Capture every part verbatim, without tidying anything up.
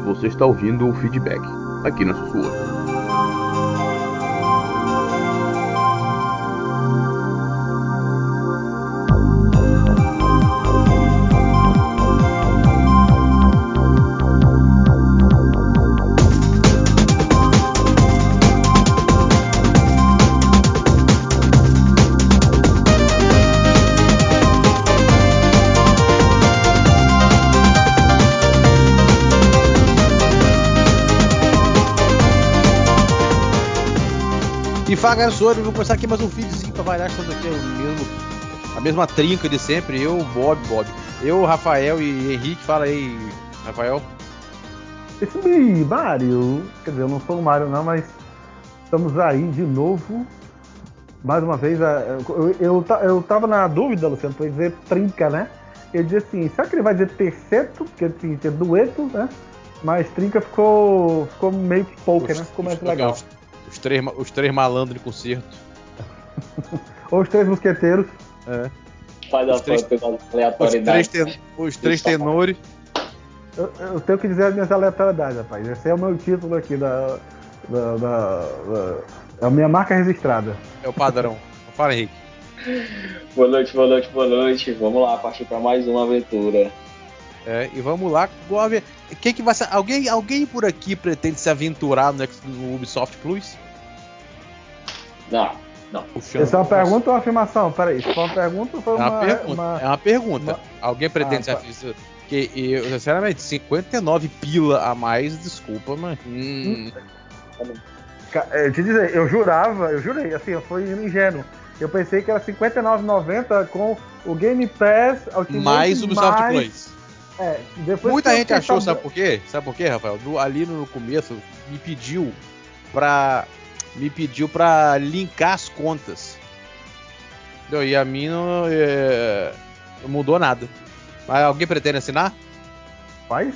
Você está ouvindo o Feedback, aqui na Sussurra. E fala, galera, sou eu, vou começar aqui mais um feedzinho pra variar, estamos aqui o mesmo, a mesma trinca de sempre, eu, Bob, Bob, eu, Rafael e Henrique. Fala aí, Rafael. Esse aí, Mário, quer dizer, eu não sou o Mário não, mas estamos aí de novo, mais uma vez. Eu, eu, eu tava na dúvida, Luciano, pra dizer trinca, né? Eu dizia assim, será que ele vai dizer terceto, porque assim, tinha dueto, né? Mas trinca ficou, ficou meio que pouca, né? Ficou mais legal. Os, os, três, os três malandros de concerto. Ou os três mosqueteiros. É. Faz os, três, os três, ten, os três tenores. Eu, eu tenho que dizer as minhas aleatoriedades, rapaz. Esse é o meu título aqui da, da, da, da é a minha marca registrada. É o padrão. Fala, Henrique. Boa noite, boa noite, boa noite. Vamos lá, partir para mais uma aventura. É, e vamos lá. Quem que vai ser? Alguém, alguém por aqui pretende se aventurar no, no Ubisoft Plus? Não, não. Puxando, Essa é uma pergunta ou uma afirmação? Peraí, isso foi uma pergunta ou foi é uma, uma, pergunta? uma... É uma pergunta. Uma... Alguém pretende ah, se aventurar? Que eu, sinceramente, cinquenta e nove pila a mais, desculpa, mas. Hum. Eu te dizer, eu jurava, eu jurei, assim, eu fui ingênuo. Eu pensei que era cinquenta e nove reais e noventa centavos com o Game Pass Ultimate mais Ubisoft mais... Plus. É, depois Muita gente achou, sabe... sabe por quê? Sabe por quê, Rafael? No, ali no começo me pediu pra. Me pediu pra linkar as contas. Entendeu? E a mim não, é, não mudou nada. Mas alguém pretende assinar? Mas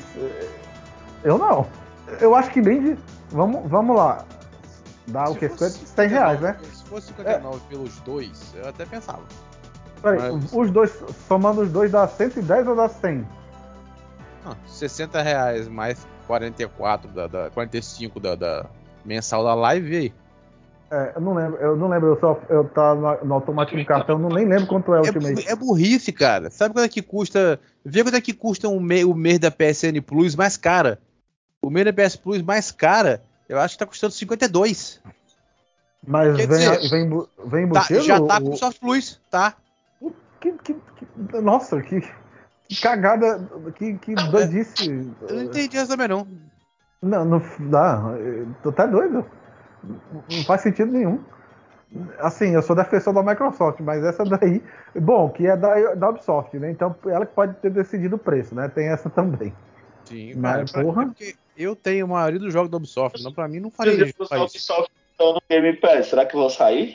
eu não. Eu acho que nem de. Vamos, vamos lá. Dá se o quê? cem reais, né? Se fosse cinquenta e nove é. pelos dois, eu até pensava. Peraí, Mas... os dois, somando os dois dá cento e dez ou dá cem? Não, sessenta reais mais quarenta e quatro, da, da, quarenta e cinco da, da mensal da live, e aí? É, eu não lembro, eu não lembro, eu só eu tava no, no automático do cartão, eu não nem lembro quanto é o Ultimate. É, é burrice, cara. Sabe quanto é que custa? Vê quanto é que custa um me, o mês da P S N Plus mais cara. O mês da P S Plus mais cara, eu acho que tá custando cinquenta e dois. Mas Quer vem, dizer, vem, vem embutido? Tá, já tá com o Ubisoft Plus, tá? Que, que, que, nossa, que, que cagada, que, que doidice. Eu não entendi essa também, não. Não, não dá. Tô até doido. Não faz sentido nenhum. Assim, eu sou defensor da Microsoft, mas essa daí, bom, que é da, da Ubisoft, né? Então ela que pode ter decidido o preço, né? Tem essa também. Sim, mas cara, porra. É porque eu tenho a maioria dos jogos da Ubisoft, não, pra mim não faria isso. Os Ubisoft estão no Game Pass, será que vão sair?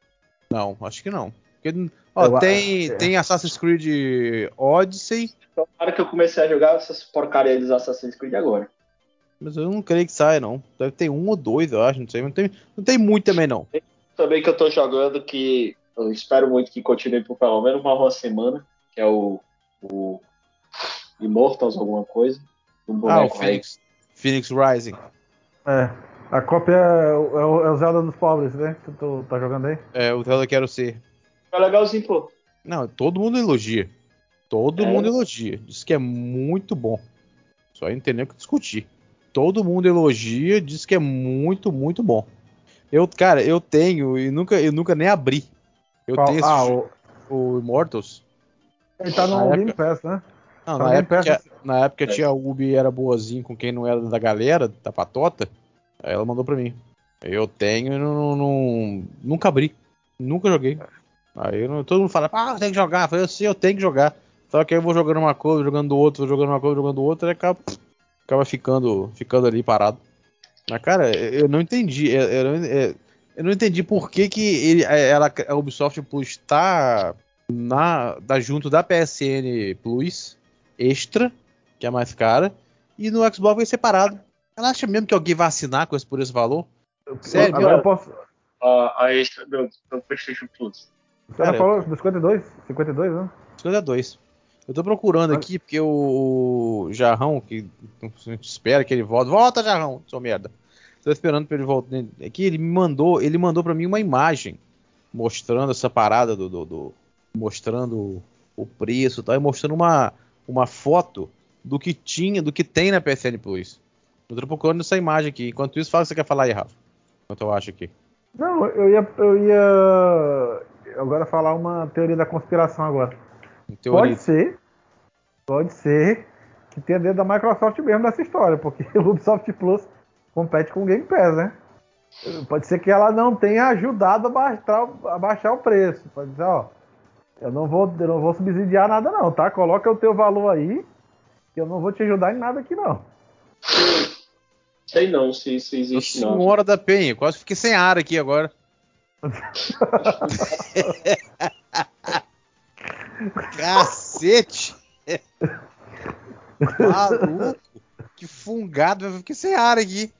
Não, acho que não. Porque, ó, eu, tem, é. tem Assassin's Creed Odyssey. Tomara que eu comecei a jogar essas porcarias dos Assassin's Creed agora. Mas eu não creio que saia, não. Deve ter um ou dois, eu acho, não sei. Não tem, não tem muito também, não. Também que eu tô jogando, que eu espero muito que continue por pelo menos uma, uma semana, que é o, o Immortals, alguma coisa. Ah, o Phoenix, Phoenix Rising. É, a cópia é o, é o Zelda dos pobres, né? Que tu tá jogando aí? É, o Zelda Quero Ser. É legalzinho, pô. Não, todo mundo elogia. Todo é. mundo elogia. Diz que é muito bom. Só entender o que discutir. Todo mundo elogia, diz que é muito, muito bom. Eu, cara, eu tenho e nunca, eu nunca nem abri. Eu Qual? tenho esse ah, jogo, o... o Immortals. Ele tá no na Game época... Pass, né? Não, tá na, época Pass... tinha, na época tinha a Ubi era boazinho com quem não era da galera, da patota. Aí ela mandou pra mim. Eu tenho e não, não, nunca abri. Nunca joguei. Aí não, todo mundo fala, ah, tem que jogar. Eu falei, assim, eu tenho que jogar. Só que aí eu vou jogando uma coisa, jogando outro, vou jogando uma coisa, jogando outra, e acaba, acaba ficando, ficando ali parado. Mas, cara, eu não entendi. Eu, eu, eu não entendi por que, que ele, ela, a Ubisoft Plus tá, na, tá junto da P S N Plus Extra, que é mais cara, e no Xbox vai separado. Ela acha mesmo que alguém vai assinar com esse, por esse valor? Sério? Agora eu posso... A, a extra do, do PlayStation Plus. Você cara, falou eu... do cinquenta e dois? cinquenta e dois, né? cinquenta e dois. Eu tô procurando aqui porque o, o Jarrão, que a gente espera que ele volte. Volta, Jarrão, seu merda. Tô esperando pra ele voltar. Aqui ele me mandou, ele mandou pra mim uma imagem mostrando essa parada do, do, do mostrando o preço, e tal, e mostrando uma uma foto do que tinha, do que tem na P S N Plus. Eu tô procurando essa imagem aqui. Enquanto isso, fala o que você quer falar aí, Rafa. Enquanto eu acho aqui. Não, eu ia, eu ia agora falar uma teoria da conspiração agora. Teoria. Pode ser, pode ser que tenha dentro da Microsoft mesmo dessa história, porque o Ubisoft Plus compete com o Game Pass, né? Pode ser que ela não tenha ajudado a baixar, a baixar o preço. Pode dizer, ó, eu não vou, eu não vou subsidiar nada não, tá? Coloca o teu valor aí, que eu não vou te ajudar em nada aqui não. Sei não se isso existe não. Senhora da Penha, quase fiquei sem ar aqui agora. Cacete! Maluco! Que fungado, eu fiquei sem ar aqui.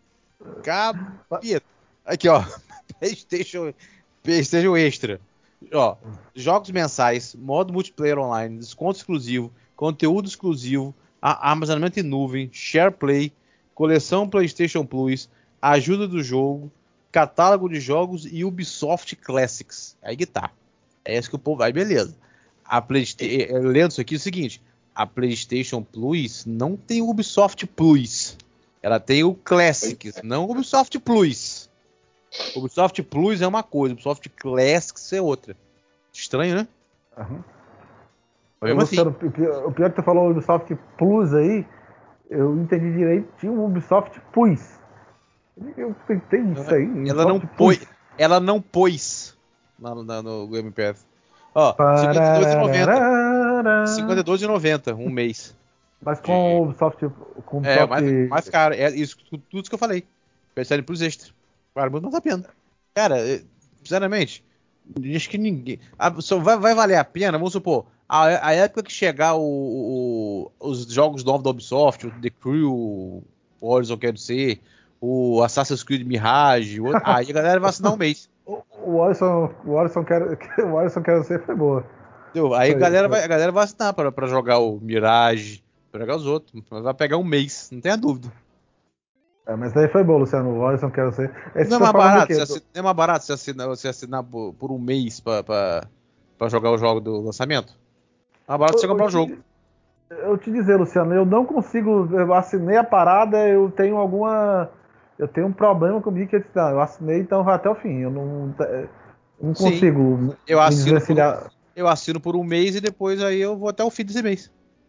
Capeta. Aqui, ó. PlayStation, PlayStation Extra. Ó, jogos mensais, modo multiplayer online, desconto exclusivo, conteúdo exclusivo, a- armazenamento em nuvem, share play, coleção PlayStation Plus, ajuda do jogo, catálogo de jogos e Ubisoft Classics. Aí que tá. É isso que o povo. Aí beleza. A PlayStation. Lendo isso aqui é o seguinte: a PlayStation Plus não tem o Ubisoft Plus. Ela tem o Classics, não o Ubisoft Plus. O Ubisoft Plus é uma coisa, o Ubisoft Classics é outra. Estranho, né? Uhum. Mas mesmo assim. Luciano, o pior- o pior que tu falou Ubisoft Plus aí, eu entendi direito, tinha um Ubisoft Plus. Eu tentei isso aí, Ela não, Ubisoft pôs, Plus. ela não pôs na, na, no Game Pass. Ó, cinquenta e dois reais e noventa centavos. cinquenta e dois reais e noventa centavos um mês. Mas com De... o Ubisoft. Com o É, Ubisoft... mais, mais caro. É isso, tudo isso que eu falei. P S N Plus Extra. Claro, mas não tá pena. Cara, sinceramente, acho que ninguém. Ah, só vai, vai valer a pena, vamos supor, a, a época que chegar o, o- os jogos novos da Ubisoft, o The Crew, o Horizon, quero dizer, o Assassin's Creed Mirage, o outro, aí a galera vai assinar um mês. O, o Alisson, o Alisson quer, o Alisson quer ser foi boa. Entendeu? Aí a Foi, galera, foi. vai, a galera vai assinar pra, pra jogar o Mirage, pra jogar os outros. Mas vai pegar um mês, não tenha dúvida. É, mas daí foi bom, Luciano. O Alisson quer ser. Esse Não é tá mais falando do barato, quê? você assinar, não é mais barato você assinar, você assinar por, por um mês pra, pra, pra jogar o jogo do lançamento? É mais barato você Eu, eu comprar o jogo. te, eu te dizer, Luciano, eu não consigo. Eu assinei a parada, eu tenho alguma. Eu tenho um problema comigo que eu disse, não, eu assinei, então vai até o fim. Eu não, não Sim. consigo Eu me assino por um, desvencilhar. eu assino por um mês e depois aí eu vou até o fim desse mês.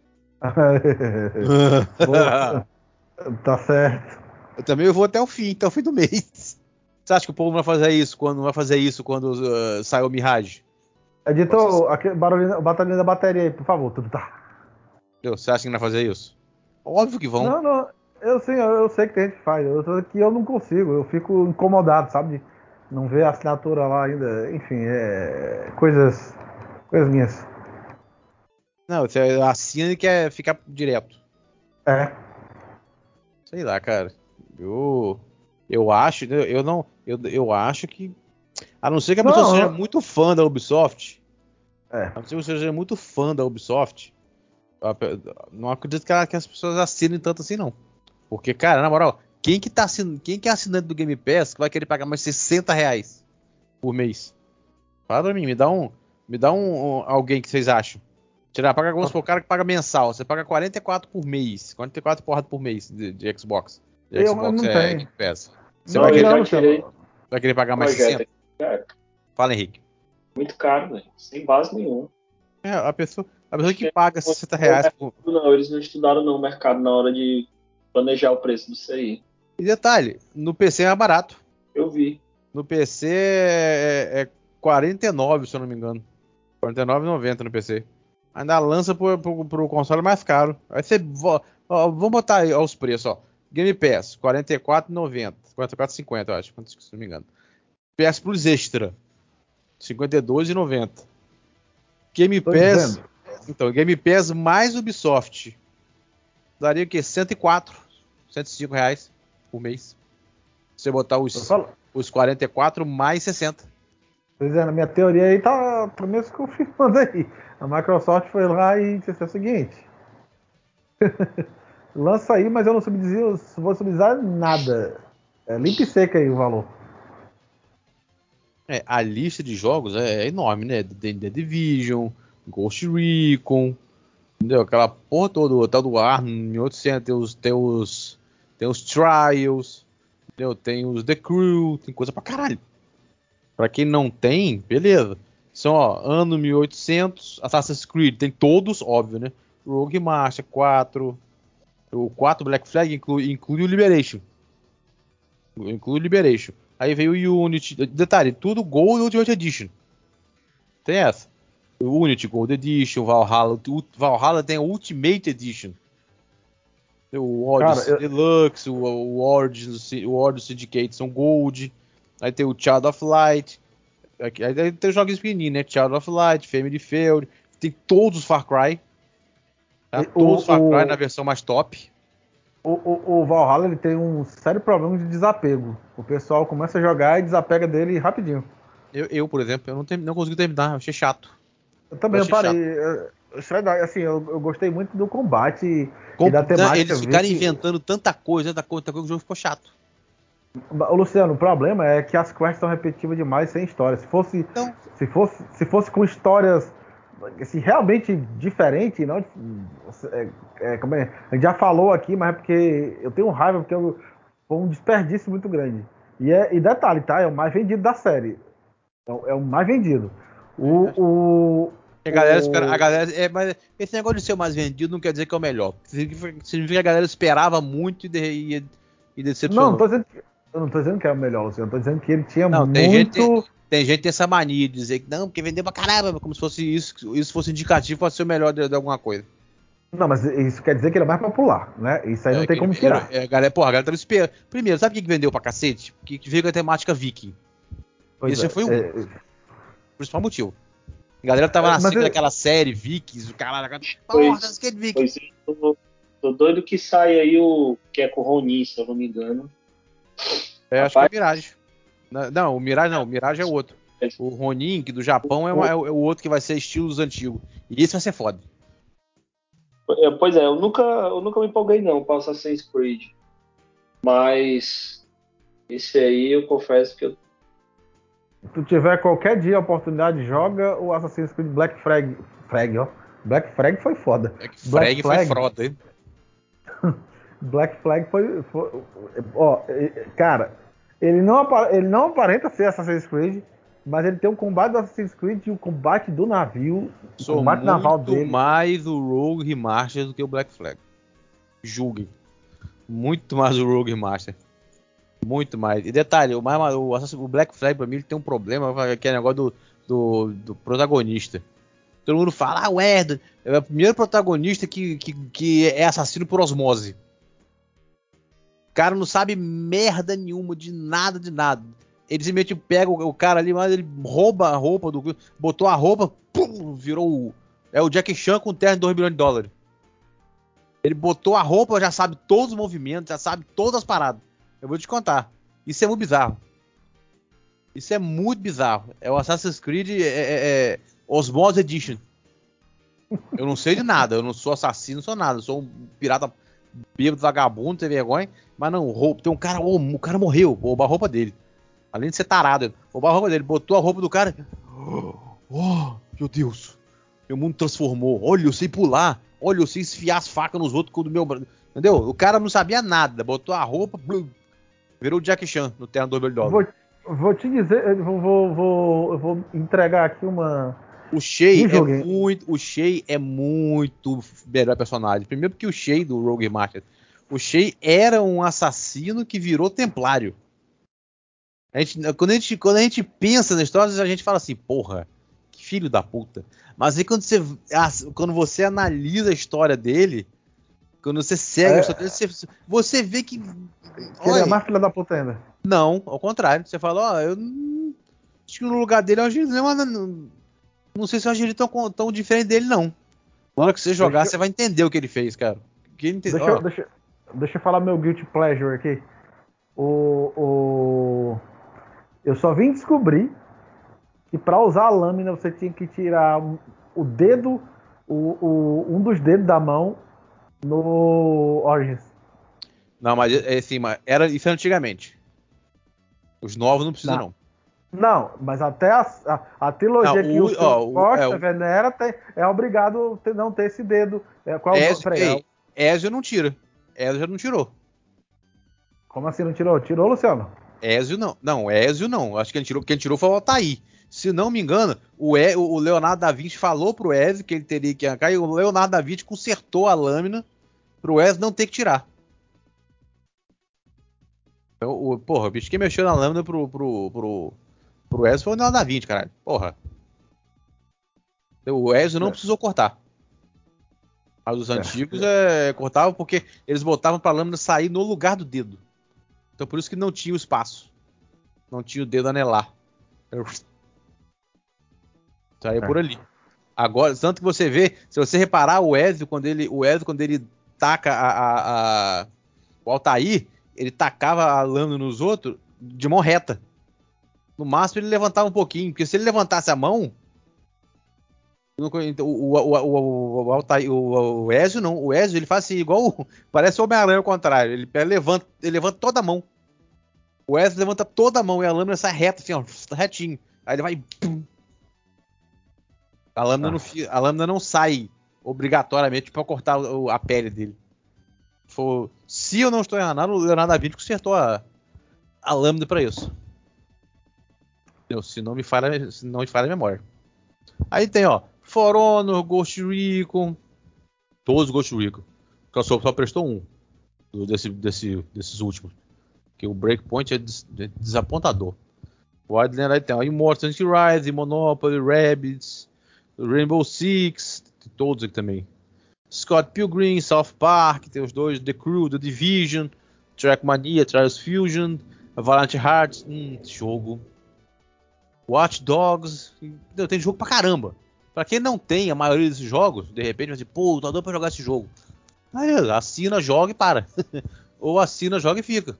Boa, tá certo. Eu também vou até o fim, até o fim do mês. Você acha que o povo não vai fazer isso quando não vai fazer isso quando uh, sai o Mirage? Editor, aquele barulhinho, batalhinha da bateria aí, por favor. Tudo tá. Entendeu? Você acha que não vai fazer isso? Óbvio que vão. Não, não, eu sei, eu, eu sei que tem gente que faz. Eu tô aqui, eu não consigo, eu fico incomodado, sabe? De não ver a assinatura lá ainda. Enfim, é. Coisas. Coisas minhas. Não, você assina e quer ficar direto. É. Sei lá, cara. Eu eu acho, eu não, eu, eu acho que a não ser que a pessoa seja Não, muito fã da Ubisoft, é. a não ser que você seja muito fã da Ubisoft, não acredito que, ela, que as pessoas assinem tanto assim, não. Porque, cara, na moral, quem que tá assinando, quem que é assinante do Game Pass que vai querer pagar mais sessenta reais por mês? Fala pra mim, me dá um, me dá um, um alguém que vocês acham. Tirar, paga alguns por cara que paga mensal, você paga quarenta e quatro por mês, quarenta e quatro porra por mês de, de Xbox. De Eu, eu Xbox não é tenho. Game Pass. Você Não, vai Não, eu querer, já não, tirei. Luciano. vai querer pagar mais Mas já sessenta? é Fala, Henrique. muito caro, velho. Sem base nenhuma. É, a pessoa, a pessoa Acho que que paga não sessenta estudou o reais por. mercado, não, eles não estudaram não, o mercado na hora de planejar o preço disso aí. E detalhe, no P C é mais barato. Eu vi. No P C é, é quarenta e nove, se eu não me engano. quarenta e nove reais e noventa no P C. Ainda lança pro, pro, pro console mais caro. Aí você. Ó, vamos botar aí ó, os preços, ó. Game Pass, quarenta e quatro reais e noventa. quarenta e quatro reais e cinquenta, eu acho, se não me engano. P S Plus Extra, cinquenta e dois reais e noventa. Game Tô Pass. dizendo. Então, Game Pass mais Ubisoft. Daria o quê? cento e quatro, cento e cinco reais por mês. Se você botar Eu os, falo. os quarenta e quatro mais sessenta. Pois é, na minha teoria aí tá pelo menos confirmando aí. A Microsoft foi lá e disse o seguinte: lança aí, mas eu não subsidiar, eu vou subsidiar nada. É limpo e seco aí o valor. É, a lista de jogos é, é enorme, né? The, The Division, Ghost Recon, entendeu? Aquela porra toda, o tal do Arm, em outros tem os, tem os, tem os Trials, entendeu? Tem os The Crew, tem coisa pra caralho. Pra quem não tem, beleza. São, ó, ano mil e oitocentos, Assassin's Creed, tem todos, óbvio, né? Rogue Master quatro, o quatro Black Flag inclui, inclui o Liberation. Inclui o Liberation. Aí veio o Unity. Detalhe, tudo Gold Ultimate Edition. Tem essa. O Unity Gold Edition, Valhalla. O Valhalla tem a Ultimate Edition. O Odyssey Cara, eu- Deluxe, o, o, Origins, o Origins Syndicate são Gold. Aí tem o Child of Light. Aqui- Aí tem os jogos pequenininhos, né? Child of Light, Family Field. Tem todos os Far Cry. Tá? o, Todos os Far Cry o, na versão mais top. o, o, o Valhalla ele tem um sério problema de desapego. O pessoal começa a jogar e desapega dele rapidinho. Eu, eu por exemplo, eu não, term- não consegui terminar. Eu achei chato. Eu Eu também eu achei parei. chato. eu- eu- Assim, eu, eu gostei muito do combate e, e Com- da temática. Eles Ver ficaram que, inventando tanta coisa, tanta coisa, tanta coisa, que o jogo ficou chato. Ô, Luciano, o problema é que as quests são repetitivas demais sem história. Se fosse, Então, se fosse, se fosse com histórias assim, realmente diferentes, não, é, é, como é, a gente já falou aqui, mas é porque eu tenho raiva porque eu, foi um desperdício muito grande. E, é, e detalhe, tá? É o mais vendido da série. É, o- é o mais vendido. é, acho O, o, que a galera espera. A o... galera, é, mas esse negócio de ser o mais vendido não quer dizer que é o melhor. Significa, significa que a galera esperava muito e, de, e, e Não, não decepcionou. tô dizendo que, eu não tô dizendo que é o melhor, Luciano. Eu tô dizendo que ele tinha Não, tem gente, tem, muito. tem gente que tem essa mania de dizer que não, porque vendeu pra caramba, como se fosse isso, isso fosse indicativo para ser o melhor de, de alguma coisa. Não, mas isso quer dizer que ele é mais popular, né? Isso aí não É, tem que ele, como era, tirar. é, a galera, porra, a galera tava esperando. Primeiro, sabe o que que vendeu pra cacete? Que, que veio com a temática viking. Pois Esse já é. foi um. é, O principal motivo. A galera tava é, na mas ciclo é, daquela série, Vikings, o caralho. Porra, Pois, que Viking. pois eu tô, tô doido que sai aí o que é com o Ronin, se eu não me engano. É, acho que é o Rapaz, Mirage. Não, não, o Mirage não, o Mirage é o outro. O Ronin, que do Japão, é, uma- é o é o outro que vai ser estilo dos antigos. E esse vai ser foda. é, pois é, eu nunca, eu nunca me empolguei não com Assassin's Creed. Mas esse aí eu confesso que eu. se tu tiver qualquer dia a oportunidade, joga o Assassin's Creed Black Flag. Flag, ó. Black Flag foi foda. É que Black Frag foi Flag. frota, hein? Black Flag foi. foi- ó, cara, ele não, apa- ele não aparenta ser Assassin's Creed, mas ele tem o combate do Assassin's Creed e o combate do navio. O Sou combate naval muito dele. mais o Rogue Remaster do que o Black Flag. Julguem. Muito mais o Rogue Remaster. Muito mais. E detalhe, o, mais, o, Assassin- o Black Flag pra mim ele tem um problema, que é o negócio do, do, do protagonista. Todo mundo fala, ah, o Erd é o primeiro protagonista que, que, que é assassino por osmose. O cara não sabe merda nenhuma de nada, de nada. Ele simplesmente pega o, o cara ali, mas ele rouba a roupa do. Botou a roupa, pum, virou o. É o Jackie Chan com terno de dois bilhões de dólares. Ele botou a roupa, já sabe todos os movimentos, já sabe todas as paradas. Eu vou te contar. Isso é muito bizarro. Isso é muito bizarro. É o Assassin's Creed é, é, é Osmose Edition. Eu não sei de nada, eu não sou assassino, não sou nada. Eu sou um pirata bêbado, vagabundo, sem vergonha. Mas não, roupa. Tem um cara, oh, o cara morreu, roubar a roupa dele. Além de ser tarado, roubar a roupa dele, botou a roupa do cara. Oh, meu Deus. Meu mundo transformou. Olha, eu sei pular. Olha, eu sei esfiar as facas nos outros com o do meu. Entendeu? O cara não sabia nada. Botou a roupa, blum, virou o Jack Chan no terno do dois dólares. Vou, vou te dizer, eu vou, vou, vou, eu vou entregar aqui uma. O Shay Me é julguem. muito, o Shay é muito melhor personagem. Primeiro porque o Shay do Rogue Master, o Shay era um assassino que virou templário. A gente, quando, a gente, quando a gente pensa na história, a gente fala assim, porra, que filho da puta. Mas aí quando você, quando você analisa a história dele, quando você segue É, a história dele, você, você vê que. que ele é Olha, mais filha da puta ainda. não, ao contrário. Você fala, ó, eu não, acho que no lugar dele eu acho que não, não, não sei se eu acho ele tão, tão diferente dele, não. Na hora que você jogar, Deixa, você vai entender o que ele fez, cara. Que ele ente... deixa, ó, eu- deixa, deixa eu falar meu guilty pleasure aqui. O, o, eu só vim descobrir E para usar a lâmina você tinha que tirar o dedo, o, o, um dos dedos da mão no Origins. Não, mas é assim, mas era isso antigamente. Os novos não precisam, não. Não, mas até a, a, a trilogia não, que o, o ó, o, Costa é, o, venera tem, é obrigado a não ter esse dedo. É, qual Ezio, peraí, ei, Ezio não tira. Ezio já não tirou. Como assim não tirou? Tirou, Luciano? Ezio não. Não, Ezio não. Acho que ele tirou, porque ele tirou foi o Altair. Se não me engano, o, e, o Leonardo da Vinci falou pro Ezio que ele teria que arrancar e o Leonardo da Vinci consertou a lâmina pro Ezio não ter que tirar. Então, o, porra, o bicho que mexeu na lâmina pro, pro, pro, pro Ezio foi o Leonardo da Vinci, caralho. Porra. O Ezio não é. precisou cortar. Mas os é. antigos é, cortavam porque eles botavam pra lâmina sair no lugar do dedo. Então por isso que não tinha o espaço. Não tinha o dedo anelar. Saía é. por ali. Agora, tanto que você vê, se você reparar o Ezio, quando ele, o Ezio, quando ele taca a, a, a, o Altair, ele tacava a lâmina nos outros de mão reta. No máximo ele levantava um pouquinho, porque se ele levantasse a mão, o, o, o, o, o, Altair, o, o Ezio não, o Ezio ele faz assim, igual, parece o Homem-Aranha ao contrário, ele, ele, levanta, ele levanta toda a mão. O Ezio levanta toda a mão e a lâmina sai reta, assim, ó, retinho. Aí ele vai... Pum. A lâmina, ah. não, a lâmina não sai obrigatoriamente para cortar a pele dele. For, se eu não estou enganado, o Leonardo da Vinci consertou a, a lâmina para isso. Entendeu? Se não me falha, se não me falha a memória. Aí tem, ó, For Honor, Ghost Recon, todos os Ghost Recon. Que só, só prestou um desse, desse, desses últimos. Que o Breakpoint é, des, é desapontador. Wildland aí tem, ó, Immortal Rise, Monopoly, Rabbids, Rainbow Six, todos aqui também. Scott Pilgrim, South Park, tem os dois, The Crew, The Division, Trackmania, Trials Fusion, Valiant Hearts, hum, jogo. Watch Dogs, tem jogo pra caramba. Pra quem não tem a maioria desses jogos, de repente vai dizer, pô, tá doido pra jogar esse jogo. Aí assina, joga e para. Ou assina, joga e fica.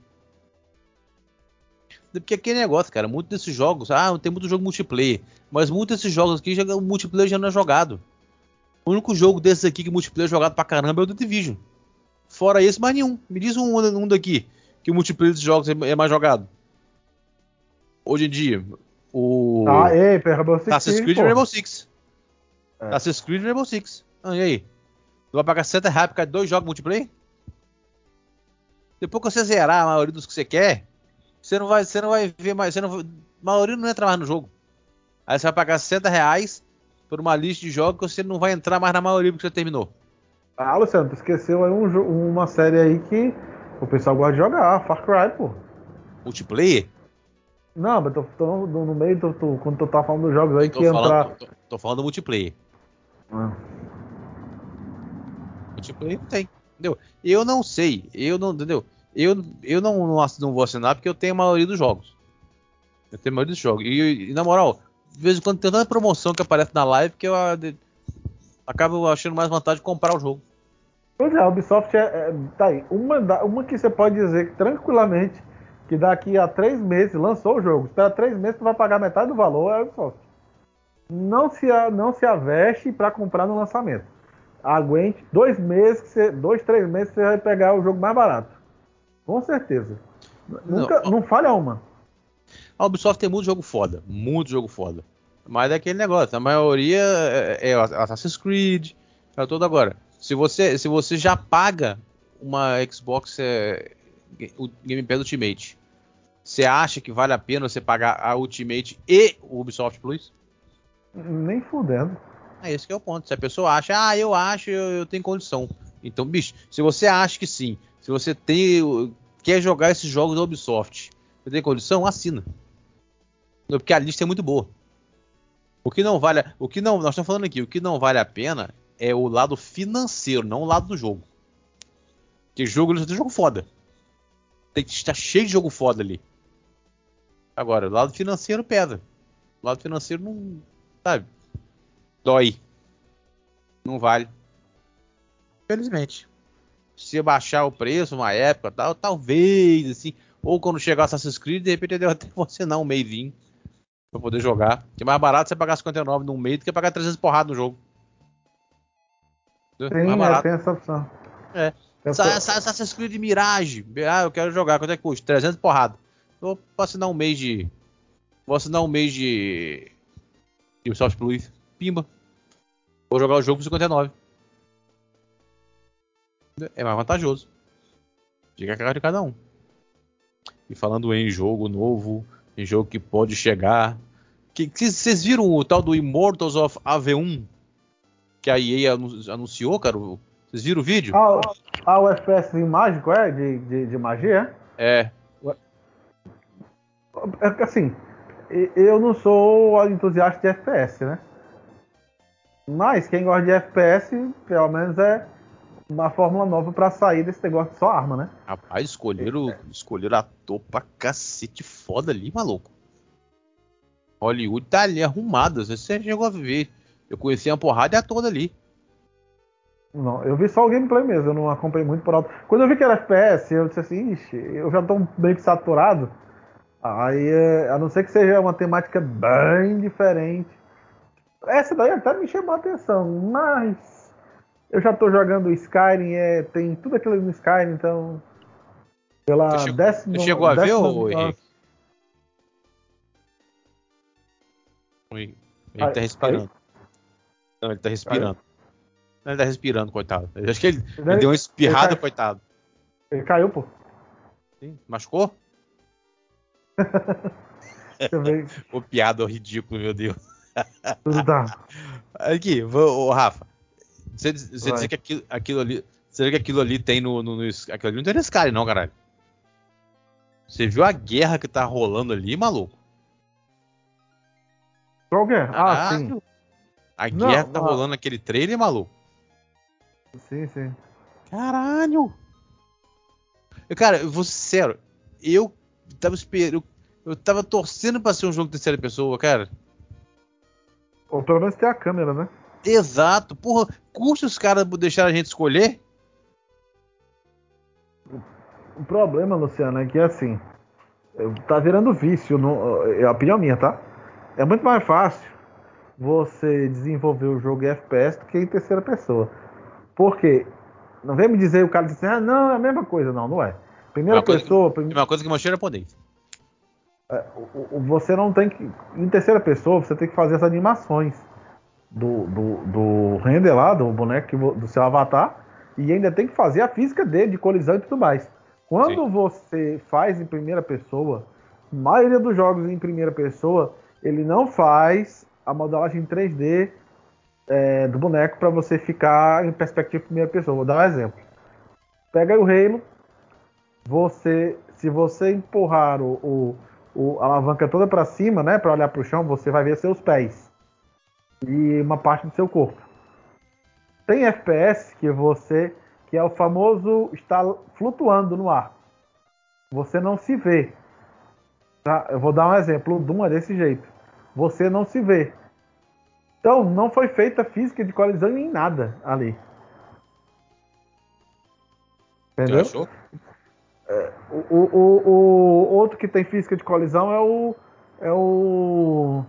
Porque aquele negócio, cara, muitos desses jogos, ah, tem muito jogo multiplayer, mas muitos desses jogos aqui, o multiplayer já não é jogado. O único jogo desses aqui que o multiplayer é jogado pra caramba é o The Division. Fora esse, mais nenhum. Me diz um, um daqui que o multiplayer desses jogos é mais jogado. Hoje em dia, o... Ah, ei, Rainbow Six. Assassin's Creed e Rainbow Six. É. Assassin's Creed e Rainbow Six. Ah, e aí? Tu vai pagar sessenta reais por causa de dois jogos multiplayer? Depois que você zerar a maioria dos que você quer, você não vai, você não vai ver mais. Você não, a maioria não entra mais no jogo. Aí você vai pagar sessenta reais por uma lista de jogos que você não vai entrar mais na maioria porque você terminou. Ah, Luciano, tu esqueceu aí um, uma série aí que o pessoal gosta de jogar, Far Cry, pô. Multiplayer? Não, mas tô, tô no, no meio, tô, tô, quando tu tá falando dos jogos aí que falando, entrar... Tô, tô, tô falando do multiplayer. Ah. Multiplayer não tem, entendeu? Eu não sei, eu não, entendeu? Eu, eu não, não, não vou assinar porque eu tenho a maioria dos jogos. Eu tenho a maioria dos jogos. E, e na moral, de vez em quando tem tanta promoção que aparece na live que eu de, acabo achando mais vantagem de comprar o jogo. Pois é, a Ubisoft é, é, tá aí. Uma, uma que você pode dizer que, tranquilamente que daqui a três meses lançou o jogo. Espera três meses, tu vai pagar metade do valor, é a Ubisoft. Não se, não se aveste para comprar no lançamento. Aguente dois meses, que você, dois, três meses, você vai pegar o jogo mais barato. Com certeza. Não, Nunca, não falha uma. A Ubisoft tem muito jogo foda, muito jogo foda. Mas é aquele negócio, a maioria é, é Assassin's Creed, é tudo agora. Se você, se você já paga uma Xbox é, o Game Pass Ultimate, você acha que vale a pena você pagar a Ultimate e o Ubisoft Plus? Nem fudendo. É esse que é o ponto. Se a pessoa acha, ah, eu acho, eu, eu tenho condição. Então, bicho, se você acha que sim, se você tem, quer jogar esses jogos da Ubisoft, você tem condição, assina. Porque a lista é muito boa. O que não vale, o que não, nós estamos falando aqui, o que não vale a pena é o lado financeiro, não o lado do jogo. Porque jogo ali só tem jogo foda. Tem que estar cheio de jogo foda ali. Agora, o lado financeiro pesa. O lado financeiro não, sabe? Dói. Não vale. Felizmente. Se baixar o preço uma época, tal, talvez assim, ou quando chegar Assassin's Creed, de repente eu devo até funcionar um meizinho. pra poder jogar. Que é mais barato você pagar cinquenta e nove no mês do que pagar trezentos porrada no jogo. Sim, mais é, barato. tem essa opção. É. Essa- Assassin's Creed Mirage. Ah, eu quero jogar. Quanto é que custa? trezentos porrada. Vou assinar um mês de... Vou assinar um mês de... de Ubisoft Plus. Pimba. Vou jogar o jogo por cinquenta e nove. É mais vantajoso. Diga a cara de cada um. E falando em jogo novo, em jogo que pode chegar... Vocês viram o tal do Immortals of A V um? Que a E A anunciou, cara? Vocês viram o vídeo? Ah, ah, o F P S mágico, é? De, de, de magia, É. é? É, assim, e- eu não sou entusiasta de F P S, né? Mas quem gosta de F P S, pelo menos é uma fórmula nova pra sair desse negócio de só arma, né? Rapaz, escolheram, escolheram ator pra cacete foda ali, maluco. Hollywood tá ali arrumado. Você chegou a ver. Eu conheci uma porrada de ator ali. Não, eu vi só o gameplay mesmo, eu não acompanhei muito por alto. Quando eu vi que era F P S, eu disse assim, ixi, eu já tô meio que saturado. Aí, é, a não ser que seja uma temática bem diferente. Essa daí até me chamou a atenção, mas eu já tô jogando Skyrim, é, tem tudo aquilo ali no Skyrim, então pela Você chegou, décima, você chegou a ver, décima, ô Henrique? O Henrique Aí- tá respirando. Não, ele tá respirando. Não, ele tá respirando, coitado. Eu acho que ele, Ele- ele deu uma espirrada, ele cai- coitado. Ele caiu, pô. Sim, machucou? Deixa eu ver. Ô, piada ridícula, meu Deus. Tudo tá. Aqui, vou, ô, Rafa. Você, você Vai. dizer que aquilo, aquilo ali. Você vê que aquilo ali tem no. no, no aquilo ali não tem no Skyrim, não, caralho. Você viu a guerra que tá rolando ali, maluco? Qual que é? Ah, Caralho. sim. A Não, guerra que tá ah. rolando naquele trailer, maluco. Sim, sim. Caralho. Eu, cara, eu vou ser sincero. Eu tava esperando. Eu tava torcendo pra ser um jogo de terceira pessoa, cara. Ou pelo menos tem a câmera, né? Exato. Porra, custa os caras deixar a gente escolher? O problema, Luciano, é que assim, tá virando vício, no, é a opinião minha, tá? É muito mais fácil você desenvolver o jogo em F P S do que em terceira pessoa. Por quê? Não vem me dizer o cara diz assim, ah, não, é a mesma coisa. Não, não é. Primeira Uma coisa pessoa, que, prim- uma coisa que mostrou era poder. o- o- você não tem que. Em terceira pessoa, você tem que fazer as animações do, do, do render lá, do boneco, que vo- do seu avatar, e ainda tem que fazer a física dele, de colisão e tudo mais. Quando Sim. você faz em primeira pessoa, a maioria dos jogos em primeira pessoa, ele não faz a modelagem três D é, do boneco para você ficar em perspectiva de primeira pessoa. Vou dar um exemplo. Pega aí o Halo, você, se você empurrar o, o, o- a alavanca toda para cima, né, para olhar para o chão, você vai ver seus pés e uma parte do seu corpo. Tem F P S que você, que é o famoso estar flutuando no ar. Você não se vê. Tá? Eu vou dar um exemplo. O Doom é desse jeito. Você não se vê. Então, não foi feita física de colisão nem nada ali. Você Entendeu? achou? O, o, o, o outro que tem física de colisão é o. É o.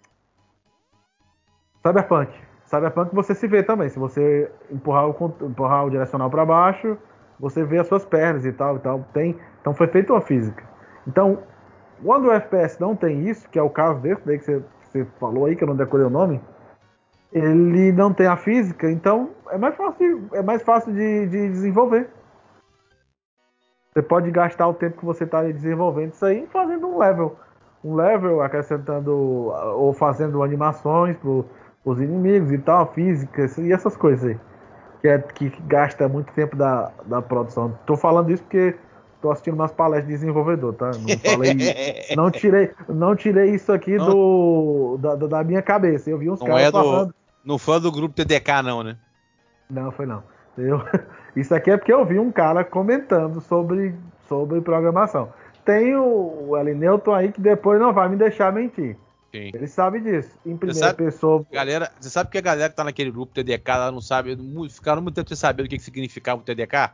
Cyberpunk. Cyberpunk você se vê também. Se você empurrar o, cont- empurrar o direcional para baixo, você vê as suas pernas e tal e tal. Tem, então foi feita uma física. Então, quando o F P S não tem isso, que é o caso desse daí que você, você falou aí, que eu não decorei o nome, ele não tem a física, então é mais fácil, é mais fácil de, de desenvolver. Você pode gastar o tempo que você está desenvolvendo isso aí fazendo um level. Um level, acrescentando ou fazendo animações para os inimigos e tal, físicas e essas coisas aí. Que, é, que gasta muito tempo da, da produção. Tô falando isso porque tô assistindo umas palestras de desenvolvedor, tá? Não falei. Não tirei, não tirei isso aqui Não, do, da, da minha cabeça. Eu vi uns não caras é do. falando. Não foi do grupo T D K, não, né? Não, foi não. Eu, isso aqui é porque eu vi um cara comentando sobre, sobre programação. Tem o, o L. Newton aí que depois não vai me deixar mentir. Sim. Ele sabe disso. Em Você primeira sabe, pessoa. galera, você sabe que a galera que tá naquele grupo T D K lá não sabe, mu- ficaram muito tempo sem saber o que, que significava o T D K?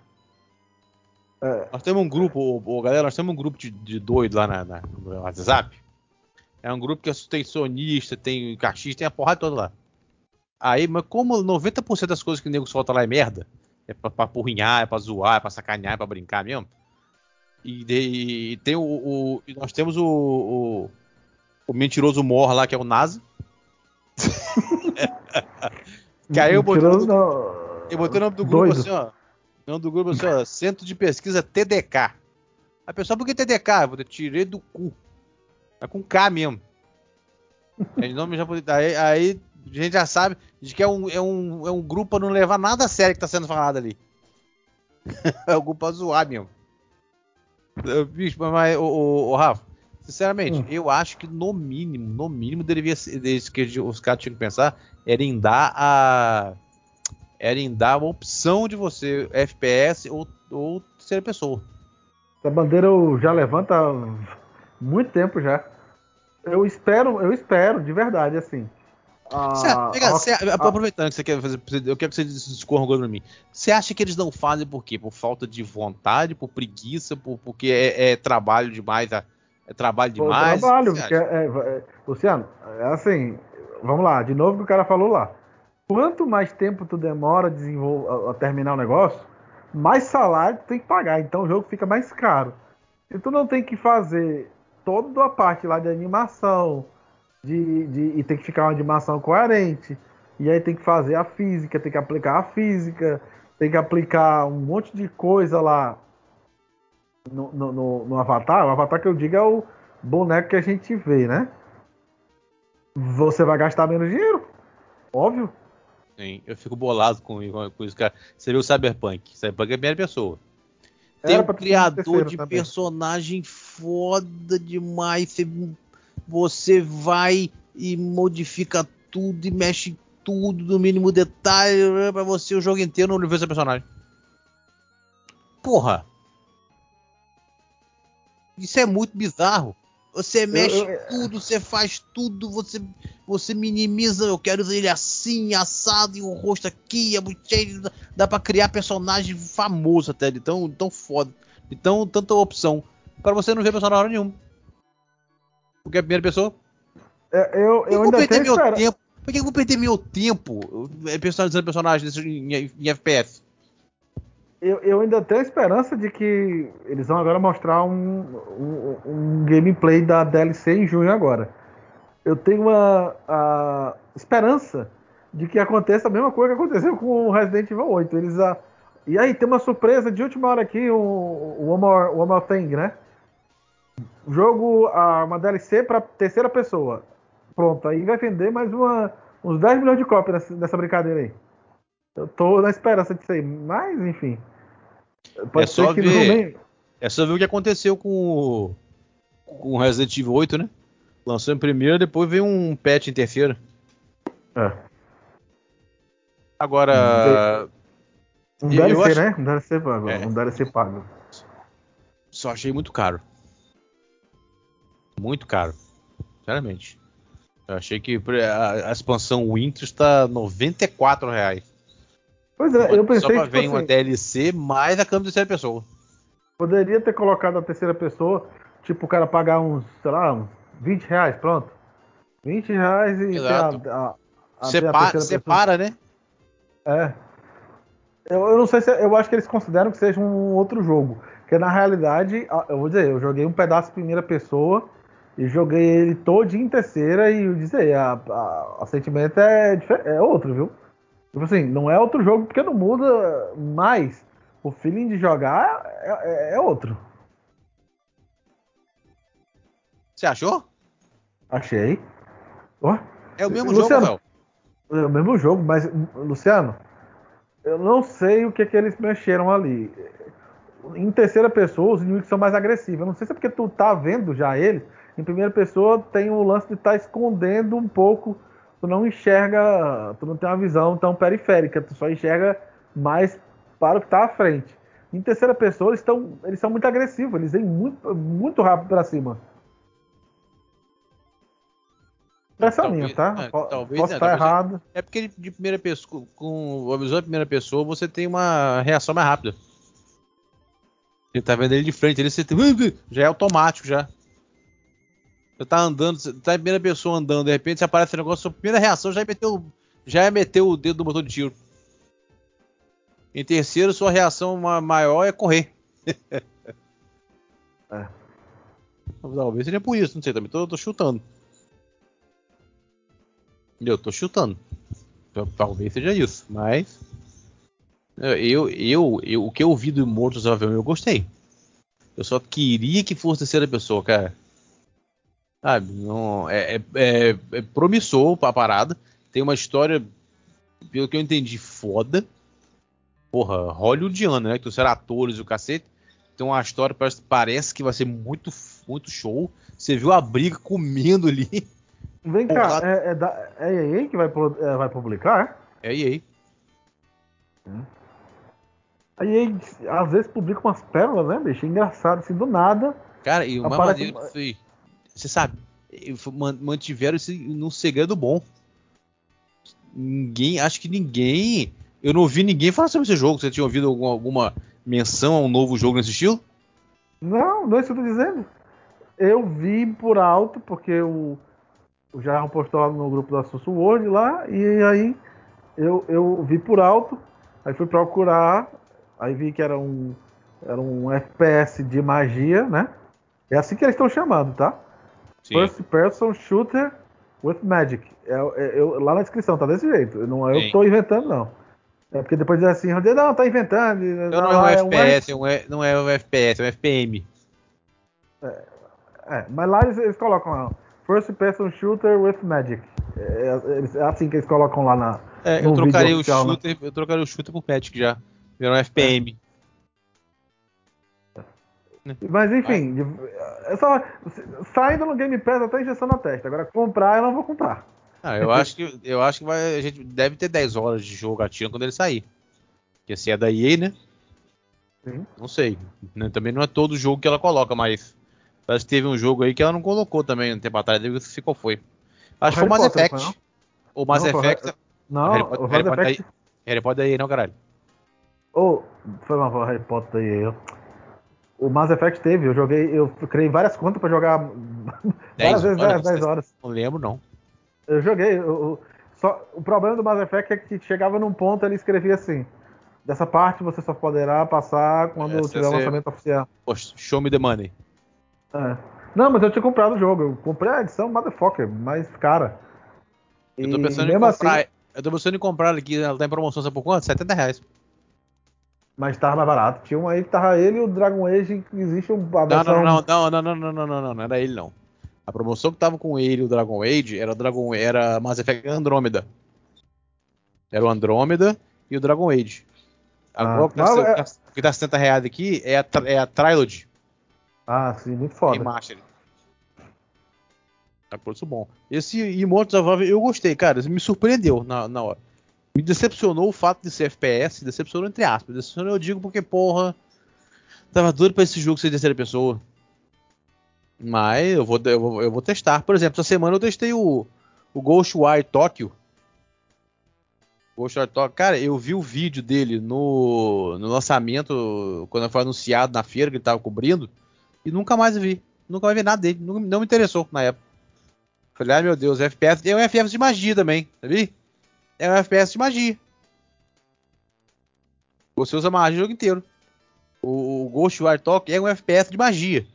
É. Nós temos um grupo, ô, ô, galera, nós temos um grupo de, de doido lá na, na- no WhatsApp. É um grupo que tem sonista, tem cachista, tem a porrada toda lá. Aí, mas como noventa por cento das coisas que o nego solta lá é merda, é pra, pra porrinhar, é pra zoar, é pra sacanear, é pra brincar mesmo. E, de, e tem o, o. Nós temos o, o. O mentiroso Mor lá, que é o NASA. Que aí eu botei, Mentiroso, no, não. eu botei o nome do grupo Doido. assim, ó. O nome do grupo assim, ó. Centro de Pesquisa T D K. A pessoa, por que T D K? Eu tirei do cu. É com K mesmo. Aí, nome já, aí, aí a gente já sabe de que é um, é, um, é um grupo pra não levar nada a sério que tá sendo falado ali. É um grupo pra zoar mesmo. Bicho, mas, ô, ô, ô Rafa, sinceramente, Hum. eu acho que no mínimo, no mínimo, deveria ser, que os caras tinham que pensar, era em dar a. Era em dar uma opção de você F P S ou, ou terceira pessoa. Essa bandeira eu já levanta há muito tempo já. Eu espero, eu espero, de verdade, assim. Cê, A, pega, a, cê, a, aproveitando que você quer fazer, eu quero que você discorra agora pra mim. Você acha que eles não fazem por quê? Por falta de vontade, por preguiça, por, porque é, é trabalho demais, é, é trabalho Pô, demais? O que trabalho, você porque acha? é, é, Luciano, é assim, vamos lá, de novo que o cara falou lá. Quanto mais tempo tu demora a, desenvol- a- a terminar o negócio, mais salário tu tem que pagar. Então o jogo fica mais caro. E tu não tem que fazer toda a parte lá de animação, de, de, e tem que ficar uma animação coerente. E aí tem que fazer a física, tem que aplicar a física, tem que aplicar um monte de coisa lá no, no, no, no Avatar. O Avatar que eu digo é o boneco que a gente vê, né? Você vai gastar menos dinheiro, óbvio. Sim, eu fico bolado com, com, com isso, cara. Você viu o Cyberpunk? Cyberpunk é a primeira pessoa. Tem Era um pra ter sido criador terceiro de também. personagem foda demais. Você, você vai e modifica tudo e mexe tudo no mínimo detalhe pra você o jogo inteiro no universo do personagem. Porra! Isso é muito bizarro. Você mexe Eu, eu, tudo, você faz tudo, você, você minimiza. Eu quero ele assim, assado, e o rosto aqui, a bochecha. Dá pra criar personagem famoso até, de tão, tão foda. De tão, tanta opção. Pra você não ver personagem nenhum. Porque é a primeira pessoa. eu, Por que eu eu vou ainda perder tenho meu espera. tempo? Por que eu vou perder meu tempo eh, personalizando personagens em, em F P S? Eu, eu ainda tenho a esperança de que eles vão agora mostrar um, um, um gameplay da D L C em junho agora. Eu tenho uma a esperança de que aconteça a mesma coisa que aconteceu com o Resident Evil oito. Eles, a, e aí, tem uma surpresa de última hora aqui, o, o One, More, One More Thing, né? Jogo, a, uma D L C para terceira pessoa. Pronto, aí vai vender mais uma, uns dez milhões de cópias nessa, nessa brincadeira aí. Eu tô na esperança disso aí, mas enfim. É Pode ser só que não ver. nem. É só ver o que aconteceu com o, com o Resident Evil oito, né? Lançou em primeira, depois veio um patch em terceira. É. Agora, Um eu, eu D L C, acho. né? Um D L C pago. É, Um D L C pago. só achei muito caro. Muito caro. Sinceramente. Eu achei que a, a expansão Winter está noventa e quatro reais. Pois Só é, pra, eu só pensei, pra tipo ver uma assim, D L C mais a câmera de terceira pessoa. poderia ter colocado a terceira pessoa, tipo, o cara pagar uns, sei lá, uns vinte reais, pronto. vinte reais e ter a, Exato. a, a, ter a Separa, terceira pessoa. separa, né? É. Eu, eu não sei se. Eu acho que eles consideram que seja um outro jogo. Porque na realidade, a- eu vou dizer, eu joguei um pedaço em primeira pessoa e joguei ele todo em terceira e eu dizer, a, a, a sentimento é, difer- é outro, viu? Tipo assim, não é outro jogo porque não muda, mas o feeling de jogar é, é- é outro. Você achou? Achei. Ó, É o mesmo jogo, Luciano, Rafael. é o mesmo jogo, mas, Luciano, eu não sei o que, que eles mexeram ali. Em terceira pessoa, os inimigos são mais agressivos. Eu não sei se é porque tu tá vendo já eles. Em primeira pessoa, tem o lance de estar tá escondendo um pouco. Tu não enxerga, tu não tem uma visão tão periférica, tu só enxerga mais para o que tá à frente. Em terceira pessoa, eles, tão, eles são muito agressivos, eles vêm muito, muito rápido para cima. Não, Essa é minha, talvez, tá? é, Po- talvez, Posso né, estar talvez seja- errado. é porque ele de primeira pessoa, com a visão de primeira pessoa, você tem uma reação mais rápida. Você tá vendo ele de frente, ele você tem, já é automático já. Você tá andando, você tá em primeira pessoa andando, de repente você aparece um negócio, sua primeira reação já é meter o, já é meter o dedo no botão de tiro. Em terceiro, sua reação ma- maior é correr. É. Talvez seja por isso, não sei, também tô, tô chutando. Eu tô chutando. Talvez seja isso, mas eu, eu, eu, o que eu vi do Immortals of Aveum eu gostei. Eu só queria que fosse terceira pessoa, cara. Sabe, não, é, é, é, é promissor pra parada. Tem uma história, pelo que eu entendi, foda. Porra, hollywoodiana, né? Que trouxeram atores e o cacete. Tem uma história, parece, parece que vai ser muito, muito show. Você viu a briga comendo ali. Vem cá, Porra, é, é, da, é a E A que vai, pro- é, vai publicar? é E A. A E A às vezes publica umas pérolas, né, bicho? Engraçado, assim, do nada Cara, e o mais aparece. maneiro foi. Você sabe, mantiveram isso num segredo bom. Ninguém, acho que ninguém. Eu não ouvi ninguém falar sobre esse jogo. Você tinha ouvido alguma, alguma menção a um novo jogo nesse estilo? Não, não é isso que eu tô dizendo. Eu vi por alto, porque o, o Jair postou lá no grupo da Sussu World lá, e aí eu, eu vi por alto, aí fui procurar, aí vi que era um, era um F P S de magia, né? É assim que eles estão chamando, tá? Sim. First Person Shooter with Magic. É, é, eu, lá na descrição, tá desse jeito. Não é eu que Sim. tô inventando, não. É porque depois diz assim, não, tá inventando. Então não é um Lá é um F P S, é um, E- não é um F P S, é um F P M. É, mas lá eles, eles colocam lá, First Person Shooter with Magic. É, é, é assim que eles colocam lá na, É, eu no vídeo trocaria o oficial, né? shooter, eu trocaria o shooter por Magic já. Virou um F P M. Mas Mas, enfim, de- é só, saindo no Game Pass até injeção na testa. Agora comprar eu não vou comprar. ah, eu acho que eu acho que vai, a gente deve ter dez horas de jogatina quando ele sair. Porque se é da E A, né? Sim. Não sei. Né, também não é todo jogo que ela coloca, mas parece que teve um jogo aí que ela não colocou também um tempo atrás. Eu sei qual foi. O Acho que foi o Harry Mass Potter, não foi, Effect. não? Ou Mass Não, foi o Effect. Harry... Não, Harry Não, Potter, o Harry Mass Potter Effect. daí. Harry Potter daí não, caralho. Ou, foi mal, foi o Harry Potter aí. Eu... O Mass Effect teve, eu joguei, eu criei várias contas pra jogar várias dez vezes horas? dez, dez horas. Não lembro, não. Eu joguei. Eu, eu- só, o problema do Mass Effect é que chegava num ponto ele escrevia assim: dessa parte você só poderá passar quando Essa, tiver o essa é, lançamento oficial. poxa, show me the money. É. Não, mas eu tinha comprado o jogo. Eu comprei a edição Motherfucker, mais cara. Eu tô E pensando em mesmo assim, comprar. Eu tô pensando em comprar aqui, ela tá em promoção, sabe por quanto? setenta reais. mas tava mais barato. Tinha um aí que tava ele e o Dragon Age, que existe a Não, não, versão. não, não, não, não, não, não, não, não, não era ele não. A promoção que tava com ele e o Dragon Age era o Dragon, era Mass Effect Andromeda. Era o Andromeda e o Dragon Age. Agora Ah, o que tá, mas, o que é- tá, o que tá setenta reais aqui é a, tri- é a Trilogy ah, sim, muito foda. Remastered. Tá com preço bom. Esse Immortals of Aveum eu gostei, cara. Me surpreendeu na, na hora. Me decepcionou o fato de ser F P S, decepcionou entre aspas. Decepcionou eu digo porque, porra, tava doido pra esse jogo ser terceira pessoa. Mas eu vou, eu vou, eu vou testar. Por exemplo, essa semana eu testei o, o Ghostwire Tokyo. Ghostwire Tokyo. Cara, eu vi o vídeo dele no, no lançamento, quando foi anunciado na feira que ele tava cobrindo, e nunca mais vi. Nunca mais vi nada dele. Não, não me interessou na época. Falei, ai meu Deus, F P S. É um F P S de magia também, sabe? É um F P S de magia. Você usa magia o jogo inteiro. O, o Ghostwire Tokyo é um F P S de magia.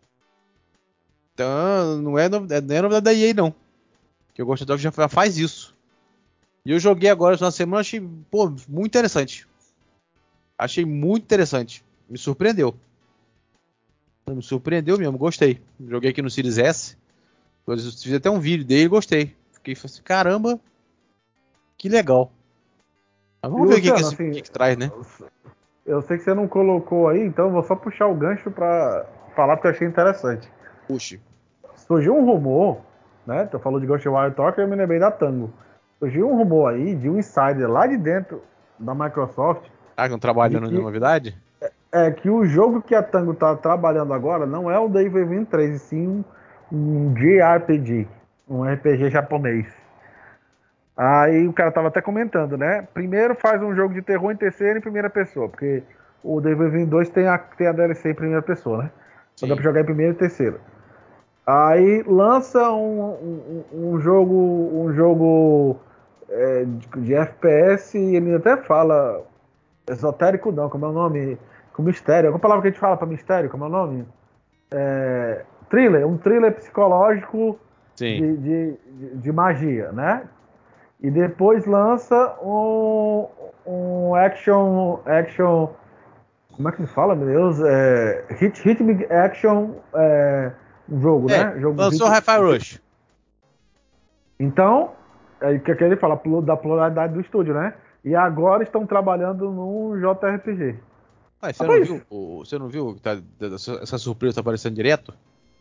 Então, não é, novidade, não é novidade da E A, não. Que o Ghost Dog já faz isso. E eu joguei agora na semana, achei, pô, muito interessante. Achei muito interessante. Me surpreendeu. Me surpreendeu mesmo, gostei. Joguei aqui no Series S. Eu fiz até um vídeo dele e gostei. Fiquei assim, caramba, que legal. Mas vamos E ver o que, que, Luciano, esse, assim, que, que traz, né? eu sei que você não colocou aí, então eu vou só puxar o gancho pra falar porque eu achei interessante. Puxa. Surgiu um rumor, né? Tu falou de Ghostwire Tokyo e eu me lembrei da Tango. Surgiu um rumor aí de um insider lá de dentro da Microsoft Ah, que não de trabalhando na que, novidade? é, que o jogo que a Tango tá trabalhando agora não é o Devil May Cry três, e sim um, um J R P G, um R P G japonês. Aí o cara tava até comentando, né? Primeiro faz um jogo de terror em terceira e em primeira pessoa, porque o Devil May Cry dois tem a, tem a D L C em primeira pessoa, né? Então dá pra Sim. jogar em primeira e terceira. Aí lança um, um, um jogo, um jogo é, de, de F P S e ele até fala esotérico não, como é o nome? Com mistério. Qual palavra que a gente fala para mistério? Como é o nome? É, thriller, um thriller psicológico Sim. de, de, de, de magia, né? E depois lança um, um action, action, como é que se fala, meu Deus? É, hit, hit me action, é, um jogo, É, né? Jogo lançou hit, Hi-Fi Rush. Então, é o que ele fala plu- da pluralidade do estúdio, né? E agora estão trabalhando num J R P G. Mas você não Rapaz, viu, o- você não viu que tá, essa essa surpresa tá aparecendo direto?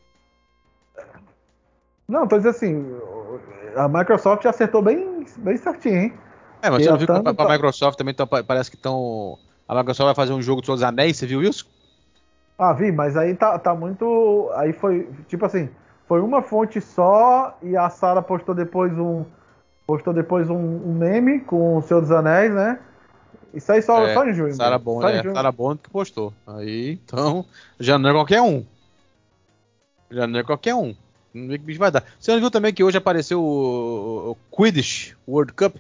não, tô dizendo assim, a Microsoft acertou bem, bem certinho, hein? É, mas Que você a não viu que Tango a tá. Microsoft também tá, parece que estão. A Microsoft vai fazer um jogo de Senhor dos Anéis, você viu isso? Ah, vi, mas aí tá, tá muito. Aí foi, tipo assim, foi uma fonte só e a Sarah postou depois um. Postou depois um, um meme com o Senhor dos Anéis, né? Isso aí só, É, só em junho Sarah mesmo. Bond, Só em é, junho. Sarah Bond que postou. Aí, então, já não é qualquer um. Já não é qualquer um. Não vê que bicho vai dar. Você não viu também que hoje apareceu o, o Quidditch World Cup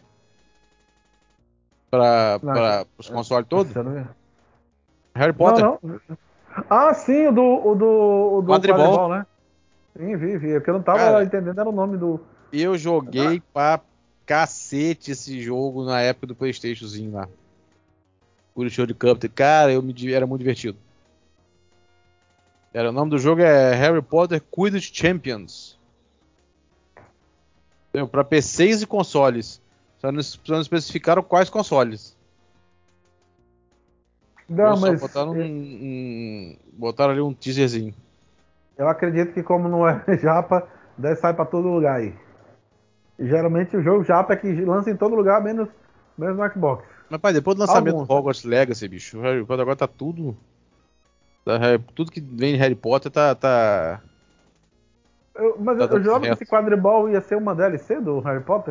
para Não, isso- os consoles todos? isso eu não vi. Harry Não, Potter, não. Ah, sim, o do, o do, o do quadribol. quadribol, né? Sim, vi, vi. O que eu não tava Cara, entendendo era o nome do. eu Ah, joguei pra cacete esse jogo na época do PlayStationzinho lá. Quidditch World Cup. Cara, eu me, di- era muito divertido. Era, o nome do jogo é Harry Potter Quidditch Champions. Para P Cs e consoles. Só não, só não especificaram quais consoles. Ou não, só mas botaram um, eh, um- botaram ali um teaserzinho. eu acredito que como não é japa, deve sair pra todo lugar aí. E geralmente o jogo japa é que lança em todo lugar, menos, menos no Xbox. Mas pai, depois do lançamento Alguns. do Hogwarts Legacy, bicho, o Harry Potter agora tá tudo. tá- Harry- tudo que vem de Harry Potter tá, tá, Eu- mas tá eu, eu dando jurava que esse certo. quadribol ia ser uma D L C do Harry Potter.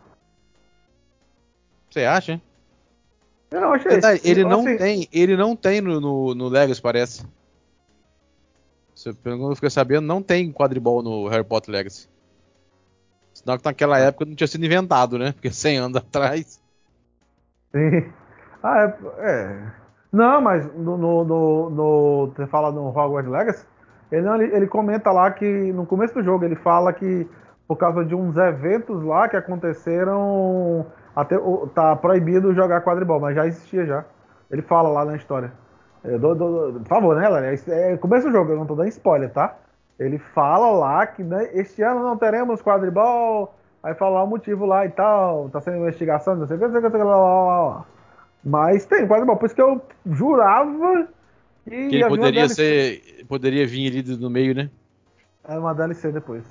Você acha, hein? Eu não achei. Verdade, ele Eu, não assim, tem, ele não tem no, no, no Legacy, parece. Se- Pelo que eu fiquei sabendo, não tem quadribol no Harry Potter Legacy. Senão que naquela época não tinha sido inventado, né? Porque cem anos atrás. sim. Ah, é, é. Não, mas no, no, no, no- você fala no Hogwarts Legacy, ele, não, ele, ele comenta lá que no começo do jogo ele fala que por causa de uns eventos lá que aconteceram, até, o- tá proibido jogar quadribol, mas já existia já. Ele fala lá na história. Eu dou- dou- dou- por favor, né, galera? É, é começo do jogo, eu não tô dando spoiler, tá? Ele fala lá que né, este ano não teremos quadribol, aí fala lá o motivo lá e tal, tá sendo investigação, não sei o que, não sei o que, não sei o que, lá, lá, lá, lá. Mas tem quadribol, por isso que eu jurava que Que ele ia vir uma poderia D L C. ser. Poderia vir ali do- no meio, né? É uma D L C depois.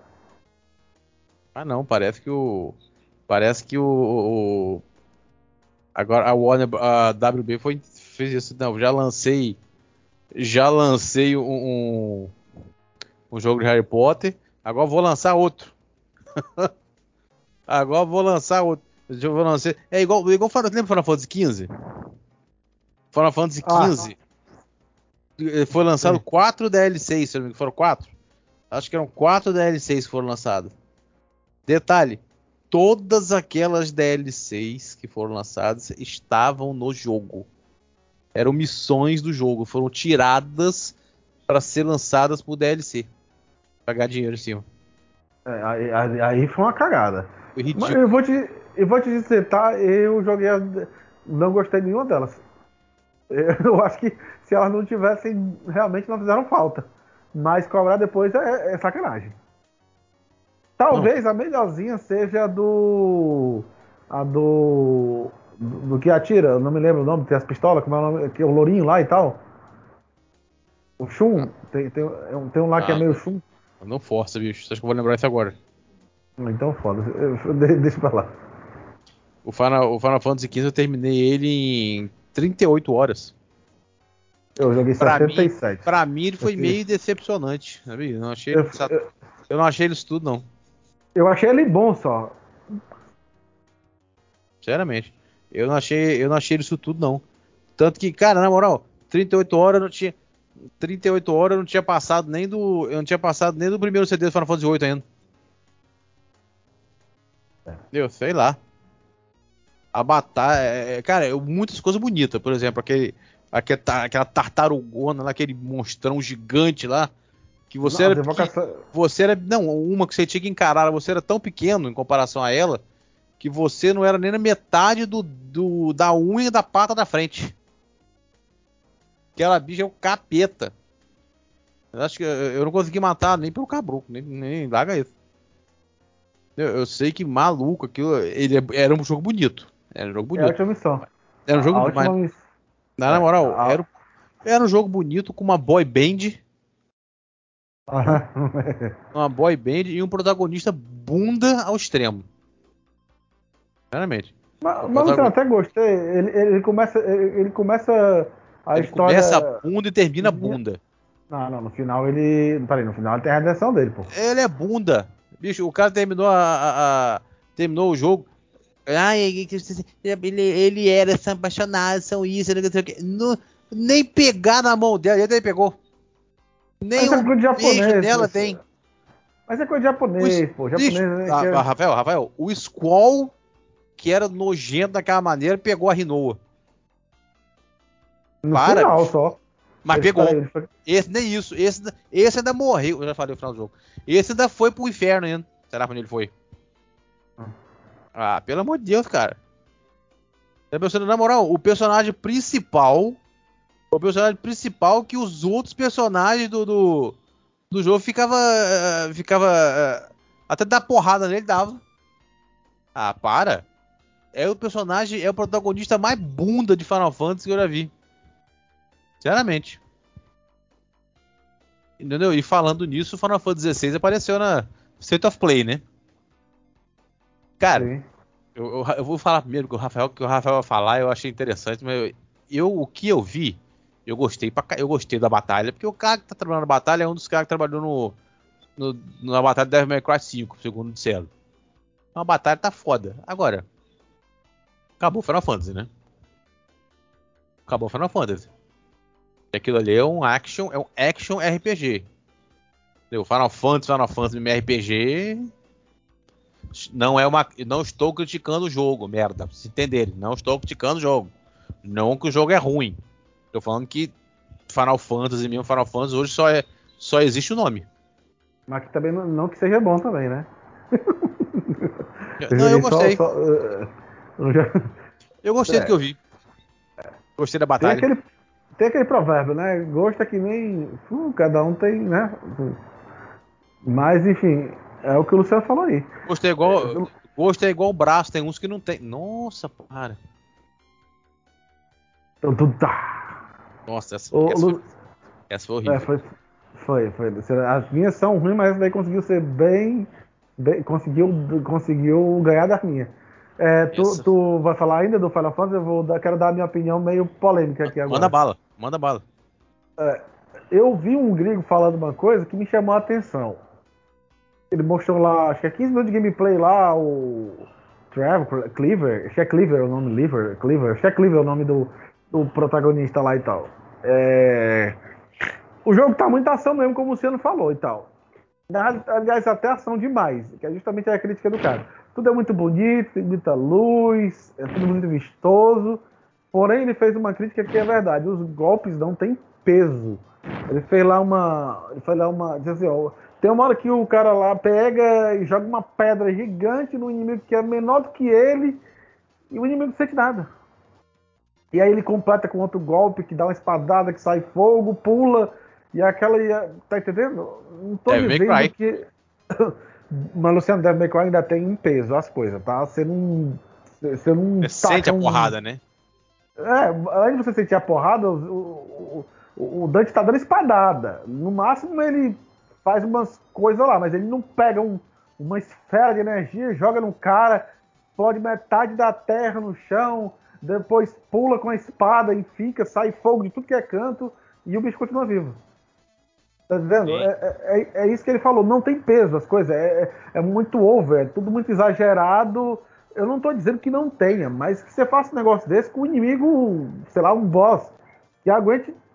Ah não, parece que o. Parece que o. o- agora a Warner, a W B foi, fez isso. Não, já lancei. Já lancei um, um, um jogo de Harry Potter. Agora vou lançar outro. Agora vou lançar outro. Eu vou lançar. É igual, igual Final, lembra Final Fantasy quinze? Final Fantasy Ah, quinze. eh, Foi lançado sim. quatro D L Cs, se não me engano, foram quatro? Acho que eram quatro D L Cs que foram lançados. Detalhe, todas aquelas D L Cs que foram lançadas estavam no jogo. Eram missões do jogo, foram tiradas para ser lançadas por D L C. Pagar dinheiro em cima. É, aí, aí- aí foi uma cagada. Foi Mas eu ridículo. vou te, eu vou te dizer, tá? Eu joguei. as- Não gostei de nenhuma delas. Eu acho que se elas não tivessem, realmente não fizeram falta. Mas cobrar depois é, é sacanagem. Não, Talvez a melhorzinha seja a do. A do. Do, do que atira, eu não me lembro o nome, tem as pistolas, como é o nome? Que é o Lourinho lá e tal. O Shun, tem, tem, é um- tem um lá que é não, meio Shun. não força, bicho. Acho que eu vou lembrar isso agora. Então foda, eu- de- deixa pra lá. O Final, o Final Fantasy quinze eu terminei ele em trinta e oito horas. Eu joguei Pra mim, sessenta e sete. pra mim ele foi Esse- meio decepcionante, sabe? Eu não achei Eu, ele, sa- eu, eu não achei ele isso tudo, não. eu achei ele bom só. Sinceramente. Eu não achei, eu não achei isso tudo, não. Tanto que, cara, na moral, trinta e oito horas não tinha. trinta e oito horas eu não tinha passado nem do. Eu não tinha passado nem do primeiro C D do Final Fantasy oito ainda. Eu sei lá. A batalha. É, cara, é muitas coisas bonitas. Por exemplo, aquele, aquele, aquela tartarugona lá, aquele monstrão gigante lá. Que você Não, era. evocação... Que, você era. Não, uma que você tinha que encarar, você era tão pequeno em comparação a ela. Que você não era nem na metade do, do, da unha da pata da frente. Aquela bicha é o capeta. Eu acho que eu, eu não consegui matar nem pelo cabruco, nem, nem larga isso. Eu, eu sei que maluco, aquilo ele é- era um jogo bonito. Era um jogo É a bonito. última missão. Era um A, a jogo, última mas, missão. na É, moral, a... era, era um jogo bonito com uma boy band, uma boy band e um protagonista bunda ao extremo. Sinceramente. mas, O mas Luciano, protagonista, até gostei. Ele, ele começa, ele, ele começa a ele começa história. bunda e termina bunda. Não, não, no final ele. Peraí, no final ele tem a redenção dele, pô. Ele é bunda. Bicho, o cara terminou a, a- a- terminou o jogo. Ai, ele, ele era essa apaixonado, são isso, não sei o quê. Não, nem pegar na mão dela, ele pegou. Nem Mas é um coisa de beijo japonês, nela mas, tem. mas é coisa de O, es- japonês, pô. bicho, Japonês é ah, que ah, é Rafael, Rafael, o Squall, que era nojento daquela maneira, pegou a Rinoa. no Para, final bicho. só. Mas Ele, pegou. peraí, ele foi... Esse nem isso. Esse, esse ainda morreu. Eu já falei no final do jogo. Esse ainda foi pro inferno ainda. Será pra onde ele foi? Ah, pelo amor de Deus, cara. Na moral, o personagem principal. O personagem principal que os outros personagens do, do, do jogo ficava. eh, ficava. eh, até dar porrada nele dava. Ah, para. É o personagem, é o protagonista mais bunda de Final Fantasy que eu já vi. Sinceramente. Entendeu? E falando nisso, o Final Fantasy dezesseis apareceu na State of Play, né? Cara, Sim. eu, eu, eu vou falar primeiro que o Rafael, que o Rafael vai falar, eu achei interessante, mas eu, eu- o que eu vi, eu gostei pra, ca- eu gostei da batalha, porque o cara que tá trabalhando na batalha é um dos caras que trabalhou no, no- na batalha de Devil May Cry cinco, segundo disseram. Então a batalha tá foda. Agora, acabou o Final Fantasy, né? Acabou o Final Fantasy. Aquilo ali é um action, é um action R P G. Entendeu? Final Fantasy, Final Fantasy M R P G não é uma, não estou criticando o jogo, merda, pra vocês entenderem, não estou criticando o jogo. Não que o jogo é ruim. Tô falando que Final Fantasy mesmo, Final Fantasy hoje só é só existe o nome. Mas que também não, não que seja bom também, né? Eu Não, eu joguei só. gostei. só uh, eu já- Eu gostei do que é, eu vi. Gostei da tem, batalha. aquele, tem aquele provérbio, né? Gosto é que nem. uh, cada um tem, né? Mas, enfim, é o que o Luciano falou aí. Gostei igual, gosto é igual o braço, tem uns que não tem. Nossa, para. Então, tu tá. Nossa, essa, O, essa, foi, Lu- essa foi é, horrível. foi, foi, foi. As minhas são ruins, mas essa daí conseguiu ser bem. bem- conseguiu, conseguiu ganhar das minhas. É, tu, Essa. tu vai falar ainda do Final Fantasy? Eu vou dar, quero dar a minha opinião meio polêmica aqui Manda agora. bala, manda bala. Eu vi um gringo falando uma coisa que me chamou a atenção. Ele mostrou lá, acho que é quinze minutos de gameplay lá, o Trevor, Cleaver, acho que é Cleaver o nome, Cleaver, Cleaver, acho que é Cleaver o nome do, do protagonista lá e tal. É... O jogo tá muita ação mesmo, como o Luciano falou e tal. Aliás, até ação demais, que é justamente a crítica do cara. Tudo é muito bonito, tem muita luz, é tudo muito vistoso. Porém, ele fez uma crítica que é verdade. Os golpes não têm peso. Ele fez lá uma. Ele fez lá uma. Diz assim, ó, tem uma hora que o cara lá pega e joga uma pedra gigante no inimigo que é menor do que ele, e o inimigo não sente nada. E aí ele completa com outro golpe que dá uma espadada, que sai fogo, pula, e aquela. Tá entendendo? Não tô Devil May dizendo Cry. que. Mas Luciano Devil May Cry ainda tem um peso as coisas, tá? Você não. Você não Você sente taca a um. porrada, né? É, além de você sentir a porrada, o, o, o Dante tá dando espadada. No máximo ele faz umas coisas lá, mas ele não pega um, uma esfera de energia, joga no cara, explode metade da terra no chão, depois pula com a espada e fica, sai fogo de tudo que é canto e o bicho continua vivo. Tá vendo? É, é, é, é isso que ele falou, não tem peso as coisas, é, é, é muito over, é tudo muito exagerado. Eu não tô dizendo que não tenha, mas que você faça um negócio desse com um inimigo, sei lá, um boss, que aguente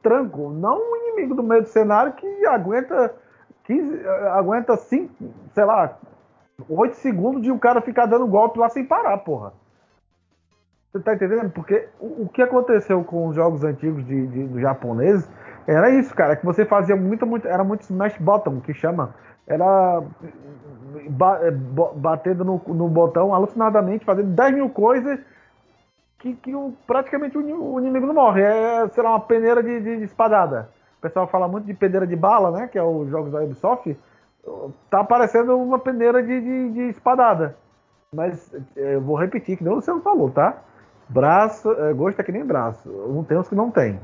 tranco, não um inimigo do meio do cenário que aguenta quinze, aguenta cinco, sei lá, oito segundos de um cara ficar dando golpe lá sem parar, porra. Você tá entendendo? Porque o, o que aconteceu com os jogos antigos de, de, dos japoneses era isso, cara, que você fazia muito, muito, era muito smash button, que chama, era ba, batendo no, no botão alucinadamente, fazendo dez mil coisas que, que o, praticamente o, o inimigo não morre. É, sei lá, uma peneira de, de, de espadada. O pessoal fala muito de peneira de bala, né, que é os jogos da Ubisoft. Tá aparecendo uma peneira de, de, de espadada. Mas eu vou repetir, que nem o Luciano falou, tá? Braço, é, gosto é que nem braço. Um tem uns que não tem.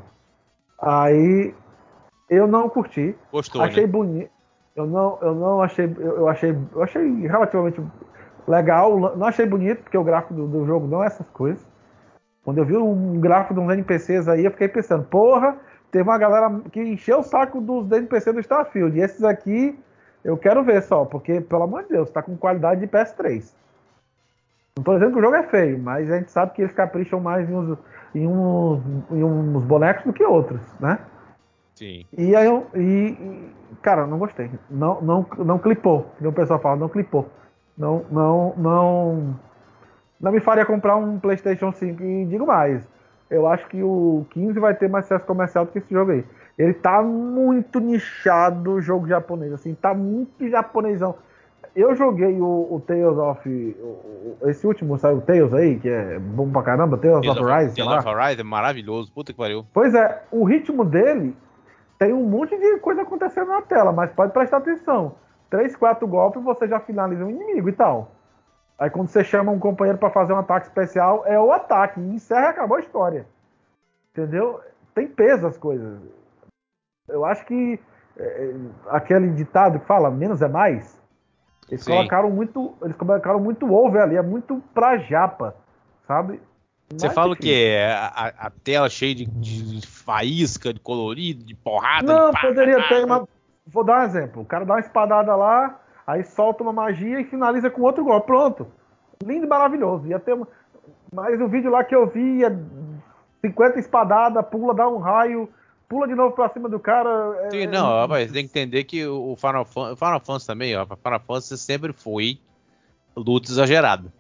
Aí eu não curti. Gostou, achei né? bonito. Eu não, eu não achei. Eu, eu achei. Eu achei relativamente legal. Não achei bonito, porque o gráfico do, do jogo não é essas coisas. Quando eu vi um gráfico de uns N P Cs aí, eu fiquei pensando, porra, teve uma galera que encheu o saco dos N P C do Starfield. E esses aqui, eu quero ver só, porque, pelo amor de Deus, tá com qualidade de P S três. Não tô dizendo que o jogo é feio, mas a gente sabe que eles capricham mais em uns, em uns, em uns bonecos do que outros, né? Sim. E aí eu. E, e, cara, não gostei. Não, não, não clipou. Como o pessoal fala, não clipou. Não, não, não. Não me faria comprar um PlayStation cinco. E digo mais. Eu acho que o quinze vai ter mais sucesso comercial do que esse jogo aí. Ele tá muito nichado, o jogo japonês. Assim, tá muito japonesão. Eu joguei o, o Tales of. O, esse último saiu o Tales aí, que é bom pra caramba, Tales, Tales of of, Rise, sei Tales lá. of Arise é maravilhoso, puta que pariu. Pois é, o ritmo dele tem um monte de coisa acontecendo na tela, mas pode prestar atenção. Três, quatro golpes você já finaliza um inimigo e tal. Aí quando você chama um companheiro pra fazer um ataque especial, é o ataque. E encerra e acabou a história. Entendeu? Tem peso as coisas. Eu acho que é, aquele ditado que fala menos é mais. Eles Sim. colocaram muito. Eles colocaram muito over ali, é muito pra japa, sabe? Você Mas fala o enfim. quê? A, a tela cheia de, de faísca, de colorido, de porrada, de Não, pá, poderia pá, ter pá. uma. Vou dar um exemplo. O cara dá uma espadada lá, aí solta uma magia e finaliza com outro golpe. Pronto. Lindo e maravilhoso. Ia ter uma... Mas o vídeo lá que eu vi é cinquenta espadadas, pula, dá um raio, pula de novo pra cima do cara. Sim, É... não, rapaz, tem que entender que o Final Fantasy, Final Fantasy também, ó, Final Fantasy sempre foi luta exagerada.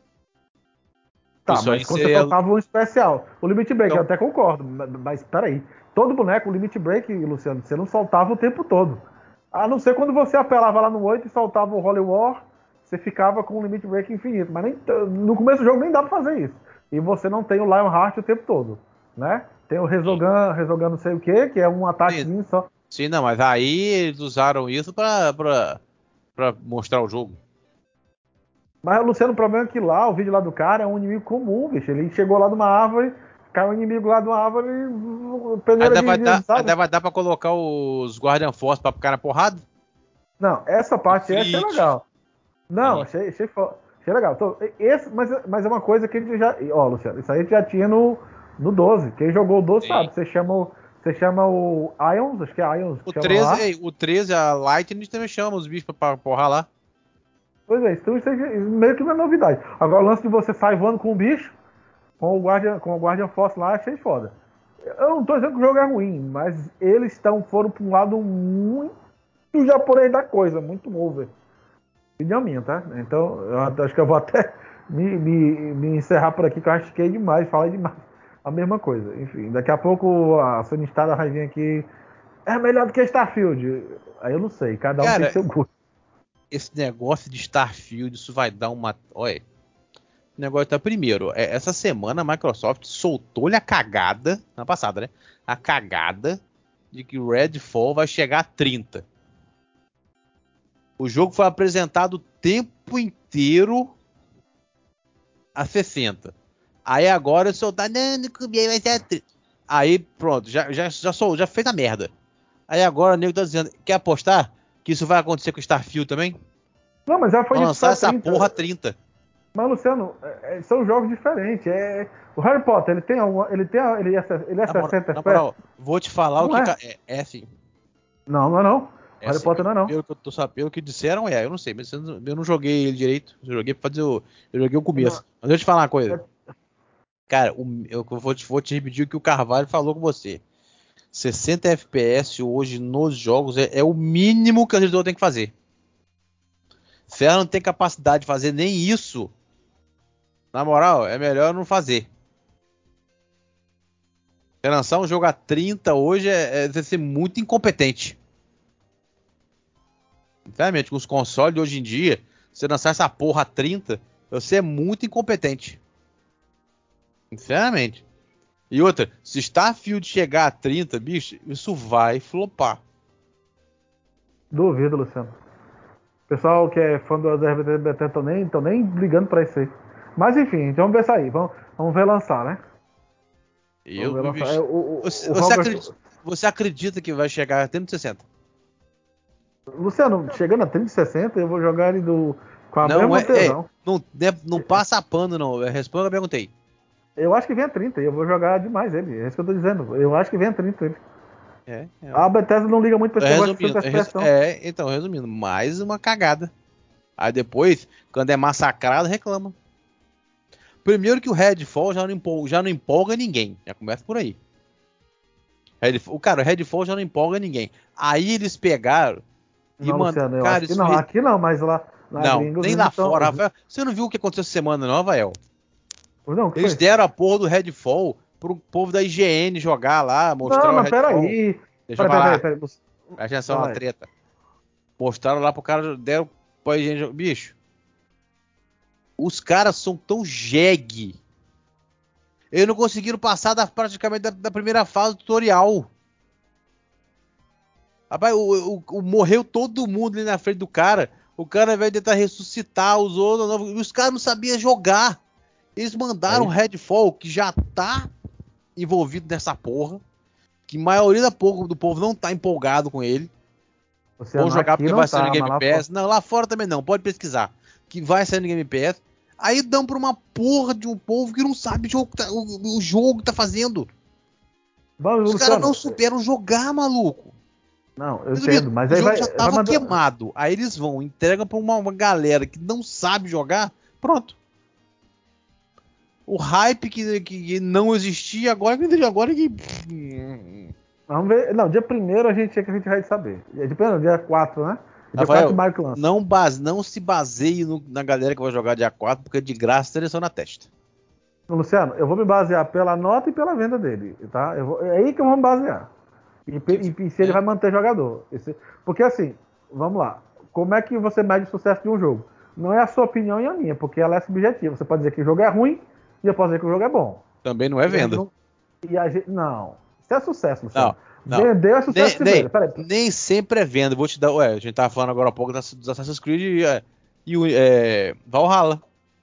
Tá, Isso aí mas quando você seria. soltava um especial. O Limit Break, eu Então, até concordo. Mas peraí. Todo boneco, o Limit Break, Luciano, você não soltava o tempo todo. A não ser quando você apelava lá no oito e soltava o Holy War, você ficava com o Limit Break infinito. Mas nem, no começo do jogo nem dá pra fazer isso. E você não tem o Lionheart o tempo todo. Né? Tem o sim, Resogun, Resogun não sei o que, que é um sim, ataquezinho só. sim, não, mas aí eles usaram isso pra, pra, pra mostrar o jogo. Mas, Luciano, o problema é que lá, o vídeo lá do cara é um inimigo comum, bicho. Ele chegou lá numa árvore, caiu um inimigo lá de uma árvore, peneira Ainda de, vai de dar, sabe? ainda vai dar pra colocar os Guardian Force pra ficar na porrada? Não, essa parte aí achei Frite. legal. Não, Sim, achei, achei, fo- achei legal. Então, esse, mas, mas é uma coisa que a gente já. Ó, Luciano, isso aí a gente já tinha no, no doze. Quem jogou o doze sim. sabe. Você chama o, você chama o Ions, acho que é Ions que O chama treze, lá. ei, o treze, a Lightning também chama os bichos pra, pra porrar lá. Pois é, então isso aí meio que não é novidade. Agora o lance de você sair voando com o bicho, com o Guardian, com o Guardian Force lá, achei foda. Eu não tô dizendo que o jogo é ruim, mas eles estão, foram pra um lado muito japonês da coisa, muito over. Opinião minha, tá? Então, eu acho que eu vou até me, me, me encerrar por aqui, que eu acho que é demais, falei demais. A mesma coisa. Enfim, daqui a pouco a Sony Star vai vir aqui. É melhor do que Starfield. Aí eu não sei, cada um tem Cara, seu gosto. esse negócio de Starfield, isso vai dar uma. Olha, o negócio tá primeiro. é, Essa semana a Microsoft soltou-lhe a cagada, na passada, né? A cagada de que o Redfall vai chegar a trinta. O jogo foi apresentado o tempo inteiro a sessenta. Aí agora soltar. Não, não comi, vai ser a trinta. Aí pronto, já, já, já, sol, já fez a merda. Aí agora o nego tá dizendo: quer apostar que isso vai acontecer com o Starfield também? Não, mas já foi Vão dito lançar só essa trinta. porra a trinta. Mas, Luciano, é- é- são jogos diferentes. É... O Harry Potter, ele tem alguma. Ele tem. Ele é, ele é Na moral, sessenta na F P S? moral, vou te falar o Não que. é. É, é assim. Não, não é não. O É Harry assim, Potter não é não. pelo que eu tô sabendo, pelo que disseram, é, eu não sei, mas eu não, eu não joguei ele direito. Eu joguei pra fazer o. Eu joguei o Não, começo. Mas deixa eu te falar uma coisa. é- Cara, o- eu vou te, vou te repetir o que o Carvalho falou com você. sessenta F P S hoje nos jogos é, é o mínimo que a gente tem que fazer. Se ela não tem capacidade de fazer nem isso, na moral, é melhor não fazer. Você lançar um jogo a trinta hoje é, é ser muito incompetente. Sinceramente, com os consoles de hoje em dia, você lançar essa porra a trinta, você é muito incompetente. Sinceramente. E outra, se Starfield chegar a trinta, bicho, isso vai flopar. Duvido, Luciano. O pessoal que é fã do R B T estão nem, tão nem ligando pra isso aí. Mas enfim, então vamos ver isso aí. Vamos, vamos ver lançar, né? Eu, Vamos ver bicho, lançar. É, o, o, você, o você, Robert... acredita, você acredita que vai chegar a trinta e sessenta? Luciano, chegando a trinta e sessenta, eu vou jogar ele do... com a Não, mesma é, tesão. é não, não passa pano, não. Responda o que eu perguntei. Eu acho que vem a trinta e eu vou jogar demais ele. É isso que eu tô dizendo. Eu acho que vem a trinta ele. É, é. A Bethesda não liga muito pra esse negócio de Resumindo, super expressão. é, então, resumindo, mais uma cagada. Aí depois, quando é massacrado, reclama. Primeiro que o Redfall já não empolga, já não empolga ninguém. Já começa por aí. Redfall, cara, o Redfall já não empolga ninguém. Aí eles pegaram e Não, mandaram. Luciano, eu Cara, acho que isso não. me... Aqui não, mas lá na Não, gringa os nem gringos lá tão- fora, os- Rafael. Você não viu o que aconteceu essa semana, não, Rafael? Não, o que Eles foi? deram a porra do Redfall pro povo da I G N jogar lá, mostrar Não, o não, Redfall. peraí. Deixa eu Peraí, falar. peraí, peraí. Lu- Presta atenção Vai na lá. treta. Mostraram lá pro cara, deram pra I G N. Bicho, os caras são tão jegue. Eles não conseguiram passar da, praticamente da, da primeira fase do tutorial. Rapaz, o, o, o- morreu todo mundo ali na frente do cara. O cara vai tentar ressuscitar os outros. Não, e os caras não sabiam jogar. Eles mandaram o Aí. Redfall, que já tá envolvido nessa porra. Que a maioria da povo, do povo não tá empolgado com ele. Luciano, Vão jogar aqui porque não vai sair tá, no Game mas lá Pass. fora. Não, lá fora também não. Pode pesquisar. Que vai sair no Game Pass. Aí dão pra uma porra de um povo que não sabe o jogo que tá, o, o jogo que tá fazendo. Vamos, Os caras Luciano. não souberam jogar, maluco. Não, eu Resumindo, entendo, mas o aí jogo vai, já vai tava mandar. queimado. Aí eles vão, entregam pra uma, uma galera que não sabe jogar. Pronto. O hype que, que não existia agora, que agora que. Vamos ver. Não, dia primeiro a gente é que a gente vai saber. Dia primeiro, dia quatro, né? Dia quatro de Rafael, maio que lança. não, base, não se baseie no- na galera que vai jogar dia quatro, porque de graça tem eleição na testa. Luciano, eu vou me basear pela nota e pela venda dele, tá? Eu vou- é aí que eu vou me basear. E, pe- e- e se ele É. vai manter jogador. Esse- porque assim, vamos lá. Como é que você mede o sucesso de um jogo? Não é a sua opinião e a minha, porque ela é subjetiva. Você pode dizer que o jogo é ruim e eu posso dizer que o jogo é bom. Também não é E a gente venda. não, e a gente, não. Isso é sucesso, Não, Luciano. não. Vendeu é sucesso Nem, primeiro. nem, Peraí. nem sempre é venda. Vou te dar. Ué, a gente tava falando agora há pouco das- dos Assassin's Creed e, é, e o é, Valhalla.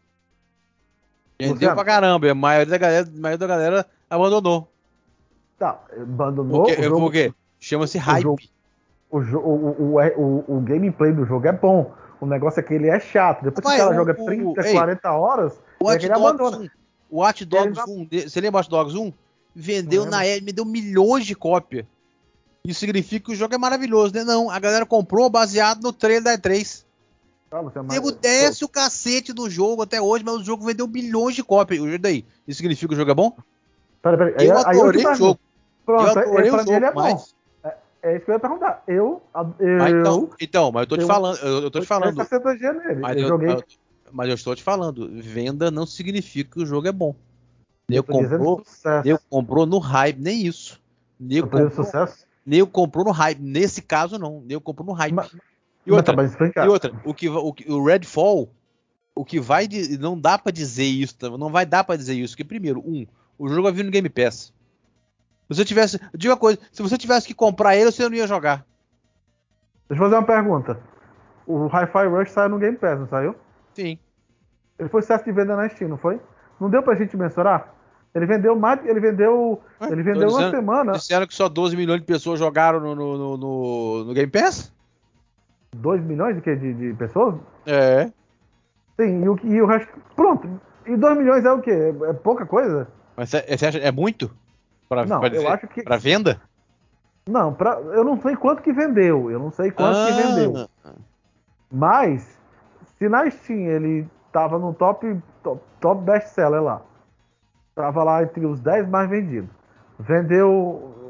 Vendeu Luciano, pra caramba. E a maioria da galera, a maioria da galera abandonou. tá. Abandonou Porque, o jogo. porque chama-se o hype. jogo- O, jo- o, o, o, o gameplay do jogo é bom. O negócio é que ele é chato. Depois que o Rapaz, cara o, joga o, trinta, ei, quarenta horas, o é Watch que ele Dogs abandona. um. O Watch Dogs Ele um. de- Você lembra o Watch Dogs um? Vendeu Lembro. na E, me deu milhões de cópias. Isso significa que o jogo é maravilhoso, né? Não, a galera comprou baseado no trailer da E três. Ah, Luciano, O nego mas- desce o cacete do jogo até hoje, mas o jogo vendeu milhões de cópias. E daí? Isso significa que o jogo é bom? Peraí, peraí. Aí, Eu aí eu te adorei o pergunto. jogo. Pronto, Eu é, adorei pra o mim ele jogo, é bom. mas... É, é isso que eu ia perguntar. Eu. mas eu então, então, mas eu tô te eu- falando, eu, eu tô te falando. sessenta G nele. Mas eu eu, joguei. mas eu- mas eu estou te falando, venda não significa que o jogo é bom. Eu Nego tô dizendo comprou, sucesso. nego comprou no hype, nem isso. Eu Nego tô dizendo comprou, sucesso. nego comprou no hype. Nesse caso, não. Nego comprou no hype. Mas, E mas outra, tá, mas explica. e outra, o que va- o, que- o Redfall, o que vai de- não dá pra dizer isso, tá? Não vai dar pra dizer isso, porque primeiro, um, o jogo vai vir no Game Pass. Se você tivesse, eu digo uma coisa, se você tivesse que comprar ele, você não ia jogar. Deixa eu fazer uma pergunta. O Hi-Fi Rush saiu no Game Pass, não saiu? Sim. Ele foi sucesso de venda na Steam, não foi? Não deu pra gente mensurar? Ele vendeu mais. Ele vendeu. Ué, ele tô vendeu uma dizendo- semana. Disseram que só doze milhões de pessoas jogaram no, no, no, no- no Game Pass? dois milhões de, quê? de, de pessoas? É. Sim, e o, e o resto. Pronto. E dois milhões é o quê? É, é pouca coisa? Mas você você acha é muito? Pra, Não, pra eu dizer- acho que. pra venda? Não, pra, eu não sei quanto que vendeu. Eu não sei quanto que Ah. vendeu. Mas, se na Steam ele tava no top, top, top best seller lá. Tava lá entre os dez mais vendidos. Vendeu.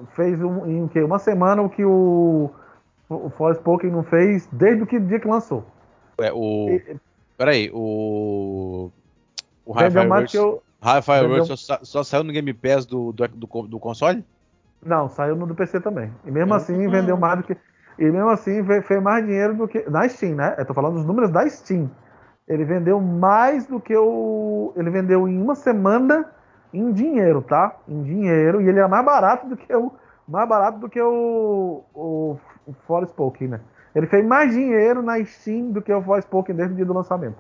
fez um, em que, uma semana o que o, o Forspoken não fez desde o que, dia que lançou. É, o... Peraí, o... O Vendeu Hi-Fi mais que Rush, eu... Hi-Fi vendeu... Rush só, só saiu no Game Pass do, do, do, do console? Não, saiu no do P C também. E mesmo Ah. assim vendeu mais do que... E mesmo assim fez mais dinheiro do que... Na Steam, né? Eu tô falando dos números da Steam. Ele vendeu mais do que o... Ele vendeu em uma semana em dinheiro, tá? Em dinheiro. E ele é mais barato do que o... Mais barato do que o... O, o Forspoken, né? Ele fez mais dinheiro na Steam do que o Forspoken desde o dia do lançamento.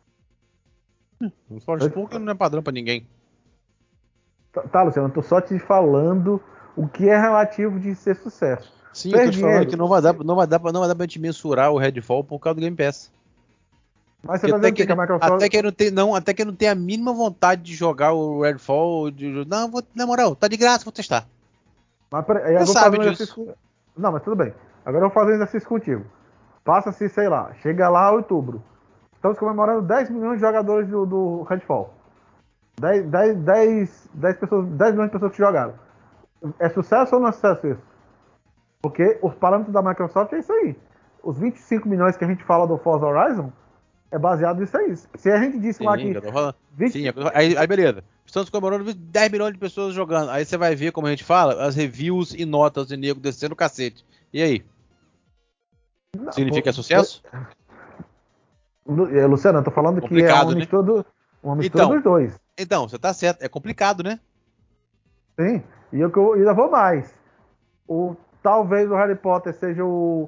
O Forspoken não é padrão pra ninguém. Tá, tá, Luciano, eu tô só te falando o que é relativo de ser sucesso. Sim, Fez eu tô te dinheiro, falando que não vai dar, não vai dar, pra- não vai dar pra gente mensurar o Redfall por causa do Game Pass. mas você Porque tá até dizendo que, que a Microsoft... até que eu não tenho, não, até que eu não tenho a mínima vontade de jogar o Redfall. De, não, vou, na moral, tá de graça, vou testar. Mas peraí, aí eu Você vou sabe fazer um disso. exercício com... Não, mas tudo bem. Agora eu vou fazer um exercício contigo. Passa-se, sei lá, chega lá outubro. Estamos comemorando dez milhões de jogadores do, do Redfall. dez, dez, dez, dez, pessoas, dez milhões de pessoas que jogaram. É sucesso ou não é sucesso isso? Porque os parâmetros da Microsoft é isso aí. Os vinte e cinco milhões que a gente fala do Forza Horizon é baseado nisso aí. Se a gente disse lá Sim, que eu tô falando. vinte... Sim, aí, aí beleza. Estamos comemorando dez milhões de pessoas jogando. Aí você vai ver, como a gente fala, as reviews e notas de nego descendo o cacete. E aí? Significa que é sucesso? Luciano, eu tô falando que é uma Complicado, né? mistura, do, uma mistura Então, dos dois. então, você tá certo. É complicado, né? Sim, e eu, eu ainda vou mais. O, talvez o Harry Potter seja o.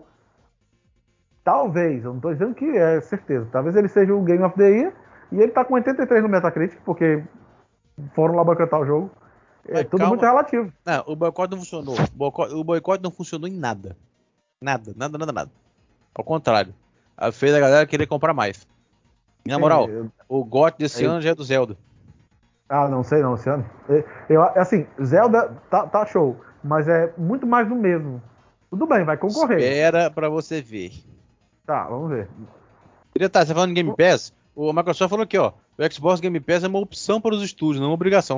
Talvez, eu não tô dizendo que é certeza. Talvez ele seja o Game of the Year. E ele tá com oitenta e três no Metacritic, porque foram lá boicotar o jogo. É Mas tudo muito calma. relativo. Não, o boicote não funcionou. O boicote, o boicote não funcionou em nada. Nada, nada, nada, nada. Ao contrário. A- Fez a galera querer comprar mais. E, na Sim, moral, eu- o G O T desse eu- ano já é do Zelda. ah, não sei não, Luciano. Eu, eu- assim, Zelda tá, tá show, mas é muito mais do mesmo. Tudo bem, vai concorrer. Espera pra você ver. Tá, vamos ver. Detalhe, você tá falando de Game Pass? O Microsoft falou aqui, ó. O Xbox Game Pass é uma opção para os estúdios, não uma obrigação.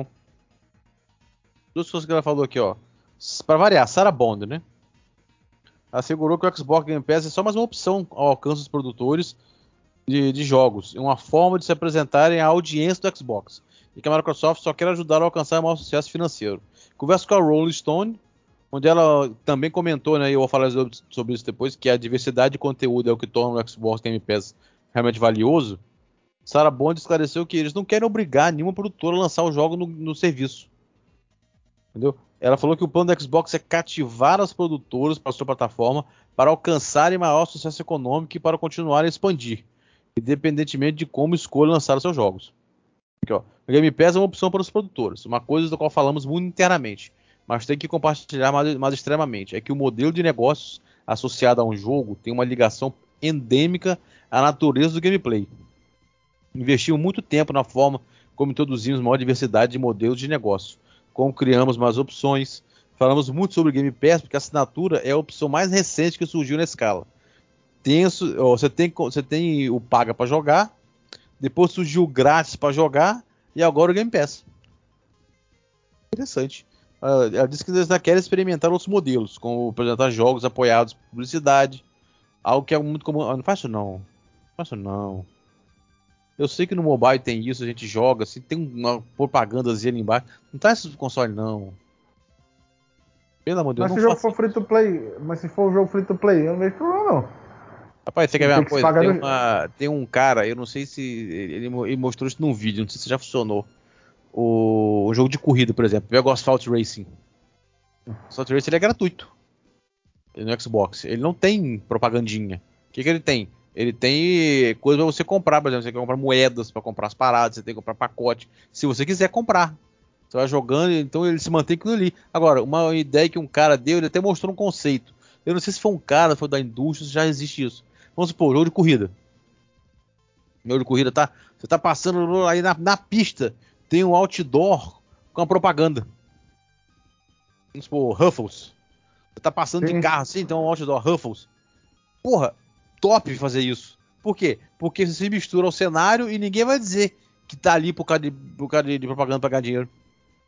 Duas coisas que ela falou aqui, ó. Pra variar, Sarah Bond, né? Assegurou que o Xbox Game Pass é só mais uma opção ao alcance dos produtores de, de jogos, uma forma de se apresentarem à audiência do Xbox, e que a Microsoft só quer ajudar a alcançar maior sucesso financeiro. Conversa com a Rolling Stone, onde ela também comentou, né, e eu vou falar sobre isso depois, que a diversidade de conteúdo é o que torna o Xbox Game Pass realmente valioso. Sarah Bond esclareceu que eles não querem obrigar nenhuma produtora a lançar o jogo no, no serviço. Entendeu? Ela falou que o plano do Xbox é cativar as produtoras para a sua plataforma para alcançarem maior sucesso econômico e para continuarem a expandir, independentemente de como escolham lançar os seus jogos. Aqui, ó. O Game Pass é uma opção para os produtores, uma coisa da qual falamos muito internamente, mas tem que compartilhar mais, mais extremamente, é que o modelo de negócios associado a um jogo tem uma ligação endêmica à natureza do gameplay. Investiu muito tempo na forma como introduzimos maior diversidade de modelos de negócio, como criamos mais opções. Falamos muito sobre o Game Pass, porque a assinatura é a opção mais recente que surgiu na escala. Tem, ó, você, tem, você tem o paga para jogar, depois surgiu o grátis para jogar, e agora o Game Pass. Interessante. Ela disse que eles querem experimentar outros modelos, como apresentar jogos apoiados por publicidade, algo que é muito comum. Ah, não faz isso não. Não faz isso não. Eu sei que no mobile tem isso, a gente joga, assim, tem uma propagandazinha ali embaixo. Não tá esse console, não. Pelo amor de Deus, Mas não se o jogo faça for free to isso. play, mas se for um jogo free to play, eu não vejo problema não. Rapaz, você quer Ele ver tem uma que se coisa? pagar Tem, no... uma, tem um cara, eu não sei se. Ele, ele mostrou isso num vídeo, não sei se já funcionou. O, o jogo de corrida, por exemplo, pega o Asphalt Racing. O Asphalt Racing ele é gratuito no Xbox. Ele não tem propagandinha. O que, que ele tem? Ele tem coisa pra você comprar, por exemplo, você quer comprar moedas pra comprar as paradas, você tem que comprar pacote. Se você quiser comprar, você vai jogando, então ele se mantém aquilo ali. Agora, uma ideia que um cara deu, ele até mostrou um conceito. Eu não sei se foi um cara, se foi da indústria, se já existe isso. Vamos supor, jogo de corrida. Jogo de corrida, tá? Você tá passando aí na, na pista, tem um outdoor com a propaganda. Vamos supor, Ruffles. Você tá passando de Sim. carro assim, então um outdoor Ruffles. Porra, top fazer isso. Por quê? Porque você se mistura ao cenário e ninguém vai dizer que tá ali por causa de, por causa de propaganda pra ganhar dinheiro.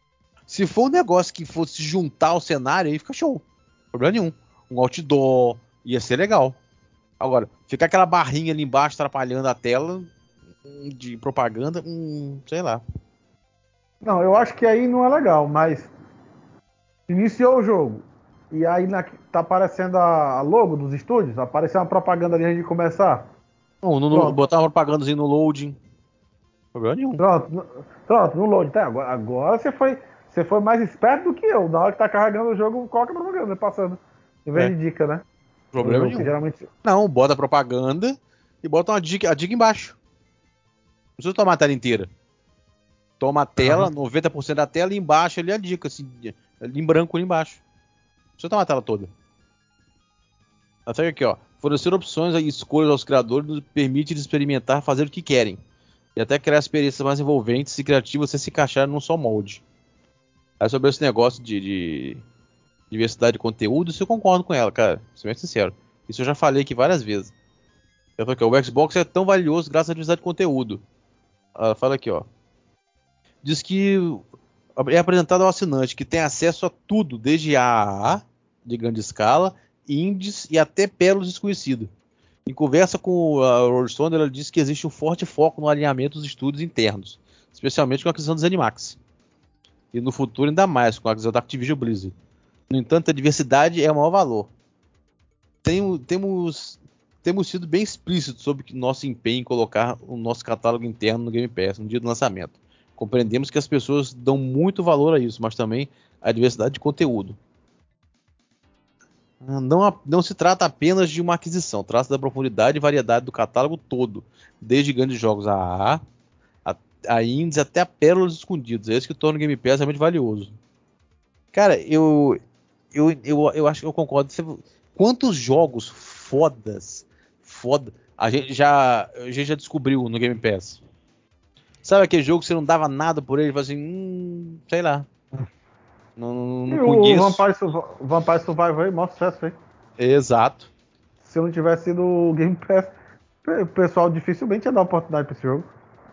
Se for um negócio que fosse juntar ao cenário, aí fica show. Problema nenhum. Um outdoor ia ser legal. Agora, ficar aquela barrinha ali embaixo atrapalhando a tela de propaganda, hum, sei lá. Não, eu acho que aí não é legal, mas iniciou o jogo e aí na, tá aparecendo a logo dos estúdios, apareceu uma propaganda ali antes de começar. Não, no, no, botar uma propagandazinha no loading. Problema nenhum. Pronto, no, pronto, no load. Tá, agora, agora você foi, você foi mais esperto do que eu. Na hora que tá carregando o jogo, coloca a propaganda passando. Em vez É. de dica, né? Problema jogo, nenhum. Geralmente... Não, bota a propaganda e bota uma dica, a dica embaixo. Não precisa tomar a tela inteira. Toma a tela, uhum. noventa por cento da tela e embaixo ali a dica, assim, ali em branco ali embaixo. Não precisa tomar a tela toda. Até aqui, ó. Fornecer opções e escolhas aos criadores nos permite experimentar, fazer o que querem. E até criar experiências mais envolventes e criativas sem se encaixar num só molde. Aí sobre esse negócio de, de diversidade de conteúdo, isso eu concordo com ela, cara. Sou bem sincero. Isso eu já falei aqui várias vezes. Eu falo aqui, ó, o Xbox é tão valioso graças à diversidade de conteúdo. Ela fala aqui, ó. Diz que é apresentado ao assinante que tem acesso a tudo, desde A A A, de grande escala, indies e até pérolas desconhecidas. Em conversa com a Rolling Stone, ela diz que existe um forte foco no alinhamento dos estúdios internos, especialmente com a aquisição dos Animax. E no futuro ainda mais, com a aquisição da Activision Blizzard. No entanto, a diversidade é o maior valor. Tem, temos, temos sido bem explícitos sobre nosso empenho em colocar o nosso catálogo interno no Game Pass no dia do lançamento. Compreendemos que as pessoas dão muito valor a isso, mas também a diversidade de conteúdo. Não, não se trata apenas de uma aquisição, trata da profundidade e variedade do catálogo todo, desde grandes jogos A A A, a, a indies até a pérolas escondidas. É isso que torna o Game Pass realmente valioso. Cara, eu, eu, eu, eu acho que eu concordo. Quantos jogos fodas, foda, a gente já, a gente já descobriu no Game Pass? Sabe aquele jogo que você não dava nada por ele? Fala assim, hum, sei lá. Não, não e conheço. O Vampire, Vampire Survivor aí, mostra sucesso aí. Exato. Se não tivesse sido o Game Pass, o pessoal dificilmente ia dar oportunidade pra esse jogo.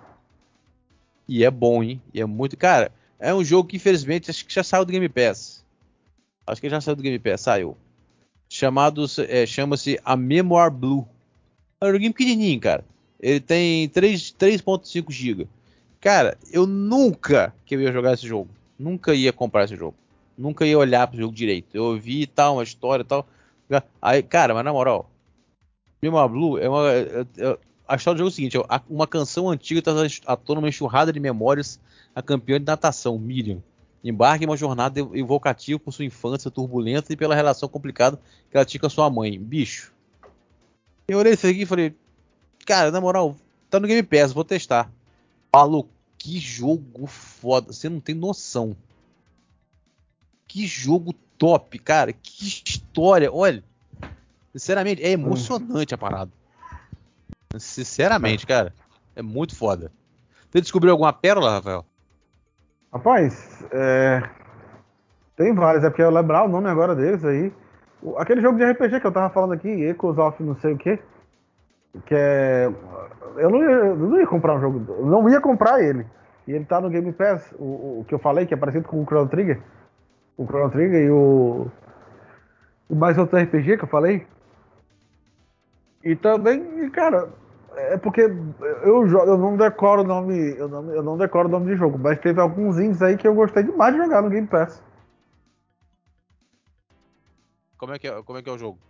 E é bom, hein? E é muito. Cara, é um jogo que infelizmente acho que já saiu do Game Pass. Acho que já saiu do Game Pass, saiu. Chamado, é, chama-se A Memoir Blue. É um joguinho pequenininho, cara. Ele tem três vírgula cinco gigas. Cara, eu nunca que eu ia jogar esse jogo. Nunca ia comprar esse jogo. Nunca ia olhar pro jogo direito. Eu ouvi tal, uma história e tal. Aí, cara, mas na moral, Memoir Blue é uma. É, é, a história do jogo é o seguinte: é uma canção antiga traz à tona uma enxurrada de memórias a campeã de natação, Miriam. Embarque em uma jornada evocativa por sua infância turbulenta e pela relação complicada que ela tinha com a sua mãe. Bicho. Eu olhei isso aqui e falei, cara, na moral, tá no Game Pass, vou testar. Maluco, que jogo foda. Você não tem noção. Que jogo top, cara. Que história. Olha, sinceramente, é emocionante a parada. Sinceramente, cara, é muito foda. Você descobriu alguma pérola, Rafael? Rapaz, é... tem vários, é porque eu lembrar o nome agora deles aí. Aquele jogo de R P G que eu tava falando aqui, Echoes of não sei o que, que é... Eu não ia, eu não ia comprar um jogo, eu não ia comprar ele. E ele tá no Game Pass, o, o que eu falei, que é parecido com o Chrono Trigger. O Chrono Trigger e o... E mais outro R P G que eu falei. E também, cara, é porque eu, eu não decoro o nome, eu não, eu não decoro o nome de jogo, mas teve alguns indies aí que eu gostei demais de jogar no Game Pass. Como é que é, como é, que é o jogo?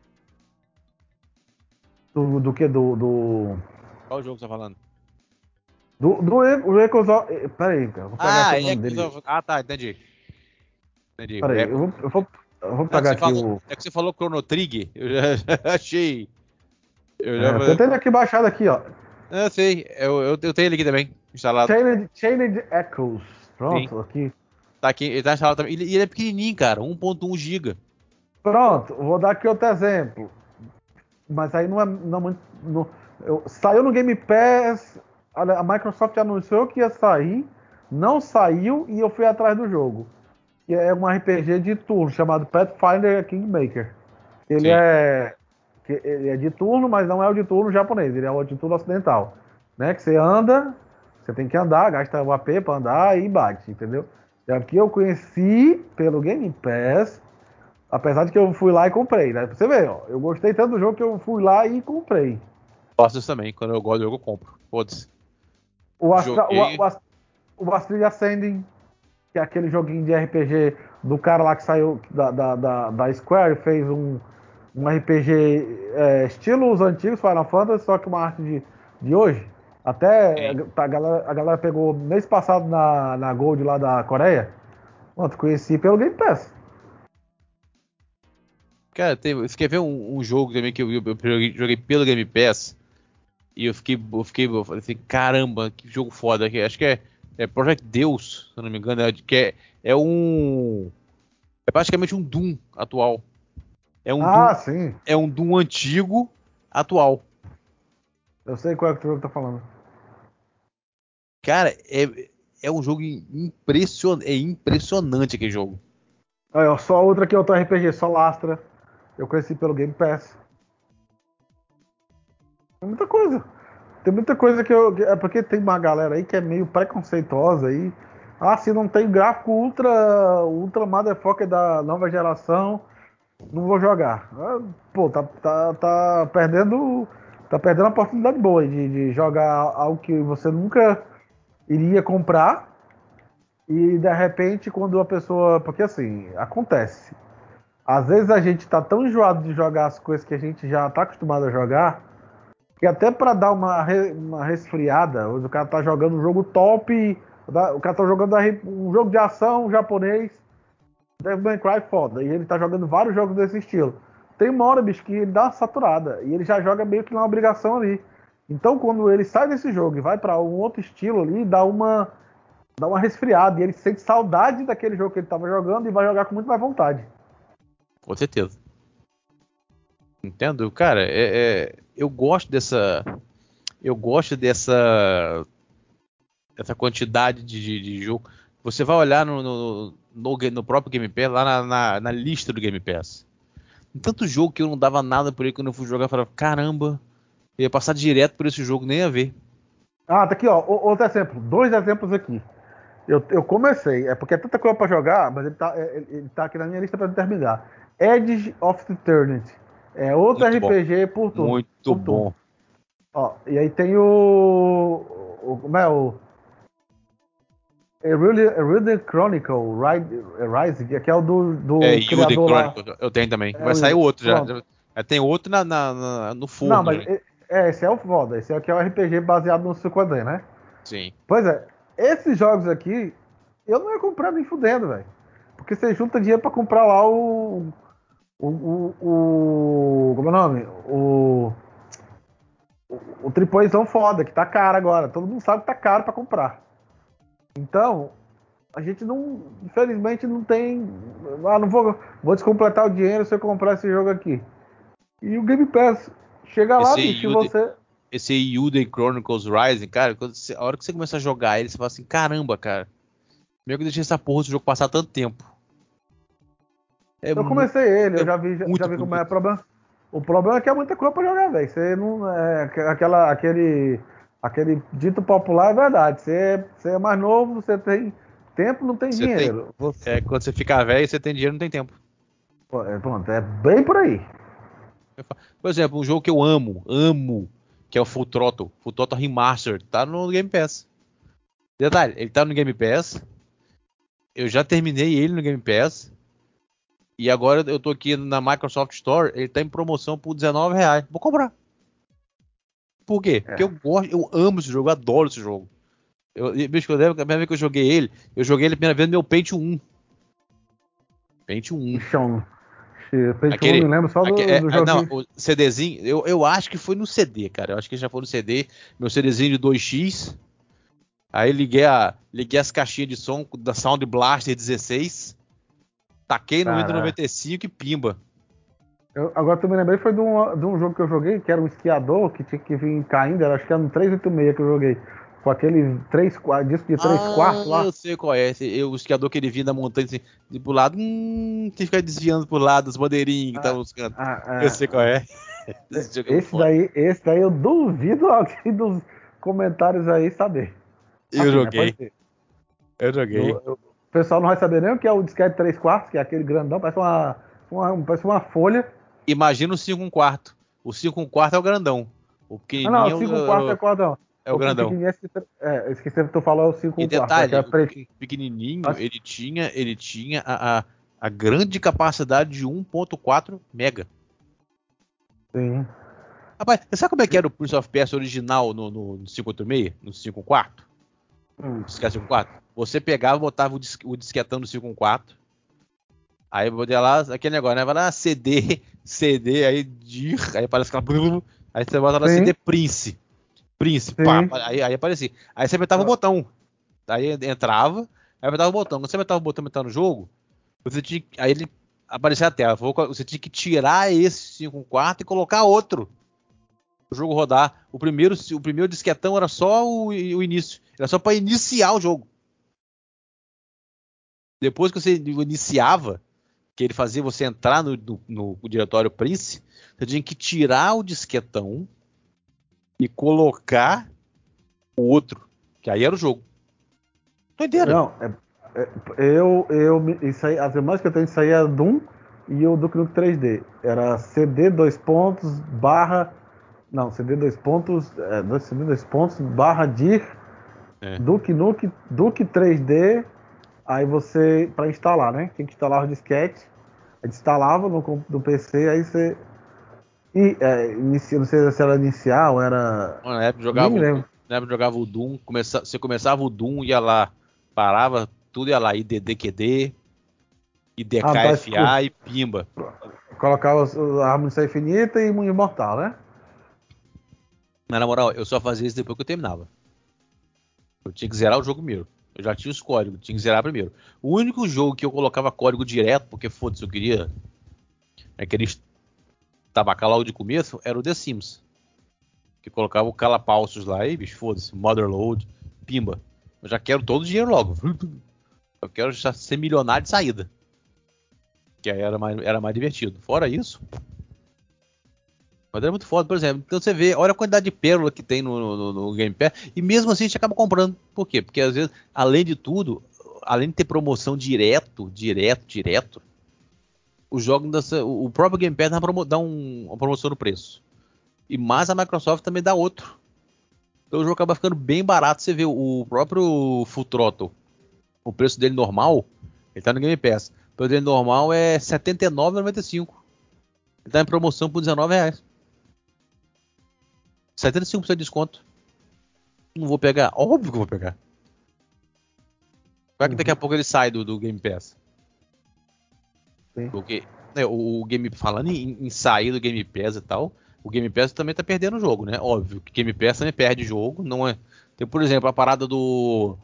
Do, do que? Do, do. Qual jogo você tá falando? Do, do o Echoes of... Peraí, eu vou pegar Ah, aqui o é nome dele. of... ah, tá, entendi. Entendi. Peraí, É... eu vou, eu vou, eu vou É pegar que, aqui falou, o. é que você falou Chrono Trigger, eu já, já achei. Eu já. É, eu tenho ele aqui baixado aqui, ó. Eu sei, eu, eu, eu tenho ele aqui também, instalado. Chained, Chained Echoes. Pronto, Sim. aqui. Tá aqui, ele tá instalado também. E ele é pequenininho, cara, um ponto um giga. Pronto, vou dar aqui outro exemplo. Mas aí não é. Não, não, eu, saiu no Game Pass. A, a Microsoft anunciou que ia sair. Não saiu e eu fui atrás do jogo. Que é um R P G de turno chamado Pathfinder Kingmaker. Ele Sim. é. Ele é de turno, mas não é o de turno japonês, ele é o de turno ocidental. Né? Que você anda, você tem que andar, gasta o A P pra andar e bate, entendeu? E aqui eu conheci pelo Game Pass, apesar de que eu fui lá e comprei, né? Pra você ver, ó, eu gostei tanto do jogo que eu fui lá e comprei. Gosto disso também. Quando eu gosto do jogo, eu compro. Foda-se. O, Astra, Joguei. o, o, o Astrid Ascending, que é aquele joguinho de R P G do cara lá que saiu da, da, da, da Square, fez um, um R P G é, estilo os antigos Final Fantasy, só que uma arte de, de hoje. Até Sim. a galera, a galera pegou mês passado na, na Gold lá da Coreia. Pronto, conheci pelo Game Pass. Cara, tem, você quer ver um, um jogo também que eu, eu, eu joguei, joguei pelo Game Pass e eu fiquei, eu fiquei eu falei assim, caramba, que jogo foda. Que, acho que é, é Project Deus, se eu não me engano, é, que é, é um. É praticamente um Doom atual. É um Doom, Ah, sim. é um Doom antigo atual. Eu sei qual é que o jogo tá falando. Cara, é, é um jogo impression, é impressionante aquele jogo. Aí, ó, só outra que é outro R P G, só Lastra. Eu conheci pelo Game Pass. Tem muita coisa. Tem muita coisa que eu. É porque tem uma galera aí que é meio preconceituosa aí. Ah, se não tem gráfico ultra. Ultra motherfucker da nova geração, não vou jogar. Ah, pô, tá, tá, tá perdendo. Tá perdendo uma oportunidade boa aí de, de jogar algo que você nunca iria comprar. E de repente, quando a pessoa. Porque assim, acontece. Às vezes a gente tá tão enjoado de jogar as coisas que a gente já tá acostumado a jogar, que até para dar uma, re, uma resfriada, hoje o cara tá jogando um jogo top, o cara tá jogando um jogo de ação japonês, Devil May Cry foda, e ele tá jogando vários jogos desse estilo. Tem uma hora, bicho, que ele dá uma saturada, e ele já joga meio que na obrigação ali. Então, quando ele sai desse jogo e vai para um outro estilo ali, dá uma, dá uma resfriada, e ele sente saudade daquele jogo que ele tava jogando e vai jogar com muito mais vontade. Com certeza. Entendo? Cara, é, é, eu gosto dessa. Eu gosto dessa. Essa quantidade de, de, de jogo. Você vai olhar no, no, no, no próprio Game Pass, lá na, na, na lista do Game Pass. Tem tanto jogo que eu não dava nada por ele quando eu fui jogar. Eu falava, caramba, eu ia passar direto por esse jogo, nem ia ver. Ah, tá aqui, ó. Outro exemplo. Dois exemplos aqui. Eu, eu comecei, é porque é tanta coisa pra jogar, mas ele tá, ele, ele tá aqui na minha lista pra terminar. Edge of Eternity. É outro Muito bom. R P G por turno. Muito Por turno. bom. Ó, e aí tem o. o como é o. É really, é really Chronicle Rise, que é o do, É, do Yu The criador lá. Chronicle, eu tenho também. É, Vai sair o- outro já. pronto. Já tem outro na, na- na- no Não, forno mas já. é, é, esse é o foda. Esse aqui é o R P G baseado no Suikoden, né? Sim. Pois é, esses jogos aqui, eu não ia comprar nem fudendo, velho. Porque você junta dinheiro pra comprar lá o. O. O. o como é o nome? O. O, o triplezão foda, que tá caro agora. Todo mundo sabe que tá caro pra comprar. Então, a gente não. Infelizmente não tem. Ah, não vou. Vou descompletar o dinheiro se eu comprar esse jogo aqui. E o Game Pass. Chega lá, Esse bicho, e Yu The, você. esse Yu The Chronicles Rising, cara, quando você- a hora que você começa a jogar ele, você fala assim, caramba, cara. Meio que eu deixei essa porra desse jogo passar tanto tempo. É, Eu mu comecei ele, é eu já vi, já, já muito vi como é o bonito. problema. O problema é que é muita coisa pra jogar, velho. Você não. É, aquela, aquele, aquele dito popular é verdade. Você, você é mais novo, você tem tempo, não tem Você tem. dinheiro. Você, É, quando você ficar velho, você tem dinheiro, não tem tempo. pô, é, pronto, é bem por aí. Eu falo- Por exemplo, um jogo que eu amo, amo, que é o Full Throttle. Full Throttle Remastered, tá no Game Pass. Detalhe, ele tá no Game Pass. Eu já terminei ele no Game Pass. E agora eu tô aqui na Microsoft Store. Ele tá em promoção por dezenove reais. Vou comprar. Por quê? Porque eu É. gosto, eu amo esse jogo, eu adoro esse jogo. Eu, e, bicho, eu lembro que a primeira vez que eu joguei ele, eu joguei ele a primeira vez no meu Pentium um. Pentium um. Chão. Peixe um, me Aquele. lembro só aque- do, é, do é, não, joguinho. o CDzinho, eu, eu acho que foi no C D, cara. Eu acho que já foi no C D. Meu CDzinho de dois x. Aí liguei, a, liguei as caixinhas de som da Sound Blaster dezesseis. Taquei no Windows Cara, noventa e cinco e pimba. eu, agora tu me lembrei foi de um, de um jogo que eu joguei, que era um esquiador, que tinha que vir caindo, era, acho que era no trezentos e oitenta e seis que eu joguei. Com aquele três, disco de três Ah, quartos eu lá. sei qual é. Esse, eu, o esquiador que ele vinha da montanha assim, de pro lado, hum, tem que ficar desviando pro lado das bandeirinhas que estavam Ah, buscando. ah, Eu sei qual ah, é. Esse jogo é muito esse foda. daí, esse daí eu duvido alguém dos comentários aí saber. Eu Assim, né? Pode joguei. ser. Eu Eu, joguei. eu, pessoal não vai saber nem o que é o disquete três quartos, que é aquele grandão, parece uma, uma, parece uma folha. Imagina o cinco um quarto. O cinco um quarto é o grandão. O Ah, não, pequenininho o cinco é um quarto é o, quadrão. é o grandão. pequenininho, esse, é, esse que você tu falou é o cinco E um quarto, é que detalhe, é o preto. pe- pequenininho, Mas- ele tinha, ele tinha a, a, a grande capacidade de um ponto quatro mega. Sim. Rapaz, você sabe como é que era o Prince of Persia original no, no, no cinco oito seis? No cinco um quarto? Hum. Disquete cinco um quarto? Você pegava e botava o, disque, o disquetão do cinco um quarto. Aí botar lá, aquele negócio, né? Vai lá, C D, C D, aí dir, aí aparece aquela. Aí você bota lá Sim. C D Prince. Prince, pá, Sim. aí, aí aparecia. Aí você apertava o botão. Aí entrava, aí apertava o botão. Quando você apertava o botão e no jogo, você tinha, aí ele aparecia a tela. Você tinha que tirar esse cinco um quarto e colocar outro. O jogo rodar. O primeiro, o primeiro disquetão era só o, o início. Era só para iniciar o jogo. Depois que você iniciava, que ele fazia você entrar no, no, no diretório Prince, você tinha que tirar o disquetão e colocar o outro. Que aí era o jogo. Doideira. Não, é, é, eu, eu, me- isso aí, as imagens que eu tenho, isso aí é Doom e o Duke Nukem três D. Era C D dois pontos, barra. Não, C D dois pontos, é, dois- C D dois pontos, barra dir, É. Duke Nukem, Duke três D. Aí você, para instalar, né? Tem que instalar o disquete. A gente instalava no, com- no P C, aí você. E, é, inicia, não sei se era inicial, era. Na época Nem jogava me o, lembro. na época jogava o Doom, começa, você começava o Doom, ia lá, parava, tudo ia lá, I D D Q D, Ah, tá, I D K F A e pimba. colocava a arma infinita e imortal, né? Mas na moral, eu só fazia isso depois que eu terminava. Eu tinha que zerar o jogo primeiro. Eu já tinha os códigos, tinha que zerar primeiro. O único jogo que eu colocava código direto, porque foda-se, eu queria aquele tabacar logo de começo, era o The Sims. Que colocava o calapausos lá e, bicho, foda-se, Motherload, pimba. Eu já quero todo o dinheiro logo. Eu quero já ser milionário de saída. Que aí era mais, era mais divertido. Fora isso, mas era muito foda, por exemplo. Então você vê, olha a quantidade de pérola que tem no, no, no Game Pass. E mesmo assim a gente acaba comprando. Por quê? Porque às vezes, além de tudo, além de ter promoção direto, direto, direto, o jogo dessa, o próprio Game Pass dá, uma, promo, dá um, uma promoção no preço. E mais a Microsoft também dá outro. Então o jogo acaba ficando bem barato. Você vê o próprio Full Throttle, o preço dele normal, ele tá no Game Pass. O preço dele normal é setenta e nove reais e noventa e cinco centavos. Ele tá em promoção por dezenove reais. setenta e cinco por cento de desconto. Não vou pegar? Óbvio que eu vou pegar. Vai que daqui a pouco ele sai do, do Game Pass. Sim. Porque né, o, o Game falando em, em sair do Game Pass e tal, o Game Pass também tá perdendo o jogo, né? Óbvio que Game Pass também perde jogo, não é. Tem, por exemplo, a parada do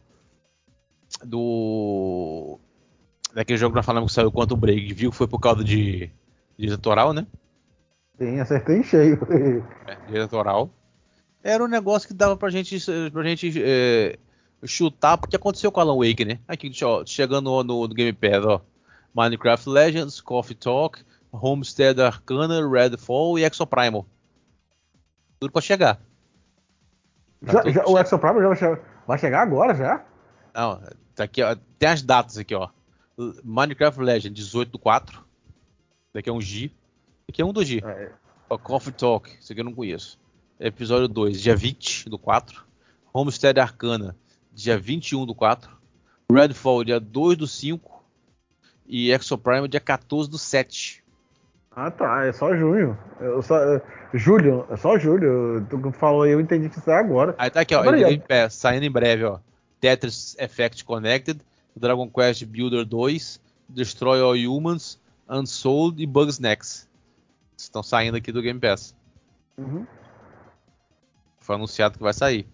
do daquele jogo que nós falamos que saiu contra o Break, viu que foi por causa de, de eleitoral, né? Sim, acertei em cheio. É, de eleitoral. Era um negócio que dava pra gente, pra gente é, chutar, porque aconteceu com Alan Wake, né? Aqui, ó, chegando no, no, no Game Pass, ó. Minecraft Legends, Coffee Talk, Homestead Arcana, Redfall e Exoprimal. Tudo pra chegar. Tá Já, tudo já, pra o chegar. Exoprimal já vai chegar, vai chegar agora já? Não, tá aqui, ó, tem as datas aqui, ó. Minecraft Legends, dezoito do quatro. Daqui é um G. Daqui é um do G. É. Ó, Coffee Talk, isso aqui eu não conheço. Episódio dois, dia vinte do quatro. Homestead Arcana, dia vinte e um do quatro. Redfall, dia dois do cinco. E Exoprimal, dia quatorze do sete. Ah, tá, é só junho. Eu só, é, julho, é só julho. Tu falou aí, eu entendi que isso é agora. Aí tá aqui, ó, Ah, peraí, Game Pass, saindo em breve, ó. Tetris Effect Connected, Dragon Quest Builder dois, Destroy All Humans, Unsold e Bugsnax. Estão saindo aqui do Game Pass. Uhum. Foi anunciado que vai sair.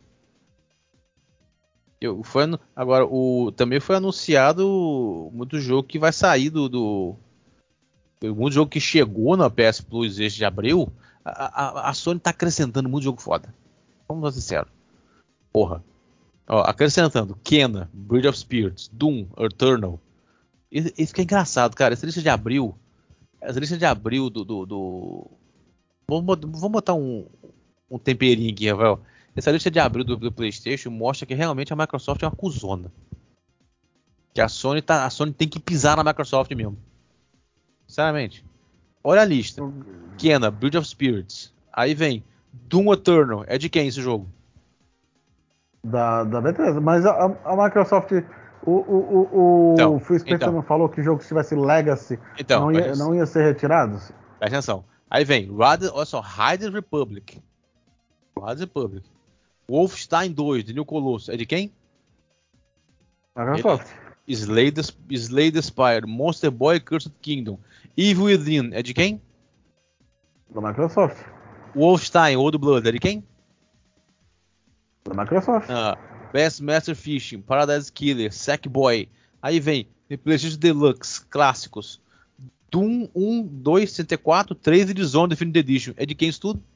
Eu, foi, agora, o, também foi anunciado muito jogo que vai sair do, do muito jogo que chegou na P S Plus desde abril. A, a, a Sony tá acrescentando muito jogo foda. Vamos ser sinceros. Porra. Ó, acrescentando Kena, Bridge of Spirits, Doom, Eternal. Isso, isso que é engraçado, cara. Essa lista de abril. Essa lista de abril do. do, do... Vamos, vamos botar um, um temperinho aqui, Rafael. Essa lista de abril do, do PlayStation mostra que realmente a Microsoft é uma cuzona. Que a Sony, tá, a Sony tem que pisar na Microsoft mesmo. Sinceramente. Olha a lista. Kena, Bridge of Spirits. Aí vem Doom Eternal. É de quem esse jogo? Da, da Bethesda. Mas a, a Microsoft, o, o, o, Então, o Phil Spencer então. não falou que jogo que tivesse Legacy Então, não, ia, presta, não ia ser retirado? presta atenção. Aí vem, Rather, olha só, Riders Republic. Riders Republic. Wolfenstein dois, The New Colossus. É de quem? Microsoft. Slay the, Slay the Spire. Monster Boy Cursed Kingdom. Evil Within. É de quem? Da Microsoft. Wolfenstein, Old Blood. É de quem? Da Microsoft. Ah, Best Master Fishing, Paradise Killer, Sackboy. Aí vem PlayStation Deluxe, clássicos. Doom um, dois, sessenta e quatro, três e Dishonored Definitive Edition. É de quem isso tudo?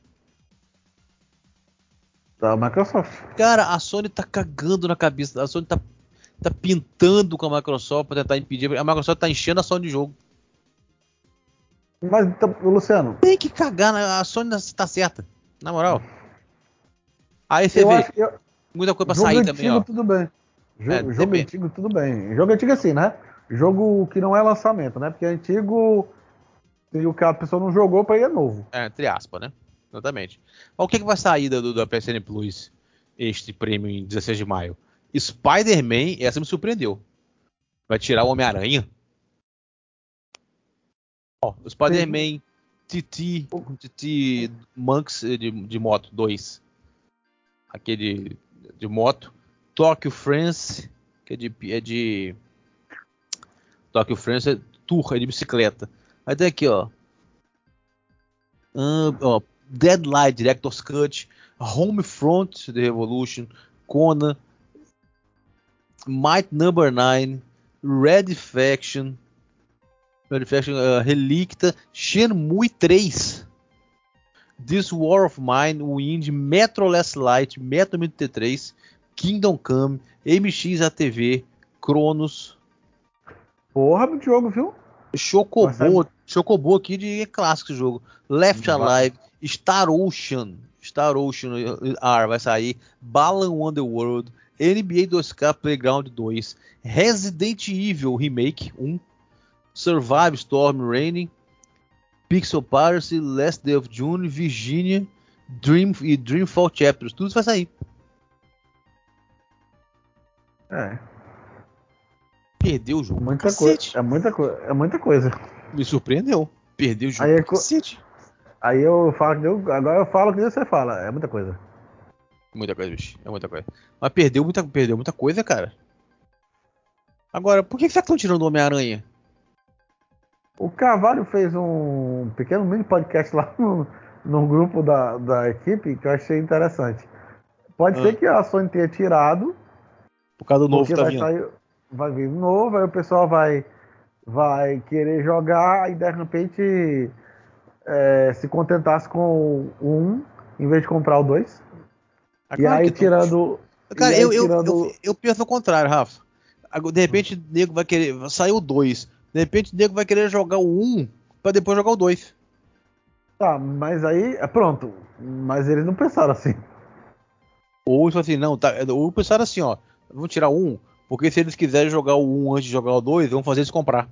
Da Microsoft. Cara, a Sony tá cagando na cabeça. A Sony tá, tá pintando com a Microsoft pra tentar impedir. A Microsoft tá enchendo a Sony de jogo. Mas, então, Luciano, Tem que cagar, na- a Sony tá certa. Na moral. Aí você eu vê, acho que eu- muita coisa pra jogo sair antigo também, ó. tudo bem. Jo- É, jogo depende. antigo tudo bem. Jogo antigo assim, né? Jogo que não é lançamento, né? Porque antigo, se o que a pessoa não jogou, pra ir é novo. É, entre aspas, né? Exatamente. Mas o que, que vai sair da, do- da P S N Plus, este prêmio em dezesseis de maio? Spider-Man, essa me surpreendeu. Vai tirar o Homem-Aranha? Ó, o Spider-Man T T, T T Monks de, de moto dois. Aquele de moto. Tokyo France, que é de, é de Tokyo France é Tour, é de bicicleta. Aí tem aqui, ó. Uh, ó, Deadlight, Director's Cut, Homefront, The Revolution, Conan, Might Number nine, Red Faction, Red Faction, uh, Relicta, Shenmue três, This War of Mine, Wind, Metro Last Light, Metro M T três, Kingdom Come, M X A T V, Cronos, Porra do jogo, viu? Chocobo, Chocobo aqui de clássico esse jogo. Left Alive, Star Ocean, Star Ocean R vai sair, Balan Wonderworld, N B A dois K Playground dois, Resident Evil Remake um, Survive Storm Reign, Pixel Piracy, Last Day of June, Virginia, Dream e Dreamfall Chapters, tudo isso vai sair. É. Perdeu o jogo. Muita coisa. É muita coisa. É muita coisa. Me surpreendeu. Perdeu o jogo. Aí, é cacete. Aí eu falo que deu. Agora eu falo que você fala. É muita coisa. Muita coisa, bicho. É muita coisa. Mas perdeu muita, perdeu muita coisa, cara. Agora, por que, que você tá tirando o Homem-Aranha? O Carvalho fez um pequeno mini podcast lá no, no grupo da, da equipe que eu achei interessante. Pode Ah. ser que a Sony tenha tirado. Por causa do novo que tá vai vindo. sair, vai vir novo, aí o pessoal vai, vai querer jogar e de repente é, se contentasse com um em vez de comprar o dois. Ah, e claro aí que tão... tirando. Cara, e aí eu, eu, tirando... eu, eu penso ao contrário, Rafa. De repente o nego vai querer. Saiu o dois. De repente o nego vai querer jogar o um pra depois jogar o dois. Tá, mas aí. É pronto. Mas eles não pensaram assim. Ou isso assim, não, tá. Ou pensaram assim, ó. Vamos tirar um, porque se eles quiserem jogar o um antes de jogar o dois, vamos fazer eles comprar.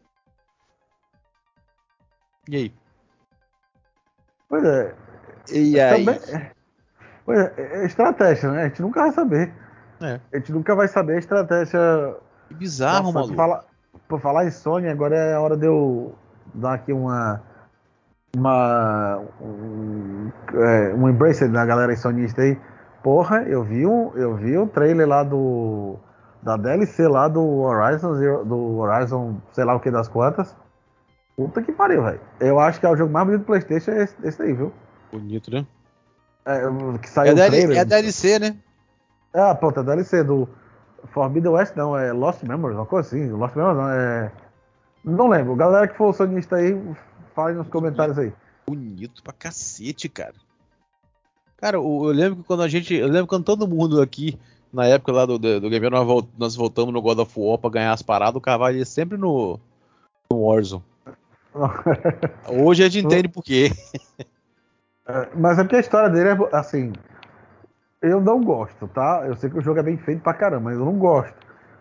E aí? Pois é. E aí? Também, pois é, é estratégia, né? A gente nunca vai saber. É. A gente nunca vai saber a estratégia. Que bizarro, Nossa, maluco. Por falar, por falar em Sony, agora é a hora de eu dar aqui uma. Uma. Um, é, um embrace da galera sonista aí. Porra, eu vi um, eu vi um trailer lá do. Da D L C lá do Horizon, Zero- do Horizon, sei lá o que das quantas. Puta que pariu, velho. Eu acho que é o jogo mais bonito do PlayStation, é esse, esse aí, viu? Bonito, né? É, que É, saiu o D L, trailer. é D L C, né? Ah, pronto, é D L C do Forbidden West, não, é Lost Memories, uma coisa assim. Lost Memories não, é. Não lembro. Galera que for sonista aí, fale nos comentários aí. Bonito pra cacete, cara. Cara, eu, eu lembro que quando a gente. Eu lembro quando todo mundo aqui, na época lá do, do, do Game nós, volt, nós voltamos no God of War pra ganhar as paradas, o Carvalho ia sempre no, no Warzone. Hoje a gente entende por quê. Mas é porque a história dele é assim. Eu não gosto, tá? Eu sei que o jogo é bem feito pra caramba, mas eu não gosto.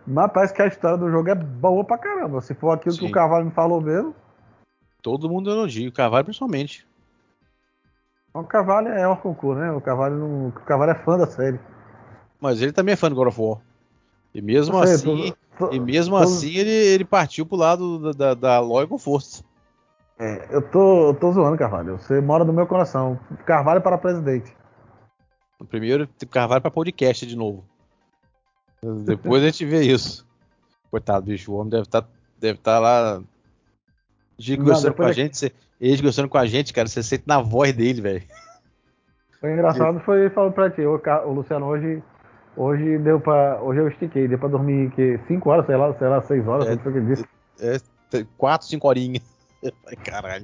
Mas parece que a história do jogo é boa pra caramba. Se for aquilo Sim. que o Carvalho me falou mesmo. Todo mundo elogia, o Carvalho principalmente. O Carvalho é um concurso, né? O Carvalho, não... o Carvalho é fã da série. Mas ele também é fã do God of War. E mesmo sei, assim, tô, tô, e mesmo tô... assim ele, ele partiu pro lado da, da, da Aloy com força. É, eu tô, eu tô zoando, Carvalho. Você mora no meu coração. Carvalho para presidente. No primeiro, Carvalho para podcast de novo. Depois a gente vê isso. Coitado, bicho, o homem deve estar tá, deve tá lá gostando com a gente. Você, ele gostando com a gente, cara. Você sente na voz dele, velho. O engraçado foi ele falando pra ti, o, o Luciano hoje, hoje deu pra. Hoje eu estiquei, deu pra dormir que cinco horas, sei lá, sei lá, seis horas, é, foi o que ele disse. É quatro, cinco horinhas. Ai, caralho.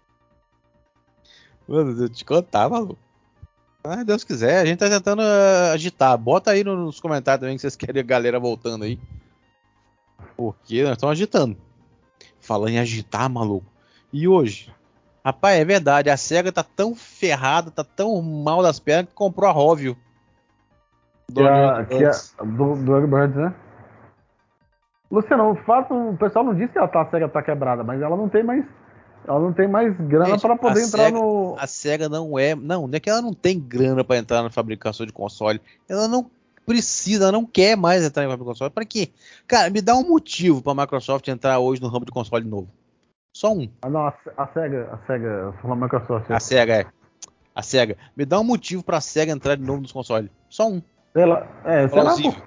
Mano, eu te contar, maluco. Ah, Deus quiser, a gente tá tentando uh, agitar. Bota aí nos comentários também que vocês querem a galera voltando aí. Porque nós estamos agitando. Falando em agitar, maluco. E hoje? Rapaz, é verdade, a SEGA tá tão ferrada, tá tão mal das pernas que comprou a Rovio. Do, que a, que a, do, do Angry Birds, né? Luciano, o fato, o pessoal não disse que a, a SEGA tá quebrada, mas ela não tem mais. Ela não tem mais grana para poder entrar SEGA, no. A SEGA não é. Não, não é que ela não tem grana para entrar na fabricação de console. Ela não precisa, ela não quer mais entrar em fabricação de console. Para quê? Cara, me dá um motivo para a Microsoft entrar hoje no ramo de console novo. Só um. Ah, não, a, a SEGA, a SEGA, a Microsoft. A SEGA, é. A SEGA. Me dá um motivo para a SEGA entrar de novo nos consoles. Só um. Sei lá, é, sei lá, pô.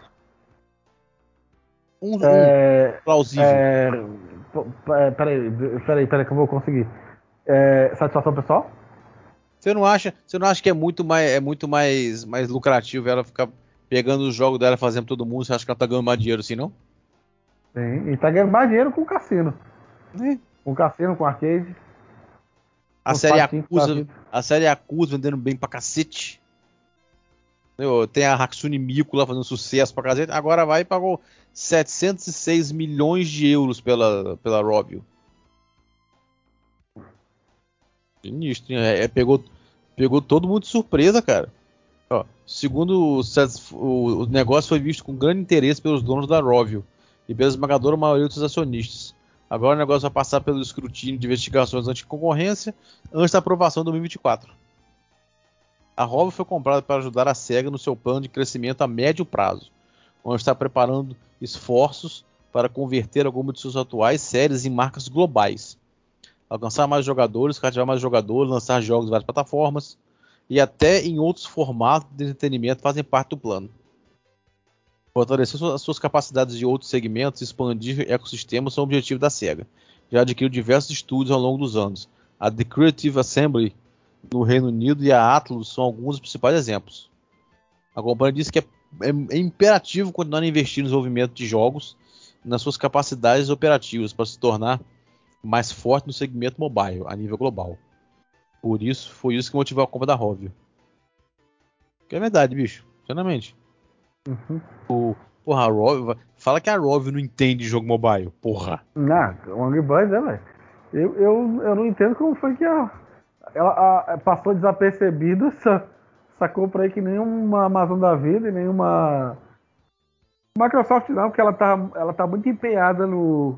Um, é, um plausível. É, peraí, peraí, peraí que eu vou conseguir. É, satisfação pessoal? Você não acha, você não acha que é muito mais, é muito mais, mais lucrativo ela ficar pegando os jogos dela, fazendo todo mundo? Você acha que ela tá ganhando mais dinheiro assim, não? Sim, e tá ganhando mais dinheiro com o cassino. É. Com o cassino, com arcade. A com série Yakuza, a série Yakuza vendendo bem pra cacete. Tem a Hatsune Miku lá fazendo sucesso pra cacete. Agora vai e pagou setecentos e seis milhões de euros pela, pela Rovio. Sinistro, é, é, pegou, pegou todo mundo de surpresa, cara. Ó, segundo o, o, o negócio foi visto com grande interesse pelos donos da Rovio e pela esmagadora maioria dos acionistas. Agora o negócio vai passar pelo escrutínio de investigações anticoncorrência antes da aprovação de dois mil e vinte e quatro. A Rovio foi comprada para ajudar a SEGA no seu plano de crescimento a médio prazo, onde está preparando esforços para converter algumas de suas atuais séries em marcas globais, alcançar mais jogadores, cativar mais jogadores, lançar jogos em várias plataformas e até em outros formatos de entretenimento fazem parte do plano. Fortalecer as suas capacidades de outros segmentos e expandir ecossistemas são o objetivo da SEGA. Já adquiriu diversos estúdios ao longo dos anos. A The Creative Assembly no Reino Unido e a Atlus são alguns dos principais exemplos. A companhia diz que é, é, é imperativo continuar a investir no desenvolvimento de jogos e nas suas capacidades operativas para se tornar mais forte no segmento mobile a nível global. Por isso, foi isso que motivou a compra da Rovio. Que é verdade, bicho. Sinceramente. Uhum. O, porra, a Rovio, fala que a Rovio não entende jogo mobile. Porra. Não, o Angry Birds é, velho. Eu, eu, eu não entendo como foi que a, ela a, passou desapercebida essa, essa compra aí que nenhuma Amazon da vida e nenhuma Microsoft não, porque ela tá, ela tá muito empenhada no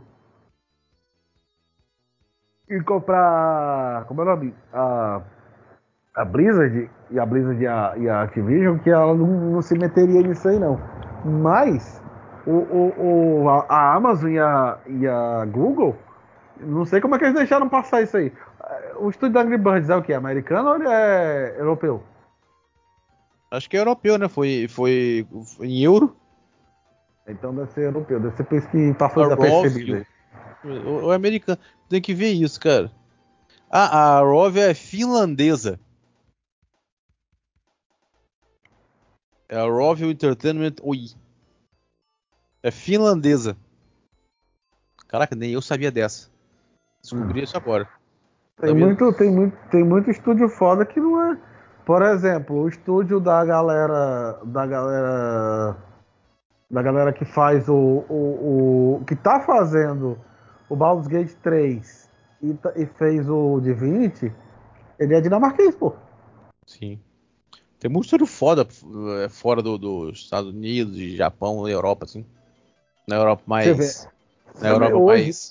em comprar, como é o nome? A, a Blizzard e a Blizzard e a, e a Activision, que ela não, não se meteria nisso aí não. Mas o, o, o, a, a Amazon e a, e a Google, não sei como é que eles deixaram passar isso aí. O estúdio da Angry Birds é o que? Americano ou ele é europeu? Acho que é europeu, né? Foi, foi, foi em euro. Então deve ser europeu, deve ser por isso que passou A desapercebido Rovio. aí. Ou, ou é americano. Tem que ver isso, cara. Ah, a Rovio é finlandesa. É a Rovio Entertainment Oi. É finlandesa. Caraca, nem eu sabia dessa. Descobri hum. isso agora. Tem muito, tem, muito, tem muito estúdio foda que não é. Por exemplo, o estúdio da galera. Da galera. Da galera que faz o. o, o que tá fazendo o Baldur's Gate três e, e fez o Divinity, ele é dinamarquês, pô. Sim. Tem muito estúdio foda fora do, dos Estados Unidos, Japão, Europa, assim. Na Europa Você mais. vê. Na Você Europa vê, hoje, mais.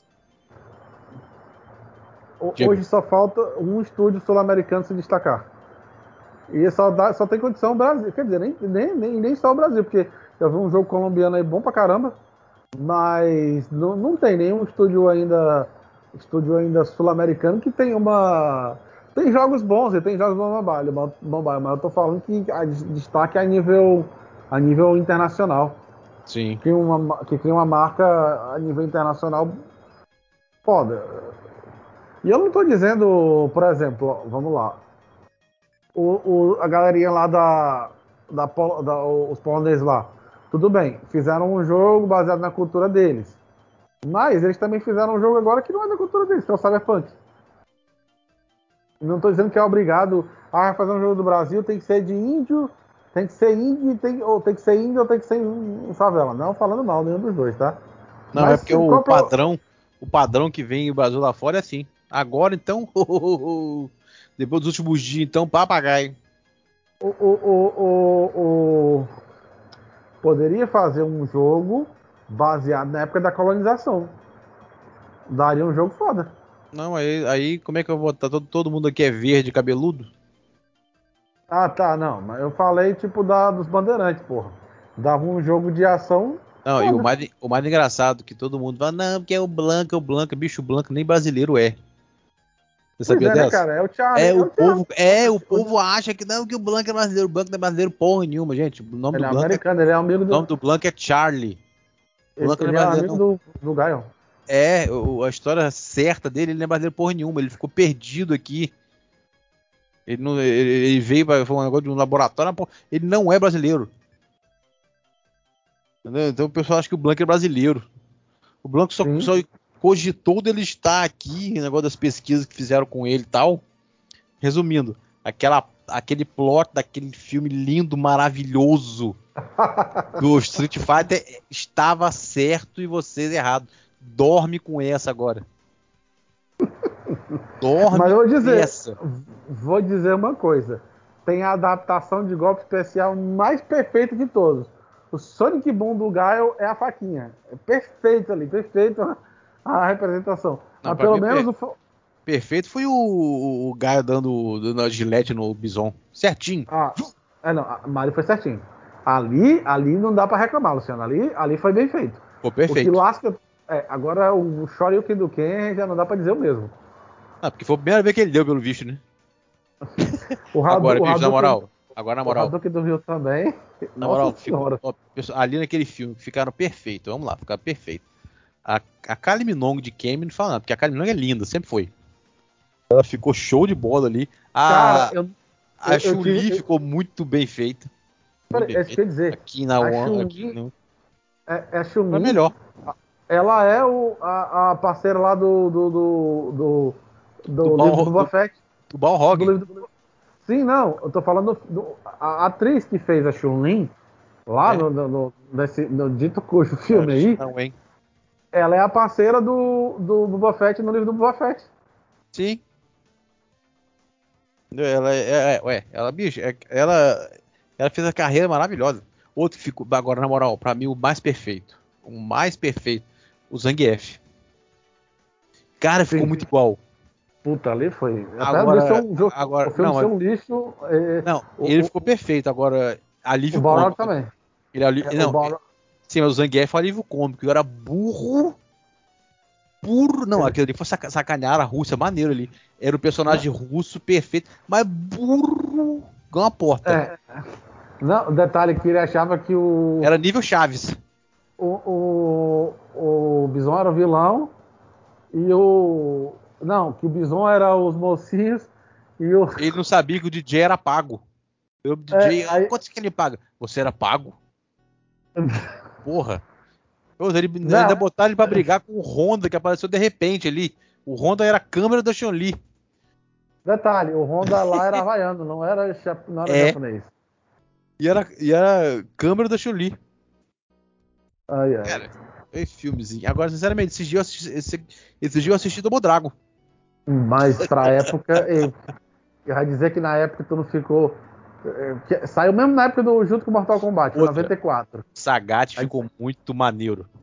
ho- Diga. hoje só falta um estúdio sul-americano se destacar. E só, dá, só tem condição o Brasil. Quer dizer, nem, nem, nem, nem só o Brasil, porque eu vi um jogo colombiano aí bom pra caramba, mas não, não tem nenhum estúdio ainda estúdio ainda sul-americano que tem uma. Tem jogos bons e tem jogos bons mobile, mobile, mas eu tô falando que a destaque é a nível, a nível internacional. Sim. Que, uma, que cria uma marca a nível internacional foda. E eu não tô dizendo, por exemplo, ó, vamos lá. O, o, a galerinha lá da, da, Pol- da. Os poloneses lá. Tudo bem, fizeram um jogo baseado na cultura deles. Mas eles também fizeram um jogo agora que não é da cultura deles, que é o Cyberpunk. Não tô dizendo que é obrigado a fazer um jogo do Brasil, tem que ser de índio, tem que ser índio, tem, ou tem que ser índio ou tem que ser em, em favela. Não falando mal nenhum dos dois, tá? Não, é Mas porque se- o qual que é o- padrão, o padrão que vem o Brasil lá fora é assim. Agora então, depois dos últimos dias, então, papagaio. o, o, o, o, o- poderia fazer um jogo baseado na época da colonização. Daria um jogo foda. Não, aí, aí como é que eu vou botar? Todo, todo mundo aqui é verde, cabeludo? Ah, tá, não. Mas eu falei tipo da, dos bandeirantes, porra. Dava um jogo de ação Não, e o foda. mais, o mais engraçado que todo mundo fala, não, porque é o Blanca, é o Blanca, bicho, o Blanca nem brasileiro é. Você Pois sabia é, né, dessa? cara? É o Charlie. É, É o o Charlie. povo, é, o povo acha que não, que o Blanca é brasileiro, o Blanca não é brasileiro porra nenhuma, gente. O nome Ele do é Blanca, americano, ele é amigo o nome do. do Blanca é Charlie. O Ele, Blanca não é ele é brasileiro, amigo não. do, do Gaio. É, o- a história certa dele, ele não é brasileiro porra nenhuma, ele ficou perdido aqui. Ele, não, ele, ele veio para um negócio de um laboratório, mas, pô, ele não é brasileiro. Entendeu? Então o pessoal acha que o Blanca é brasileiro. O Blanco só, Sim. só cogitou dele estar aqui, o negócio das pesquisas que fizeram com ele e tal. Resumindo, aquela, aquele plot daquele filme lindo, maravilhoso do Street Fighter estava certo e vocês errados. Dorme com essa agora. Dorme Mas eu vou com dizer, essa. vou dizer uma coisa. Tem a adaptação de golpe especial mais perfeita de todos. O Sonic Boom do Gaio é a faquinha. É perfeito ali, perfeito a, a representação. Não, Mas pra pelo mim, menos per- o, fo- perfeito foi o, o, o Gaio dando, dando a gilete no Bison. Certinho. ah, é não, a Mario foi certinho. Ali, ali não dá pra reclamar, Luciano. Ali, ali foi bem feito. Ficou O que perfeito. lasca, é, agora o Shoryuken do Ken já não dá pra dizer o mesmo. Ah, porque foi a primeira vez que ele deu, pelo visto, né? O, Hadu, Agora, o bicho, na Hadouken, moral. Agora, na o moral. Hadouken do Rio também. Na Nossa moral, ficou, senhora. ó, pessoal, ali naquele filme ficaram perfeitos. Vamos lá, ficaram perfeitos. A, a Kylie Minogue de Kemi não fala nada, porque a Kylie Minogue é linda, sempre foi. Ela ficou show de bola ali. Cara, A, eu, a eu, eu Chun-Li tive. Eu, ficou muito bem feita. Muito peraí, bem é isso que eu feita. ia dizer. Aqui na A One, aqui Chun-Li, no. é, é a Foi Chun-Li, melhor. ela é o, a, a parceira lá do, do, do, do, Do, do livro do Bal, Boba do, Fett. do Do Balrog. livro do... Sim, não, eu tô falando do, a atriz que fez a Chun-Li, lá É, no, no, no, nesse, no dito cujo filme acho aí, não, hein? ela é a parceira do, do Boba Fett no livro do Boba Fett. Sim. Ela é, é, ué, ela, bicho, é- ela, ela fez a carreira maravilhosa. Outro que ficou, agora na moral, pra mim o mais perfeito, o mais perfeito, o Zangief. Cara, ficou Sim. muito igual. Puta, ali foi. Apesar de ser Agora, um jogo, agora, o filme não, ser mas- um lixo, é, não, o, ele o, ficou perfeito. Agora, o alívio Balrog cômico. também. Ele é ali- É, o não, Balrog, sim, mas o Zangief é alívio cômico. Eu era burro, burro. Não, aquele ali foi saca- sacanear a Rússia, maneiro ali. Era o personagem russo perfeito, mas burro igual uma porta. é, não, o detalhe que ele achava que o, Era nível Chaves. o, o, o Bison era o vilão e o. Não, que o Bison era os mocinhos e o. Ele não sabia que o D J era pago. Eu, o É, D J, aí, quanto que ele paga? Você era pago? Porra. Pô, ele, ainda não, botaram ele pra brigar com o Honda, que apareceu de repente ali. O Honda era a câmera da Chun-Li. detalhe, o Honda lá era havaiano, não era, ja- não era É. japonês. E era, e era a câmera da Chun-Li. Ai, ai. Cara, é filmezinho. Agora, sinceramente, esses dias eu assisti, esse, esses dias eu assisti Double Dragon. Mas pra época, eu, eu ia dizer que na época tu não ficou. é, que- Saiu mesmo na época do junto com o Mortal Kombat, foi Outra. noventa e quatro. Sagat Aí- ficou muito maneiro.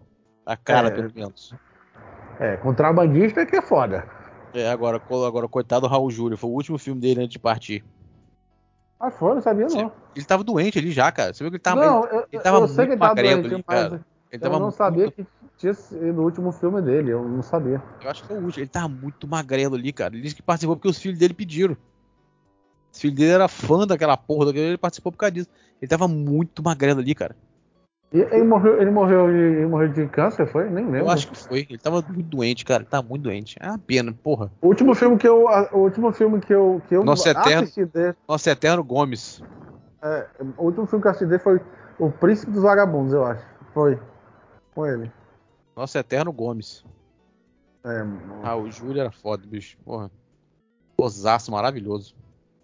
A cara, É. pelo menos. É, contrabandista é que é foda. É, agora, co- agora, coitado do Raul Júlia, foi o último filme dele antes de partir. Ah, foi, não sabia não. Ele tava doente ali já, cara. Você viu que ele tava, ele, Não, eu, ele tava eu sei muito que ele tá magrelo doente, ali, mas cara. Ele eu tava não sabia muito. que tinha sido o último filme dele, eu não sabia. Eu acho que foi o último. Ele tava muito magrelo ali, cara. Ele disse que participou porque os filhos dele pediram. Os filhos dele era fã daquela porra, daquele, ele participou por causa disso. Ele tava muito magrelo ali, cara. E ele morreu, ele morreu, de, ele morreu de câncer, foi? Nem lembro. Eu acho que foi. Ele tava muito doente, cara. Ele tava muito doente. É uma pena, porra. O último filme que eu, a- o último filme que eu, que eu Nosso eterno, assisti dele, nosso eterno Gomes. é, o último filme que eu assisti dele foi O Príncipe dos Vagabundos, eu acho. Foi. Com ele. Nosso eterno Gomes. É, Ah, o Júlio era foda, bicho. Porra. Osaço maravilhoso.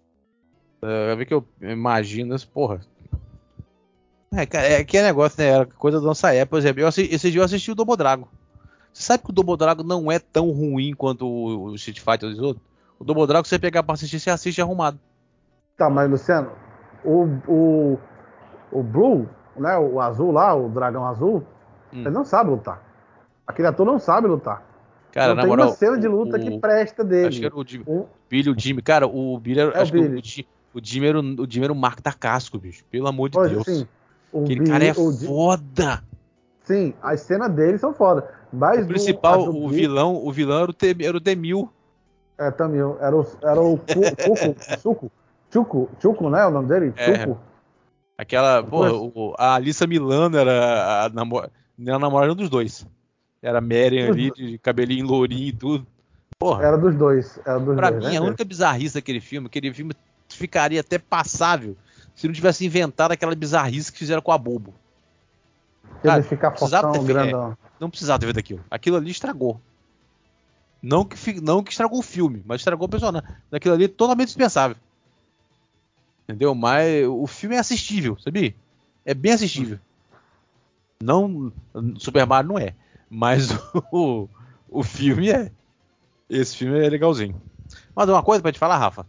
É, vai ver que eu imagino isso, porra. É, cara, é que é negócio, né? Era coisa da nossa época. Por exemplo, eu assisti, esse dia eu assisti o Double Dragon. Você sabe que o Double Dragon não é tão ruim quanto o, o Street Fighter e os outros? O Double Dragon, se você pegar pra assistir, você assiste arrumado. tá, mas Luciano, o, o, o Blue, né, o azul lá, o dragão azul, Hum. ele não sabe lutar. Aquele ator não sabe lutar. Cara, Não na tem uma moral, cena de o, luta que o- presta acho que dele. era o Jimmy, O- o Billy, o Jimmy. Cara, o Billy era, é o acho que o, Billy. o, Ji- o Jimmy era, o, o Jimmy era o Marco da Casco, bicho. Pelo amor de Pois Deus. sim, o Aquele cara Billy, é o Di- foda. sim, as cenas dele são foda. O Mas do, a principal, do o Billy, vilão, o vilão era o, T, era o Demil. é, também, era o, era o Cu- Cuco, Suco, Chuco, Chuco, né, o nome dele? É, Chuco. aquela, porra, Pois, o- a Alissa Milano era a, namor, não era a namorada dos dois. Era a Marion ali, de cabelinho lourinho e tudo. Porra, era dos dois, era dos pra dois, mim, né? a única bizarrice daquele filme, aquele filme ficaria até passável se não tivesse inventado aquela bizarrice que fizeram com a Bobo. Ele Cara, ficar não precisava ter fortão, fe- é, grandão. não precisava ter feito aquilo. Aquilo ali estragou. Não que, fi- não que estragou o filme, mas estragou o personagem. Aquilo ali é totalmente dispensável. Entendeu? Mas o filme é assistível, sabia? É bem assistível. Não, Super Mario não é, mas o, o filme é. Esse filme é legalzinho. Mas uma coisa pra te falar, Rafa.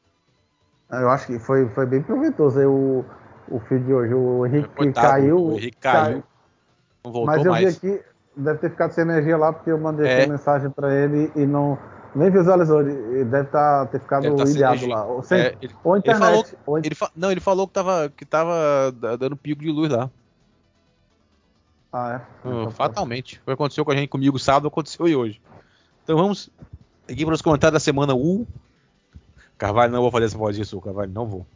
Eu acho que foi, foi bem proveitoso aí o, o filho de hoje. O Henrique Coitado, caiu. o Henrique caiu, não voltou Mas eu vi mais. aqui, deve ter ficado sem energia lá, porque eu mandei É. aqui mensagem pra ele e não nem visualizou. Ele deve tá, ter ficado Deve tá sem ilhado energia. lá. Ou, sem, É, ele, ou ele falou, internet. Ou in- ele fa- não, ele falou que tava, que tava da- dando pico de luz lá. Ah, é? Uh, Então, fatalmente. Foi o que aconteceu com a gente comigo sábado, aconteceu e hoje. Então vamos aqui para os comentários da semana um. Carvalho, não vou fazer essa voz disso, Carvalho, não vou.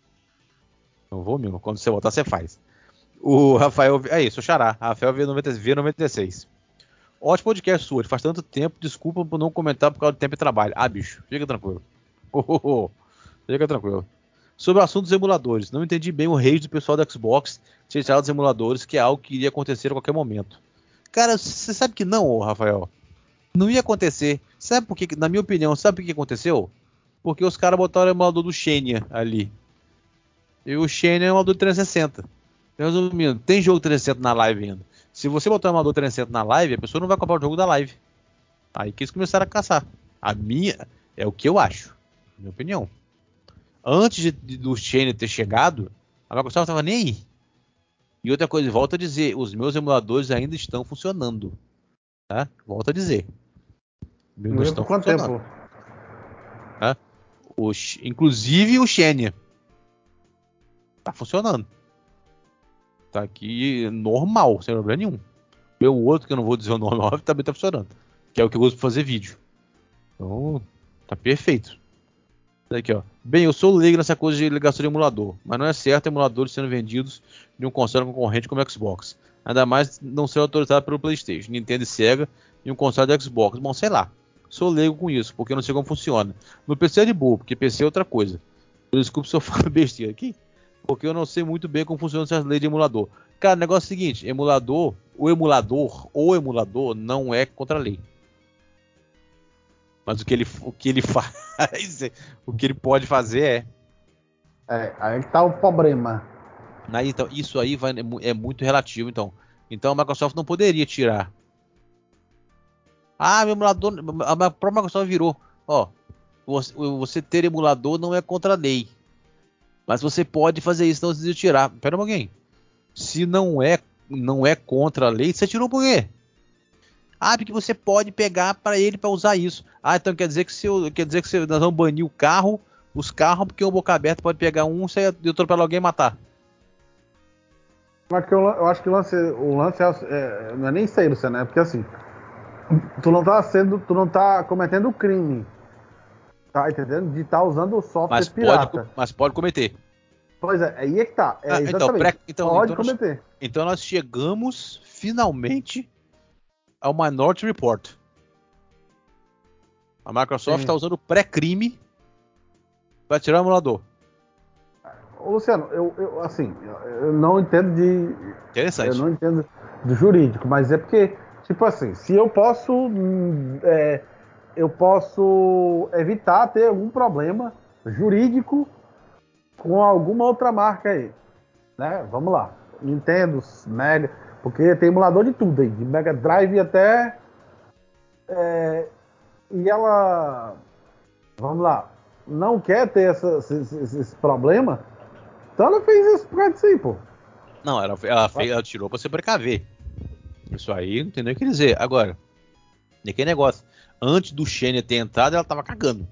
Não vou mesmo. Quando você voltar, você faz. O Rafael. É isso, o Xará. Rafael V noventa e seis. Ótimo podcast sua. Faz tanto tempo. Desculpa por não comentar por causa do tempo e trabalho. Ah, bicho, fica tranquilo. Oh, oh, oh. Fica tranquilo. Sobre o assunto dos emuladores. Não entendi bem o rage do pessoal do Xbox ter tirado os emuladores, que é algo que iria acontecer a qualquer momento. Cara, você sabe que não, Rafael. Não ia acontecer. Sabe por que, na minha opinião, sabe por que aconteceu? Porque os caras botaram o emulador do Xenia ali. E o Xenia é um emulador trezentos e sessenta. Resumindo, tem jogo trezentos e sessenta na live ainda. Se você botar um emulador trezentos e sessenta na live, a pessoa não vai comprar o jogo da live. Aí que eles começaram a caçar. A minha é o que eu acho. Minha opinião. Antes de, de, do Xenia ter chegado, a Microsoft não estava nem aí. E outra coisa, volto a dizer, os meus emuladores ainda estão funcionando. Tá? Volto a dizer. Ainda não estão por quanto funcionando. tempo? Tá? O, inclusive o Xenia. Tá funcionando. Tá aqui normal, sem problema nenhum. Meu outro, que eu não vou dizer o nome, óbvio, também tá funcionando. Que é o que eu uso pra fazer vídeo. Então, tá perfeito. Aqui, ó. Bem, eu sou leigo nessa coisa de ligação de emulador, mas não é certo emuladores sendo vendidos de um console concorrente como o Xbox. Ainda mais não ser autorizado pelo PlayStation, Nintendo e Sega e um console do Xbox. Bom, sei lá. Sou leigo com isso, porque eu não sei como funciona. No P C é de boa, porque P C é outra coisa. Desculpe se eu falo besteira aqui, porque eu não sei muito bem como funciona essas leis de emulador. Cara, o negócio é o seguinte, emulador, o emulador ou emulador não é contra a lei. Mas o que ele, o que ele faz, o que ele pode fazer é... É, aí tá o problema. Aí, então, isso aí vai, é muito relativo, então. Então a Microsoft não poderia tirar. Ah, meu emulador... A própria Microsoft virou. Ó, você, você ter emulador não é contra a lei. Mas você pode fazer isso, não precisa tirar. Pera um pouquinho. Se não é, não é contra a lei, você tirou por quê? Ah, porque você pode pegar para ele para usar isso. Ah, então quer dizer que se eu, quer dizer que se nós vamos banir o carro, os carros, porque o boca aberta pode pegar um, você atropelar alguém e matar. Mas que eu, eu acho que o lance, o lance é, é, não é nem isso aí, Luciano, é porque assim, tu não tá sendo, tu não tá cometendo crime, tá entendendo? De estar tá usando o software Mas pirata. pode, mas pode cometer. Pois é, aí é que tá, é Ah, então, exatamente, pré, então, pode então, cometer. Nós, então nós chegamos finalmente ao Minority Report. A Microsoft está usando pré-crime para tirar o emulador. Ô, Luciano, eu, eu assim, eu não entendo de. Interessante. Eu não entendo do jurídico, mas é porque, tipo assim, se eu posso. hum, é, eu posso evitar ter algum problema jurídico com alguma outra marca aí. Né? Vamos lá. Nintendo, Mega. Porque tem emulador de tudo aí, de Mega Drive até. é, e ela. Vamos lá. Não quer ter essa- esse, esse- esse problema. Então ela fez isso por causa disso aí, pô. Não, ela, ela, fez, ela tirou pra se precaver. Isso aí não tem nem o que dizer. Agora, de que negócio? Antes do Shane ter entrado, ela tava cagando.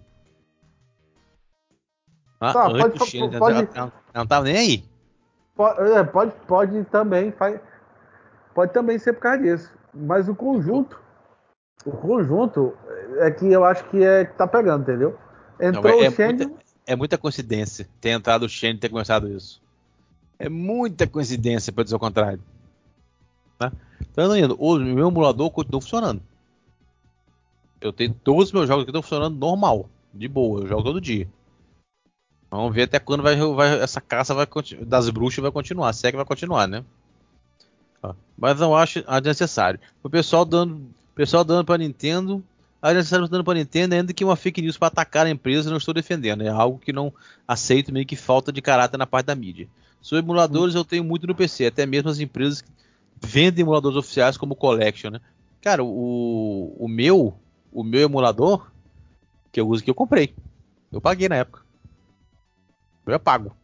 Ah, Tá, antes pode, do Shane, pode, ela, ela, ela não tava nem aí. pode, é, pode, pode também faz, pode também ser por causa disso. Mas o conjunto, o conjunto é que eu acho que é que tá pegando, entendeu? Não, Entrou é, o é, muita, Shane. é muita coincidência ter entrado o Shane e ter começado isso. É muita coincidência, para dizer o contrário. Tá? Então, indo, o meu emulador continua funcionando. Eu tenho todos os meus jogos que estão funcionando normal, de boa, eu jogo todo dia. Vamos ver até quando vai, vai, essa caça vai, das bruxas vai continuar, se é que vai continuar, né? Mas não acho necessário. O pessoal dando, pessoal dando para Nintendo, a necessário dando para Nintendo ainda que uma fake news para atacar a empresa, não estou defendendo. É algo que não aceito, meio que falta de caráter na parte da mídia. Sobre emuladores, eu tenho muito no P C, até mesmo as empresas que vendem emuladores oficiais como Collection, né? Cara, o, o meu, o meu emulador que eu uso que eu comprei, eu paguei na época. Eu pago.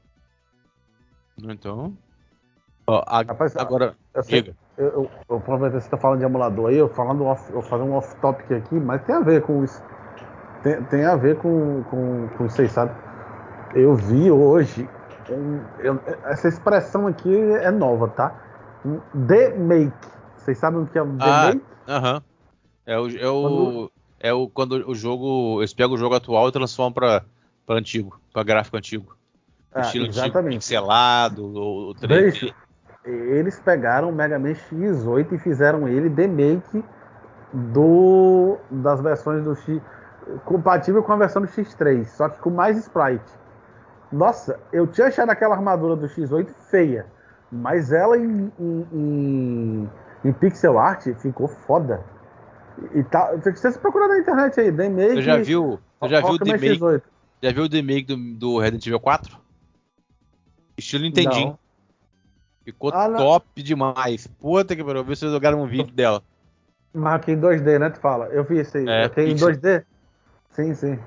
Então, ó, a, Rapaz, agora, eu sei, eu, eu, eu aproveito que você tá falando de emulador aí, eu falando off, eu fazer um off-topic aqui, mas tem a ver com isso. Tem, tem a ver com, com, com vocês, sabe? Eu vi hoje, um, eu, essa expressão aqui é nova, tá? Um demake. Vocês sabem o que é um ah, demake? aham. É o, é Quando, o, é o quando o jogo, eles pegam o jogo atual e transformam para para antigo, para gráfico antigo, ah, estilo antigo, exatamente. pixelado, ou Bicho, três D. eles pegaram o Mega Man X oito e fizeram ele demake do das versões do X, compatível com a versão do X três, só que com mais sprite. Nossa, eu tinha achado aquela armadura do X oito feia, mas ela em, em, em, em pixel art ficou foda. E tá, você se procurar na internet aí, Você já demake viu, você já viu o Rockman remake, X oito. já viu o remake do, do Resident Evil quatro? Estilo Nintendinho. Não. Ficou Ah, não. top demais. Puta que pariu, vê se vocês jogaram um vídeo dela. Mas aqui em dois D, né? Tu fala. Eu vi isso aí. É, Aqui em pixel. dois D? Sim, sim.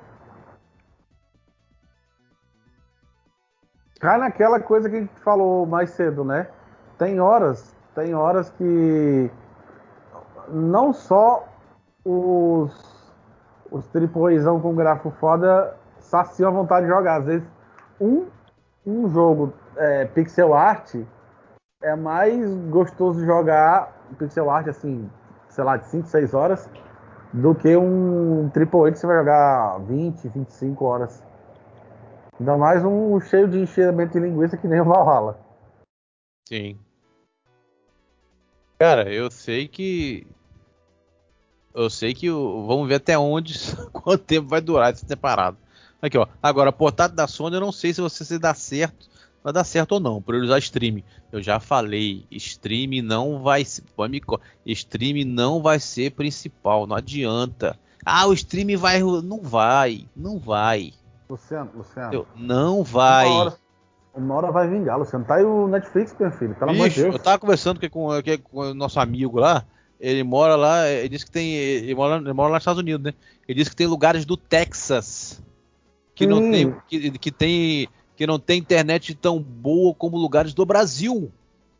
Cai naquela coisa que a gente falou mais cedo, né? Tem horas, tem horas que não só os, os triplezão com gráfico foda saciam a vontade de jogar. Às vezes, um, um jogo é, pixel art é mais gostoso de jogar pixel art, assim, sei lá, de cinco, seis horas, do que um Triple A que você vai jogar vinte, vinte e cinco horas. Ainda mais um cheio de enchimento de linguiça que nem o Valhalla. Sim. Cara, eu sei que eu sei que o- vamos ver até onde quanto tempo vai durar esse separado. Aqui, ó. Agora, a portada da Sony, eu não sei se você se dá certo, vai dar certo ou não, por ele usar streaming. Eu já falei, streaming não vai ser, streaming não vai ser principal, não adianta. Ah, o streaming vai, não vai, não vai. Luciano, Luciano, Eu, não uma vai. hora, uma hora vai vingar, Luciano. Tá aí o Netflix, meu filho, pelo amor de Bicho, Deus. eu tava conversando com, com, com o nosso amigo lá. Ele mora lá, ele disse que tem. Ele mora, ele mora lá nos Estados Unidos, né? Ele disse que tem lugares do Texas que não tem, Sim, que, que tem, que não tem internet tão boa como lugares do Brasil.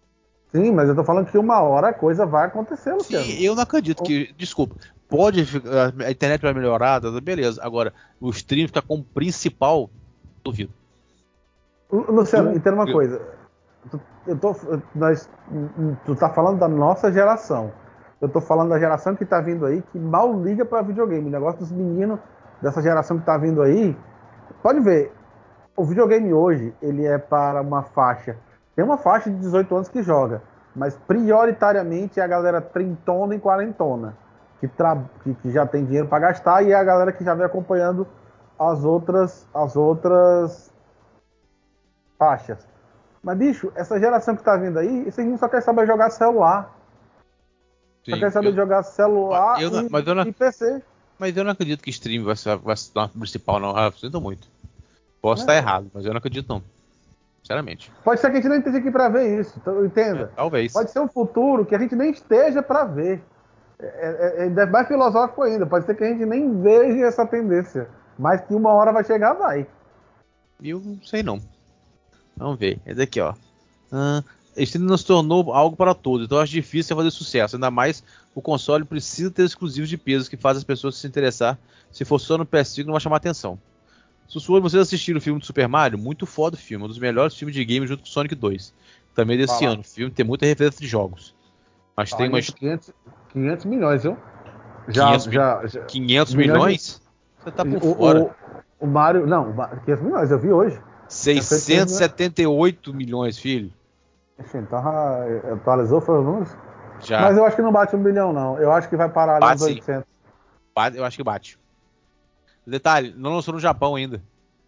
Sim, mas eu tô falando que uma hora a coisa vai acontecer, Luciano. Sim, eu não acredito que. Desculpa. Pode ficar. A internet vai melhorar, tá, beleza. Agora, o stream ficar como principal, duvido. Lu- Luciano, Du- entenda uma coisa. Tu, eu tô, nós, tu tá falando da nossa geração. Eu tô falando da geração que tá vindo aí, que mal liga pra videogame. O negócio dos meninos dessa geração que tá vindo aí. Pode ver, o videogame hoje, ele é para uma faixa. Tem uma faixa de dezoito anos que joga, mas prioritariamente é a galera trintona e quarentona, que, tra... que, que já tem dinheiro para gastar, e é a galera que já vem acompanhando as outras, as outras faixas. Mas, bicho, essa geração que tá vindo aí, esses meninos só quer saber jogar celular. Só Sim, quer saber eu, jogar celular eu não- mas, eu e, não, e P C. mas eu não acredito que stream vai ser, vai se tornar principal, não. Ah, sinto muito. Posso estar Né? errado, mas eu não acredito, não. Sinceramente. Pode ser que a gente não esteja aqui para ver isso, então, É, entenda. talvez. Pode ser um futuro que a gente nem esteja para ver. É, é, é mais filosófico ainda. Pode ser que a gente nem veja essa tendência, mas que uma hora vai chegar, vai. Eu não sei não. Vamos ver. É daqui, ó. Ah, stream não se tornou algo para todos, então eu acho difícil fazer sucesso. Ainda mais o console precisa ter exclusivos de peso que faz as pessoas se interessar. Se for só no P S cinco, não vai chamar atenção. Sussurro, vocês assistiram o filme do Super Mario? Muito foda o filme, um dos melhores filmes de game junto com Sonic dois. Também desse Fala. ano. O filme tem muita referência de jogos. Mas tem umas quinhentos, quinhentos milhões, viu? Já, quinhentos, mil- já, já, quinhentos milhões milhões? Você tá de, por o, fora. o, o Mario, não, quinhentos milhões, eu vi hoje. seiscentos e setenta e oito milhões, filho. Enfim, então ah, atualizou, foi os números. Já. Mas eu acho que não bate um bilhão, não. Eu acho que vai parar ali Bate uns sim. oitocentos. Bate- Eu acho que bate. Detalhe, não lançou no Japão ainda.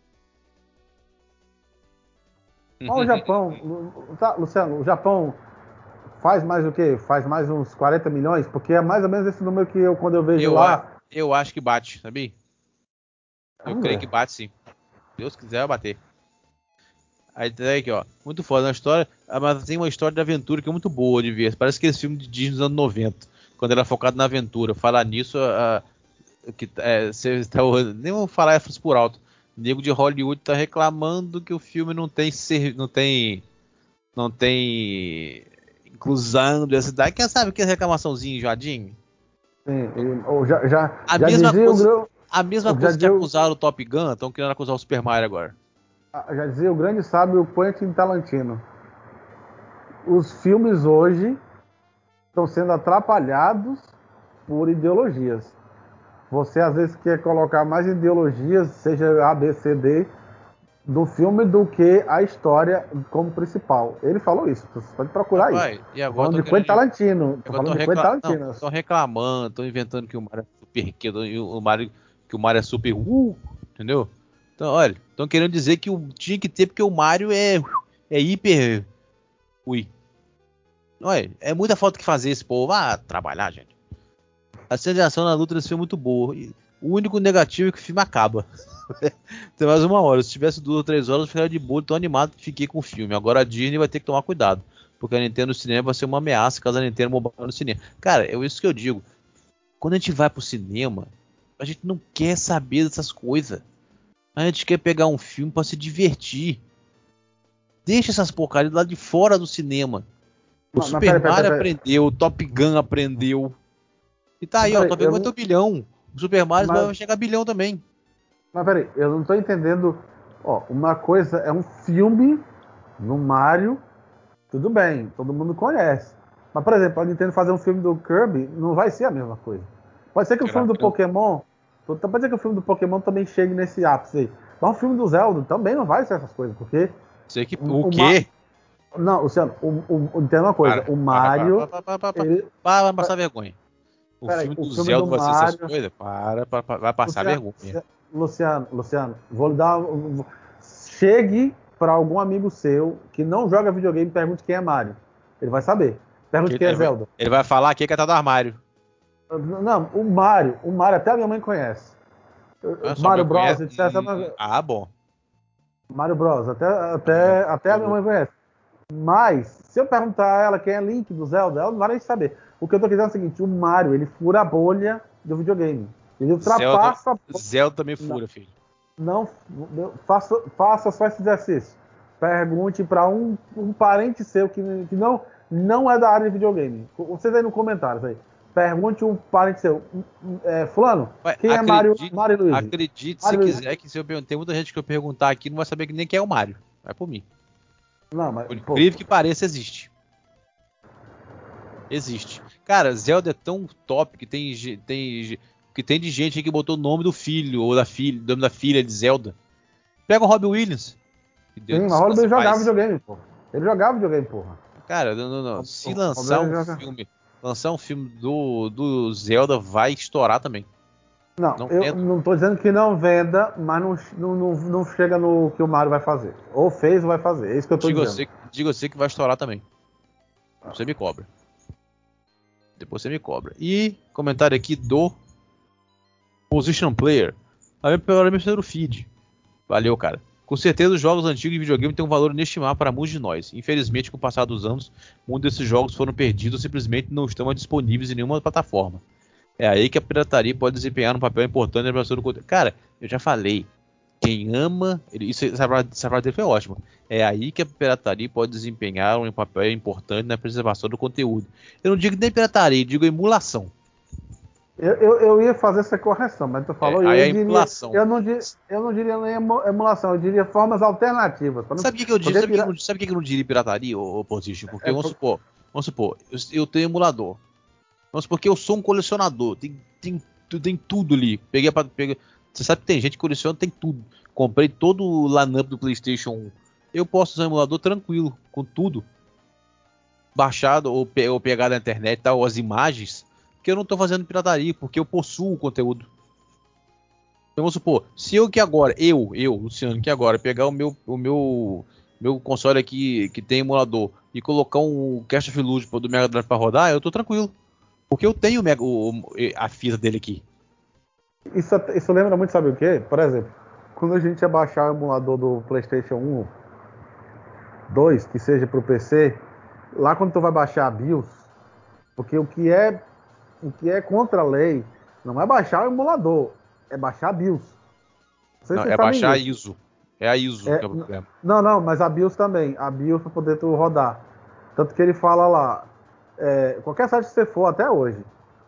Olha o Japão. Tá, Luciano, o Japão faz mais o quê? Faz mais uns quarenta milhões? Porque é mais ou menos esse número que eu, quando eu vejo Eu, lá. a- eu acho que bate, sabia? Eu Vamos creio ver. que bate sim. Se Deus quiser, vai bater. Aí tem aqui, ó. Muito foda. Uma história, ah, mas tem uma história de aventura que é muito boa de ver. Parece aquele filme de Disney dos anos noventa, quando era focado na aventura. Falar nisso, a, a- que, é, você tá, nem vou falar essas por alto. O nego de Hollywood tá reclamando que o filme não tem ser, não tem não tem inclusão de cidade. Quem sabe que é reclamaçãozinha enjoadinho? Sim, e- ou já, já, A já mesma dizia o coisa, grão. a mesma Já coisa que dizia, o- acusaram o Top Gun, estão querendo acusar o Super Mario agora. já dizia o grande sábio Quentin Tarantino. Os filmes hoje estão sendo atrapalhados por ideologias. Você às vezes quer colocar mais ideologias, seja A, B, C, D, do filme do que a história como principal. Ele falou isso, você pode procurar isso. Rapaz, e Tô agora falando estão de Quentin querendo. Tarantino. Tô Agora estão falando de Quentin recla... não, Tarantino. tão reclamando, estão inventando que o Mario é super que o Mario, que o Mario é super uh, entendeu? Então, olha, estão querendo dizer que o, tinha que ter porque o Mario é é hiper ui. Olha, é muita falta que fazer esse povo. Ah, trabalhar, gente. A celebração na luta desse filme é muito boa. E o único negativo é que o filme acaba. Tem mais uma hora. Se tivesse duas ou três horas, eu ficaria de boa, tão animado que fiquei com o filme. Agora a Disney vai ter que tomar cuidado. Porque a Nintendo no cinema vai ser uma ameaça caso a Nintendo mobile no cinema. Cara, é isso que eu digo. Quando a gente vai pro cinema, a gente não quer saber dessas coisas. A gente quer pegar um filme pra se divertir. Deixa essas porcarias lá de fora do cinema. O Mas, mas Super peraí, peraí, Mario peraí. aprendeu, o Top Gun aprendeu. E tá Mas aí, ó, peraí, Top eu Gun vai ter não- um bilhão. O Super Mario Mas- vai chegar a bilhão também. Mas peraí, eu não tô entendendo. Ó, uma coisa é um filme no Mario, tudo bem, todo mundo conhece. Mas, por exemplo, a Nintendo fazer um filme do Kirby não vai ser a mesma coisa. Pode ser que o Será filme do que não? Pokémon. Pode ser que o filme do Pokémon também chegue nesse ápice aí. Mas o filme do Zelda também não vai ser essas coisas, porque. Sei que. O, O o Ma- quê? Não, Luciano, o, o, o- entenda uma coisa. Para, O para, para, Mario. para, para, para, para, Ele, para, vai passar vergonha. O peraí, filme o do filme do Zelda vai ser essas Mario. coisas? Para, para, para, vai passar Luciano, vergonha. Luciano, Luciano, vou lhe dar. um- Chegue para algum amigo seu que não joga videogame e pergunte quem é Mario. Ele vai saber. Pergunte Que quem é ele, vai, Zelda. ele vai falar aqui que é tá do armário. Não, o Mario, o Mario até a minha mãe conhece. Ah, sua Mario mãe Bros, conhece? etcétera. Hum, ah, bom. Mario Bros, até, Ah, bom. até, até a minha mãe conhece. Mas, se eu perguntar a ela quem é Link do Zelda, ela não vai nem saber. O que eu tô querendo é o seguinte: o Mario, ele fura a bolha do videogame. Ele Zelda, ultrapassa. Zelda também fura, filho. Não, não faça, faça só esse exercício. Pergunte para um, um parente seu que, que não não é da área de videogame. Vocês aí no comentários aí. Pergunte um parente seu. É, fulano, Mas quem é Mario, acredite, Mario Luigi? acredite Mario se Luigi. quiser que se eu perguntar, tem muita gente que eu perguntar aqui não vai saber que nem quem é o Mario. Vai por mim. Não, mas, Por pô, incrível que pareça, existe. Existe. Cara, Zelda é tão top que tem, ge- tem, ge- que tem de gente aí que botou o nome do filho ou da filha, o nome da filha de Zelda. Pega o Robbie Williams. Que Deus sim, mas o descanse Robin em jogava paz. videogame, pô. Ele jogava videogame, porra. Cara, não, não, não. Se O- o- lançar o um Robin joga- filme, lançar um filme do, do Zelda, vai estourar também. Não, Não eu tento. não tô dizendo que não venda, mas não, não, não, não chega no que o Mario vai fazer. Ou fez ou vai fazer. É isso que eu tô Diga dizendo. você, diga você que vai estourar também. Você me cobra. Depois você me cobra. E comentário aqui do Position Player. A minha primeiro feed. Valeu, cara. Com certeza os jogos antigos de videogame têm um valor inestimável para muitos de nós. Infelizmente, com o passar dos anos, muitos desses jogos foram perdidos ou simplesmente não estão mais disponíveis em nenhuma plataforma. É aí que a pirataria pode desempenhar um papel importante na eliminação do conteúdo. Cara, eu já falei. Quem ama. Isso, essa frase essa frase dele foi ótima. É aí que a pirataria pode desempenhar um papel importante na preservação do conteúdo. Eu não digo nem pirataria, eu digo emulação. Eu, eu, eu ia fazer essa correção, mas tu falou, É, e aí eu é diria, emulação. eu não, di- eu não diria nem emu- emulação, eu diria formas alternativas. pra não- Sabe o que, que eu digo? porque Sabe o que, que pira- eu- sabe o que que eu não diria pirataria, ô, ô Position? Porque É vamos por- supor, vamos supor, eu, eu tenho emulador. Vamos supor que eu sou um colecionador. Tem, tem, tu- tem tudo ali. Peguei pra, peguei, você sabe que tem gente que coleciona, tem tudo. Comprei todo o line-up do PlayStation um. Eu posso usar um emulador tranquilo, com tudo. Baixado ou, pe- ou pegar na internet e tal, as imagens. Que eu não tô fazendo pirataria, porque eu possuo o conteúdo. Então vamos supor, se eu que agora, eu, eu, Luciano, que agora pegar o meu, o meu, meu console aqui que tem emulador e colocar um Cast of Illusion do Mega Drive pra rodar, eu tô tranquilo. Porque eu tenho o mega- o- o- a fita dele aqui. isso, isso lembra muito, sabe o quê? Por exemplo, quando a gente ia baixar o emulador do PlayStation um, dois, que seja pro P C, lá quando tu vai baixar a BIOS, porque o que é, o que é contra a lei não é baixar o emulador, é baixar a BIOS. Não sei Não, se vocês é sabem baixar a disso. I S O. É a I S O É, que é o problema. não, não, mas a BIOS também. A BIOS para poder tu rodar. Tanto que ele fala lá, é, qualquer site que você for até hoje,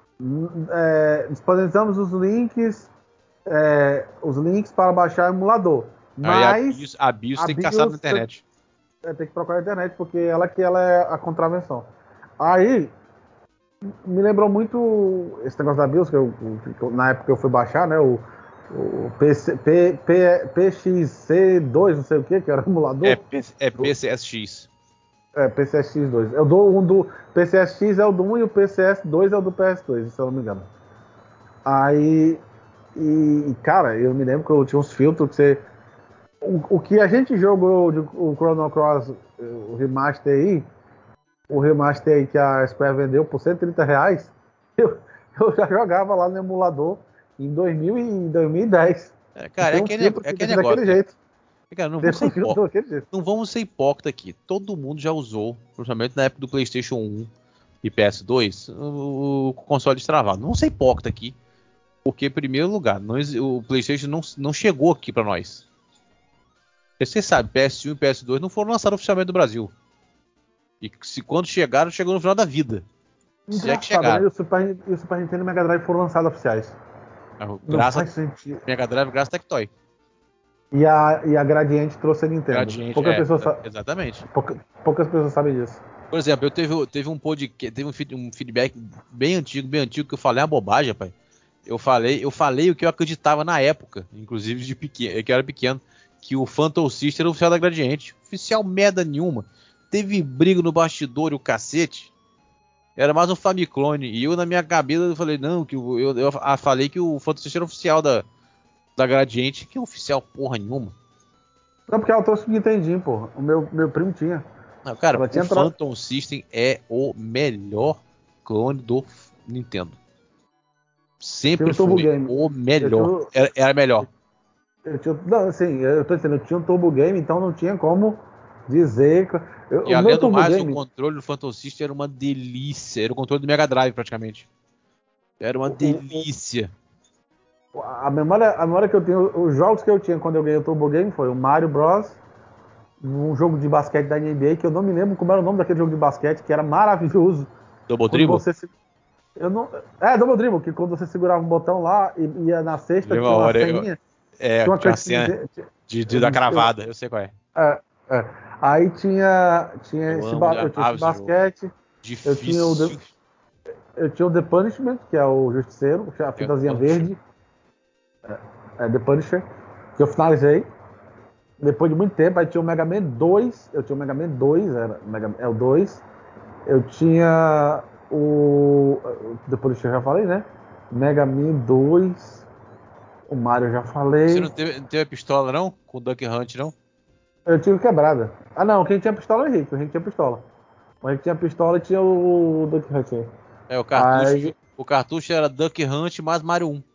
é, disponibilizamos os links, é, os links para baixar o emulador. Aí a Mas BIOS, a BIOS a tem que caçar na BIOS internet. é, tem que procurar na internet, porque ela que ela é a contravenção. Aí me lembrou muito esse negócio da BIOS, que eu, que eu- na época que eu fui baixar, né? O, o P C, P, P, P X C dois, não sei o que, que era o emulador. É, P- é P C S X. É, P C S X dois. Eu dou um do P C S X é o do um e o P C S dois é o do P S dois, se eu não me engano. Aí, e cara, eu me lembro que eu tinha uns filtros que você. O, o que a gente jogou, de, o Chrono Cross, o remaster aí, o remaster aí que a Square vendeu por cento e trinta reais, eu, eu já jogava lá no emulador em dois mil e dois mil e dez. É, E cara, é tem um aquele, nego- filtro é que aquele deixa daquele negócio, né? jeito. Cara, não vamos Deixa ser o filtro hipócritas. daquele jeito. Não vamos ser hipócritas aqui. Todo mundo já usou, principalmente na época do PlayStation um e P S dois, o, o console destravado. Não vamos ser hipócritas aqui. Porque, em primeiro lugar, não exi- o PlayStation não, não chegou aqui pra nós. Porque você sabe, P S um e P S dois não foram lançados oficialmente no Brasil. E se quando chegaram, chegou no final da vida. Se é que Engraçado, né? chegaram. E o Super, e o Super Nintendo e o Mega Drive foram lançados oficiais. Não Graças faz sentido. a Mega Drive, graças a Tectoy. E a, e a Gradiente trouxe a Nintendo. Gradiente, Poucas, é, pessoas, exa- sa- exatamente. pouca- poucas pessoas sabem disso. Por exemplo, eu teve, teve um podcast, teve um, feed- um feedback bem antigo, bem antigo, que eu falei uma bobagem, rapaz. Eu falei, eu falei o que eu acreditava na época, inclusive de pequeno, que eu era pequeno, que o Phantom System era o oficial da Gradiente. Oficial merda nenhuma. Teve briga no bastidor e o cacete. Era mais um Famiclone. E eu, na minha cabeça, eu falei, não, que eu, eu, eu ah, falei que o Phantom System era oficial da, da Gradiente, que é oficial porra nenhuma. Não, porque ela trouxe o Nintendinho, porra. O meu, meu primo tinha. Não, cara, Ela o tinha tra- Phantom System é o melhor clone do Nintendo. Sempre Tinha o Turbo foi Game. o Eu melhor. tinha, Era, era melhor. eu tinha, não, assim, eu tô dizendo, eu tinha um Turbo Game, então não tinha como dizer. que- eu- E o além meu do Turbo mais, o Game. controle do Phantom System era uma delícia. Era o controle do Mega Drive, praticamente. Era uma O- o- delícia. A memória, a memória que eu tenho, os jogos que eu tinha quando eu ganhei o Turbo Game foi o Mario Bros, num jogo de basquete da N B A, que eu não me lembro como era o nome daquele jogo de basquete, que era maravilhoso. Double Quando Dribble? você se- eu não... É, Double Dribble, que quando você segurava um botão lá e ia na cesta, Lembra tinha uma uma hora, eu- ceninha, É, tinha uma tinha uma cantinha. cena de- de, de- eu- da eu- cravada, eu sei qual é. é, é. Aí tinha, tinha Eu esse amo, ba- eu eu tinha amava esse esse jogo. basquete, eu tinha o Difícil. The, eu tinha o The Punishment, que é o Justiceiro, que é a É, fitazinha Punisher. verde, é The Punisher, que eu finalizei. Depois de muito tempo, aí tinha o Mega Man dois, eu tinha o Mega Man dois, era Mega, é o dois. Eu tinha o The Punisher, eu já falei, né? Mega Man dois, o Mario eu já Você falei. não teve, não teve a pistola, não? Com o Duck Hunt, não? Eu tive quebrada. Ah não, quem tinha pistola é o Henrique, o Henrique tinha pistola. O Henrique tinha pistola e tinha o Duck Hunt aí. É, o cartucho, Aí, o cartucho era Duck Hunt mais Mario um.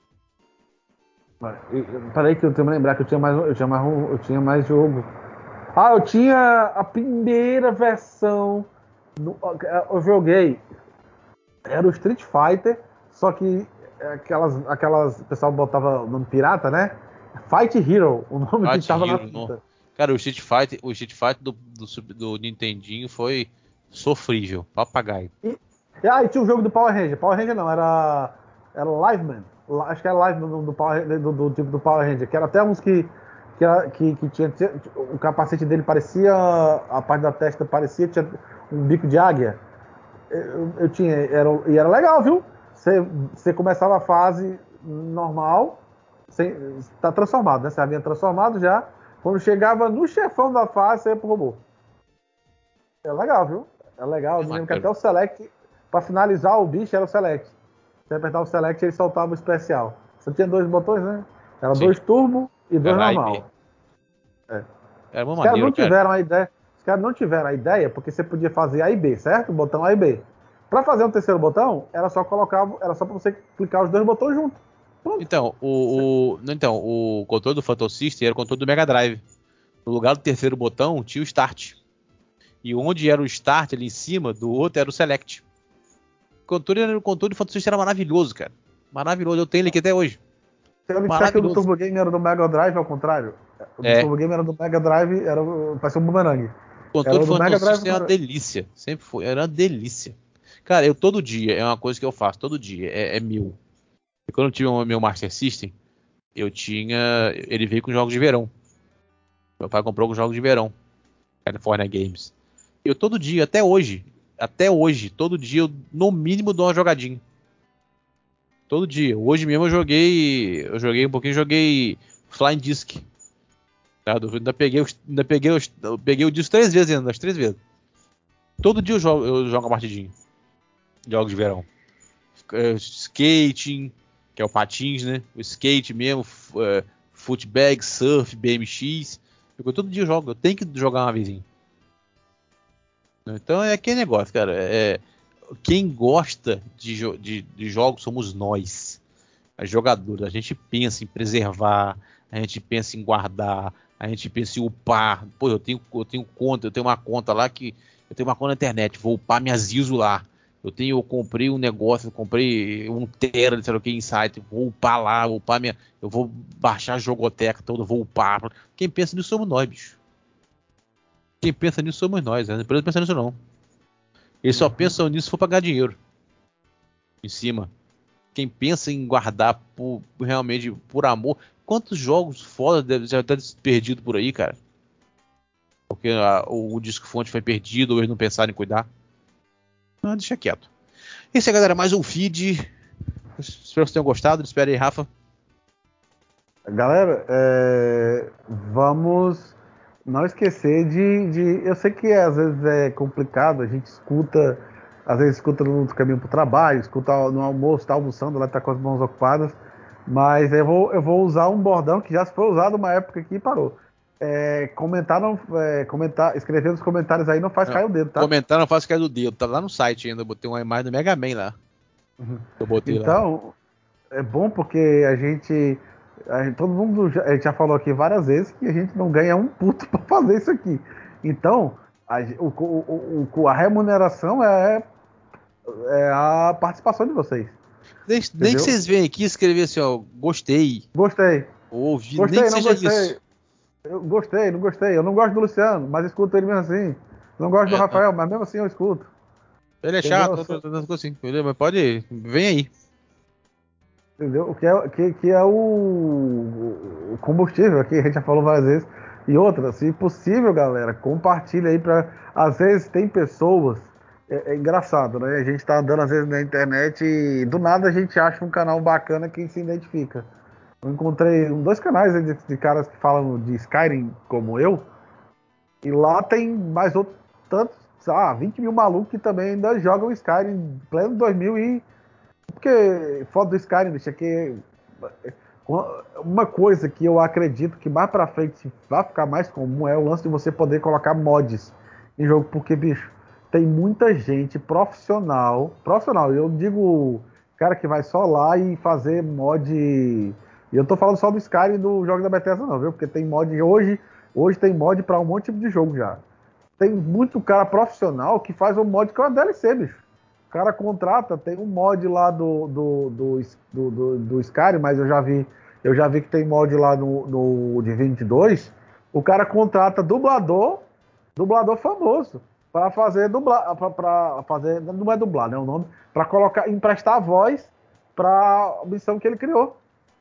peraí que eu tenho que lembrar que eu tinha mais, eu tinha mais, um- eu tinha mais jogo. Ah, eu tinha a primeira versão. no- eu joguei. Era o Street Fighter, só que aquelas, aquelas, o pessoal botava o nome pirata, né? Fight Hero, o nome que Fight tava na Hero, não. fita. Cara, o Street Fighter, o Street Fighter do, do, sub- do Nintendinho foi sofrível, papagaio. E, e aí tinha o jogo do Power Ranger. Power Ranger não, era. Era Liveman. La- Acho que era Liveman do, do, Power, do, do tipo do Power Ranger. Que era até uns que. Que, era, que, que tinha, tinha- o capacete dele parecia. A parte da testa parecia. Tinha um bico de águia. Eu, eu tinha. Era, e era legal, viu? Você, você começava a fase normal. Sem, tá transformado, né? Você havia transformado já. Quando chegava no chefão da fase, você ia pro robô. É legal, viu? É legal. Eu me lembro que até Maneiro. o Select, pra finalizar o bicho, era o Select. Você apertava o Select e ele soltava o especial. Você tinha dois botões, né? Era Sim, dois turbo e dois era A e B. normal. É. Era uma Os caras maneiro, não cara. tiveram a ideia. Os caras não tiveram a ideia porque você podia fazer A e B, certo? Botão A e B. Pra fazer um terceiro botão, era só colocar, era só pra você clicar os dois botões juntos. Pronto. Então, o, o, então, o controle do Phantom System era o controle do Mega Drive. No lugar do terceiro botão tinha o Start. E onde era o Start ali em cima, do outro era o Select. O controle, era- o controle do Phantom System era maravilhoso, cara. Maravilhoso. Eu tenho ele aqui até hoje. Se eu disser que o do Maravilhoso. Turbo Game era do Mega Drive, ao contrário. O do É. Turbo Game era do Mega Drive, era, o- parecia um bumerangue. O Era controle o do do Phantom Mega Drive. System é uma delícia. Sempre foi. Era uma delícia. Cara, eu todo dia, é uma coisa que eu faço, todo dia, é, é meu. E quando eu tive o meu Master System, eu tinha. Ele veio com jogos de verão. Meu pai comprou com jogos de verão. California Games. Eu todo dia, até hoje, até hoje, todo dia, eu, no mínimo dou uma jogadinha. Todo dia. Hoje mesmo eu joguei. Eu joguei um pouquinho, joguei Flying Disc. Tá? Eu ainda peguei, os- ainda peguei, os- eu peguei o disco três vezes ainda, das três vezes. Todo dia eu jogo, eu jogo uma partidinha. Jogos de verão. É, skating, que é o patins, né? O skate mesmo, f- é, footbag, surf, B M X. Eu, todo dia eu jogo, eu tenho que jogar uma vezinha. Então é aquele negócio, cara. É, quem gosta de, jo- de, de jogos somos nós, os jogadores. A gente pensa em preservar, a gente pensa em guardar, a gente pensa em upar. Pô, eu tenho, eu tenho conta, eu tenho uma conta lá que. Eu tenho uma conta na internet, vou upar minhas I S O lá. Eu tenho, eu comprei um negócio, eu comprei um tera, sei lá o que, Insight, vou upar lá, vou upar minha. Eu vou baixar a jogoteca toda, vou upar. Quem pensa nisso somos nós, bicho. Quem pensa nisso somos nós, a empresa não pensa nisso não. Eles só pensam nisso se for pagar dinheiro em cima. Quem pensa em guardar por, realmente por amor. Quantos jogos foda deve já ter perdido por aí, cara? Porque a, o, o disco fonte foi perdido ou eles não pensaram em cuidar. Não, deixa quieto. Esse é, galera, mais um feed. Espero que vocês tenham gostado. Espera aí, Rafa. Galera, é, vamos não esquecer de, de. Eu sei que às vezes é complicado, a gente escuta, às vezes escuta no caminho para o trabalho, escuta no almoço, está almoçando, lá está com as mãos ocupadas, mas eu vou, eu vou usar um bordão que já foi usado uma época aqui e parou. É, comentar, não, é, comentar, escrever nos comentários aí não faz Não, cair o dedo, tá? comentar não faço cair do dedo. Tá lá no site ainda. Eu botei uma imagem do Mega Man lá. Eu botei lá. Então, é bom porque a gente, a gente- todo mundo já, a gente já falou aqui várias vezes que a gente não ganha um puto para fazer isso aqui. Então, a, ge- o, o, o- a remuneração é, é a participação de vocês. Nem, nem Entendeu? que vocês venham aqui e escrever assim, ó, gostei, Gostei. ouvi, nem Gostei, que não seja gostei. isso. Eu gostei, não gostei. Eu não gosto do Luciano, mas escuto ele mesmo assim. Não gosto do É, não. Rafael, mas mesmo assim eu escuto. Ele é Entendeu? chato, outras outras coisas assim. Ele- Mas pode ir, vem aí. Entendeu? O que é, que, que é o, o combustível aqui, a gente já falou várias vezes. E outra, se possível, galera, compartilha aí para. Às vezes tem pessoas. É, é engraçado, né? A gente tá andando às vezes na internet e do nada a gente acha um canal bacana que se identifica. Eu encontrei dois canais aí de, de caras que falam de Skyrim como eu, e lá tem mais outros tantos, ah, vinte mil malucos que também ainda jogam Skyrim em pleno dois mil e porque foda do Skyrim, bicho, é que uma coisa que eu acredito que mais pra frente vai ficar mais comum é o lance de você poder colocar mods em jogo, porque, bicho, tem muita gente profissional, profissional, eu digo cara que vai só lá e fazer mod, e eu tô falando só do Skyrim e do jogo da Bethesda não, viu, porque tem mod, hoje, hoje tem mod pra um monte de jogo já. Tem muito cara profissional que faz um mod que é uma D L C, bicho. O cara contrata, tem um mod lá do, do, do, do, do, do Skyrim, mas eu já vi, eu já vi que tem mod lá no, no de vinte e dois. O cara contrata dublador, dublador famoso, para fazer dublar, para fazer, não é dublar, né, o nome, para colocar, emprestar a voz para a missão que ele criou.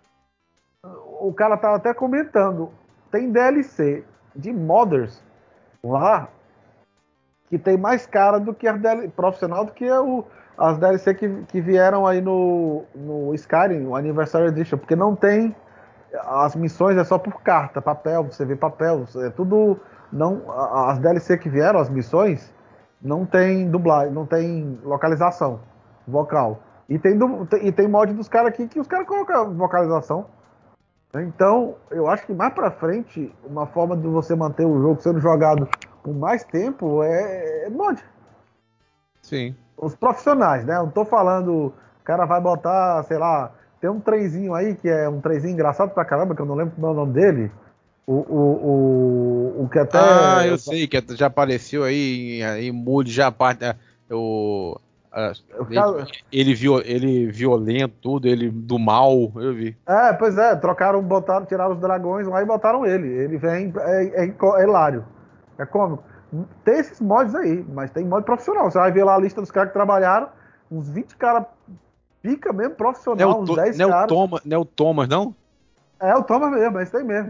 O cara tava até comentando, tem D L C de modders lá que tem mais cara do que a D L C, profissional do que o, as D L C que, que vieram aí no, no Skyrim, o Anniversary Edition, porque não tem as missões, é só por carta, papel, você vê papel, é tudo não, as D L C que vieram, as missões não tem dublagem, não tem localização vocal. E tem, e tem mod dos caras aqui que os caras colocam vocalização. Então, eu acho que mais pra frente, uma forma de você manter o jogo sendo jogado por mais tempo é, é mod. Sim. Os profissionais, né? Eu não tô falando, o cara vai botar, sei lá, tem um trenzinho aí que é um trenzinho engraçado pra caramba, que eu não lembro como é o nome dele. O, o, o, o que Ah, até. eu sei que já apareceu aí em, em Mood, já parte. O, a- O ele, cara, ele, viol, ele violento, tudo, ele do mal, eu vi. é, pois é, trocaram, botaram, tiraram os dragões lá e botaram ele. Ele vem, é, é, é hilário. É cômico. Tem esses mods aí, mas tem mod profissional. Você vai ver lá a lista dos caras que trabalharam, uns vinte caras pica mesmo, Não é o, profissional, uns To- dez não é o caras. Thomas, não é o Thomas, não? É o Thomas mesmo, é isso aí mesmo.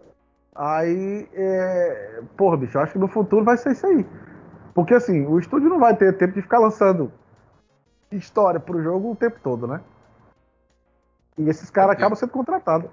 Aí, é... porra, bicho, eu acho que no futuro vai ser isso aí. Porque assim, o estúdio não vai ter tempo de ficar lançando história pro jogo o tempo todo, né? E esses caras Ok, acabam sendo contratados.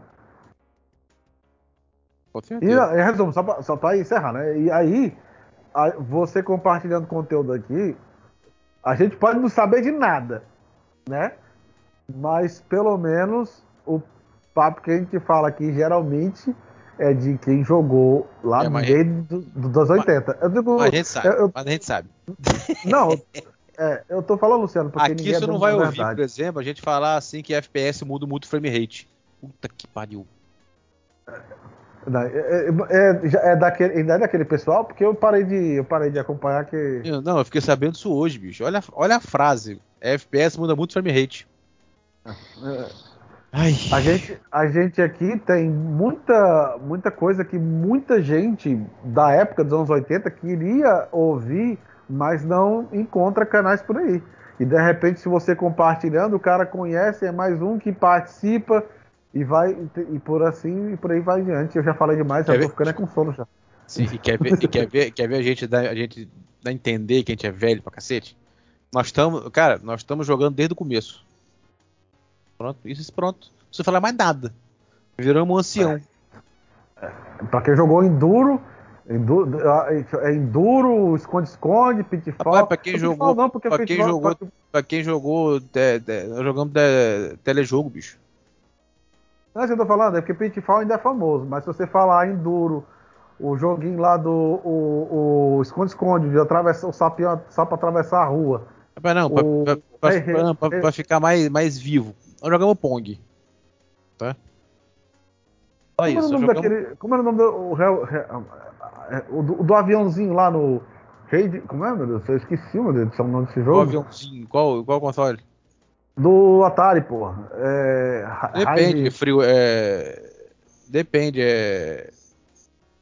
com E, certeza. em resumo, só pra, só pra encerrar, né? E aí, a- você compartilhando conteúdo aqui, a gente pode não saber de nada, né? Mas pelo menos o papo que a gente fala aqui geralmente é de quem jogou lá É, mas, desde do, do, dos mas, oitenta. Eu mas digo. a gente sabe, Eu, eu- mas a gente sabe. não, é, eu tô falando, Luciano, porque Aqui ninguém é você não dono vai da ouvir, por verdade. exemplo, a gente falar assim que F P S muda muito o frame rate. Puta que pariu. Não, É, é, é, já é daquele, ainda é daquele pessoal, porque eu parei de, eu parei de acompanhar que. Eu- não, eu fiquei sabendo isso hoje, bicho. Olha, olha a frase. F P S muda muito o frame rate. é, Ai. A gente, a gente aqui tem muita, muita coisa que muita gente da época dos anos oitenta queria ouvir, mas não encontra canais por aí. E de repente, se você compartilhando, o cara conhece, é mais um que participa e vai e por assim e por aí vai adiante. Eu já falei demais, já Quer tô ver? ficando é com sono já. Sim, e quer ver, e quer ver, quer ver a gente dar, a gente dar a entender que a gente é velho pra cacete? Nós estamos, cara, nós estamos jogando desde o começo. Pronto, isso, isso pronto. Não precisa falar mais nada. Viramos um ancião. Pra quem jogou Enduro, Enduro, é Enduro, esconde-esconde, Rapaz, Pitfall. pra quem Pitfall jogou, não, porque para quem Pitfall. jogou, para quem jogou, te- te- nós jogamos te- telejogo, bicho. Não é isso que eu tô falando, é porque Pitfall ainda é famoso, mas se você falar Enduro, o joguinho lá do o, o esconde-esconde, de atravessar o sapinho, sapo atravessar a rua, Rapaz, não, pra, pra, o pra, Rei- Rei- pra- pra- Rei- pra ficar mais, mais vivo. Nós jogamos Pong, tá? Só como era o isso, nós nome jogamos. daquele, como era o nome do, o, Rei- Rei- o do, o do aviãozinho lá no Rei de, como é, meu Deus, eu esqueci, meu Deus, do nome desse Qual jogo, aviãozinho? Qual, qual console? do Atari, porra, é, Depende, Raid, frio, é. Depende, é.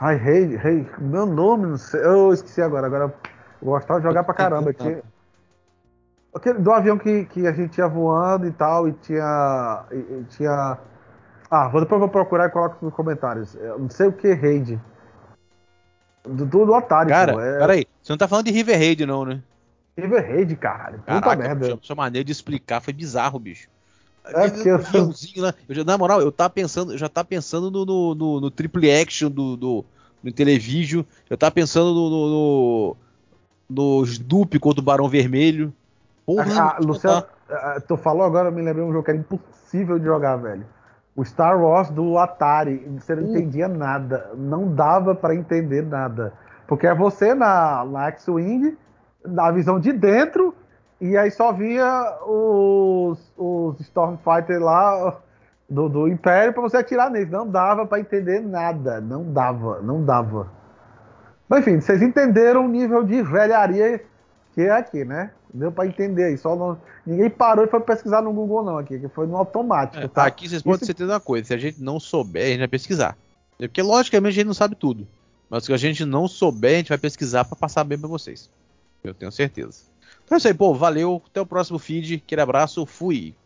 Ai, Rei, Rei, meu nome, não sei. Eu esqueci agora. Agora eu gostava de jogar pra caramba. Que, aquele, do avião que, que a gente ia voando e tal, e tinha. E, e tinha. Ah, vou, depois eu vou procurar e coloco nos comentários. Eu não sei o que, Raid. Do, do, do Atari, Cara, pô. É peraí, você não tá falando de River Raid, não, né? River Raid, caralho. Puta Caraca, merda. bicho, a sua maneira de explicar foi bizarro, bicho. É Aquele porque eu sou. aviãozinho lá. Eu já, na moral, eu tava pensando, eu já tava pensando no, no, no, no triple action do, do, no Television. Eu tava pensando no, no, no, no Snoopy contra o Barão Vermelho. Porra, Ah, vou ah, te Luciano, contar. ah, tu falou agora, eu me lembrei de um jogo que era impossível de jogar, velho. O Star Wars do Atari. Você não Uh, entendia nada. Não dava pra entender nada. Porque é você na, na X-Wing, na visão de dentro, e aí só via os, os Stormfighter lá do, do Império pra você atirar neles. Não dava pra entender nada. Não dava, não dava. Mas enfim, vocês entenderam o nível de velharia que é aqui, né? Deu pra entender aí. Só não... Ninguém parou e foi pesquisar no Google, não, aqui, que foi no automático, é, tá? aqui vocês podem ter Isso. certeza de uma coisa: se a gente não souber, a gente vai pesquisar. É porque, logicamente, a gente não sabe tudo. Mas se a gente não souber, a gente vai pesquisar pra passar bem pra vocês. Eu tenho certeza. Então é isso aí, pô. Valeu. Até o próximo feed. Aquele abraço. Fui.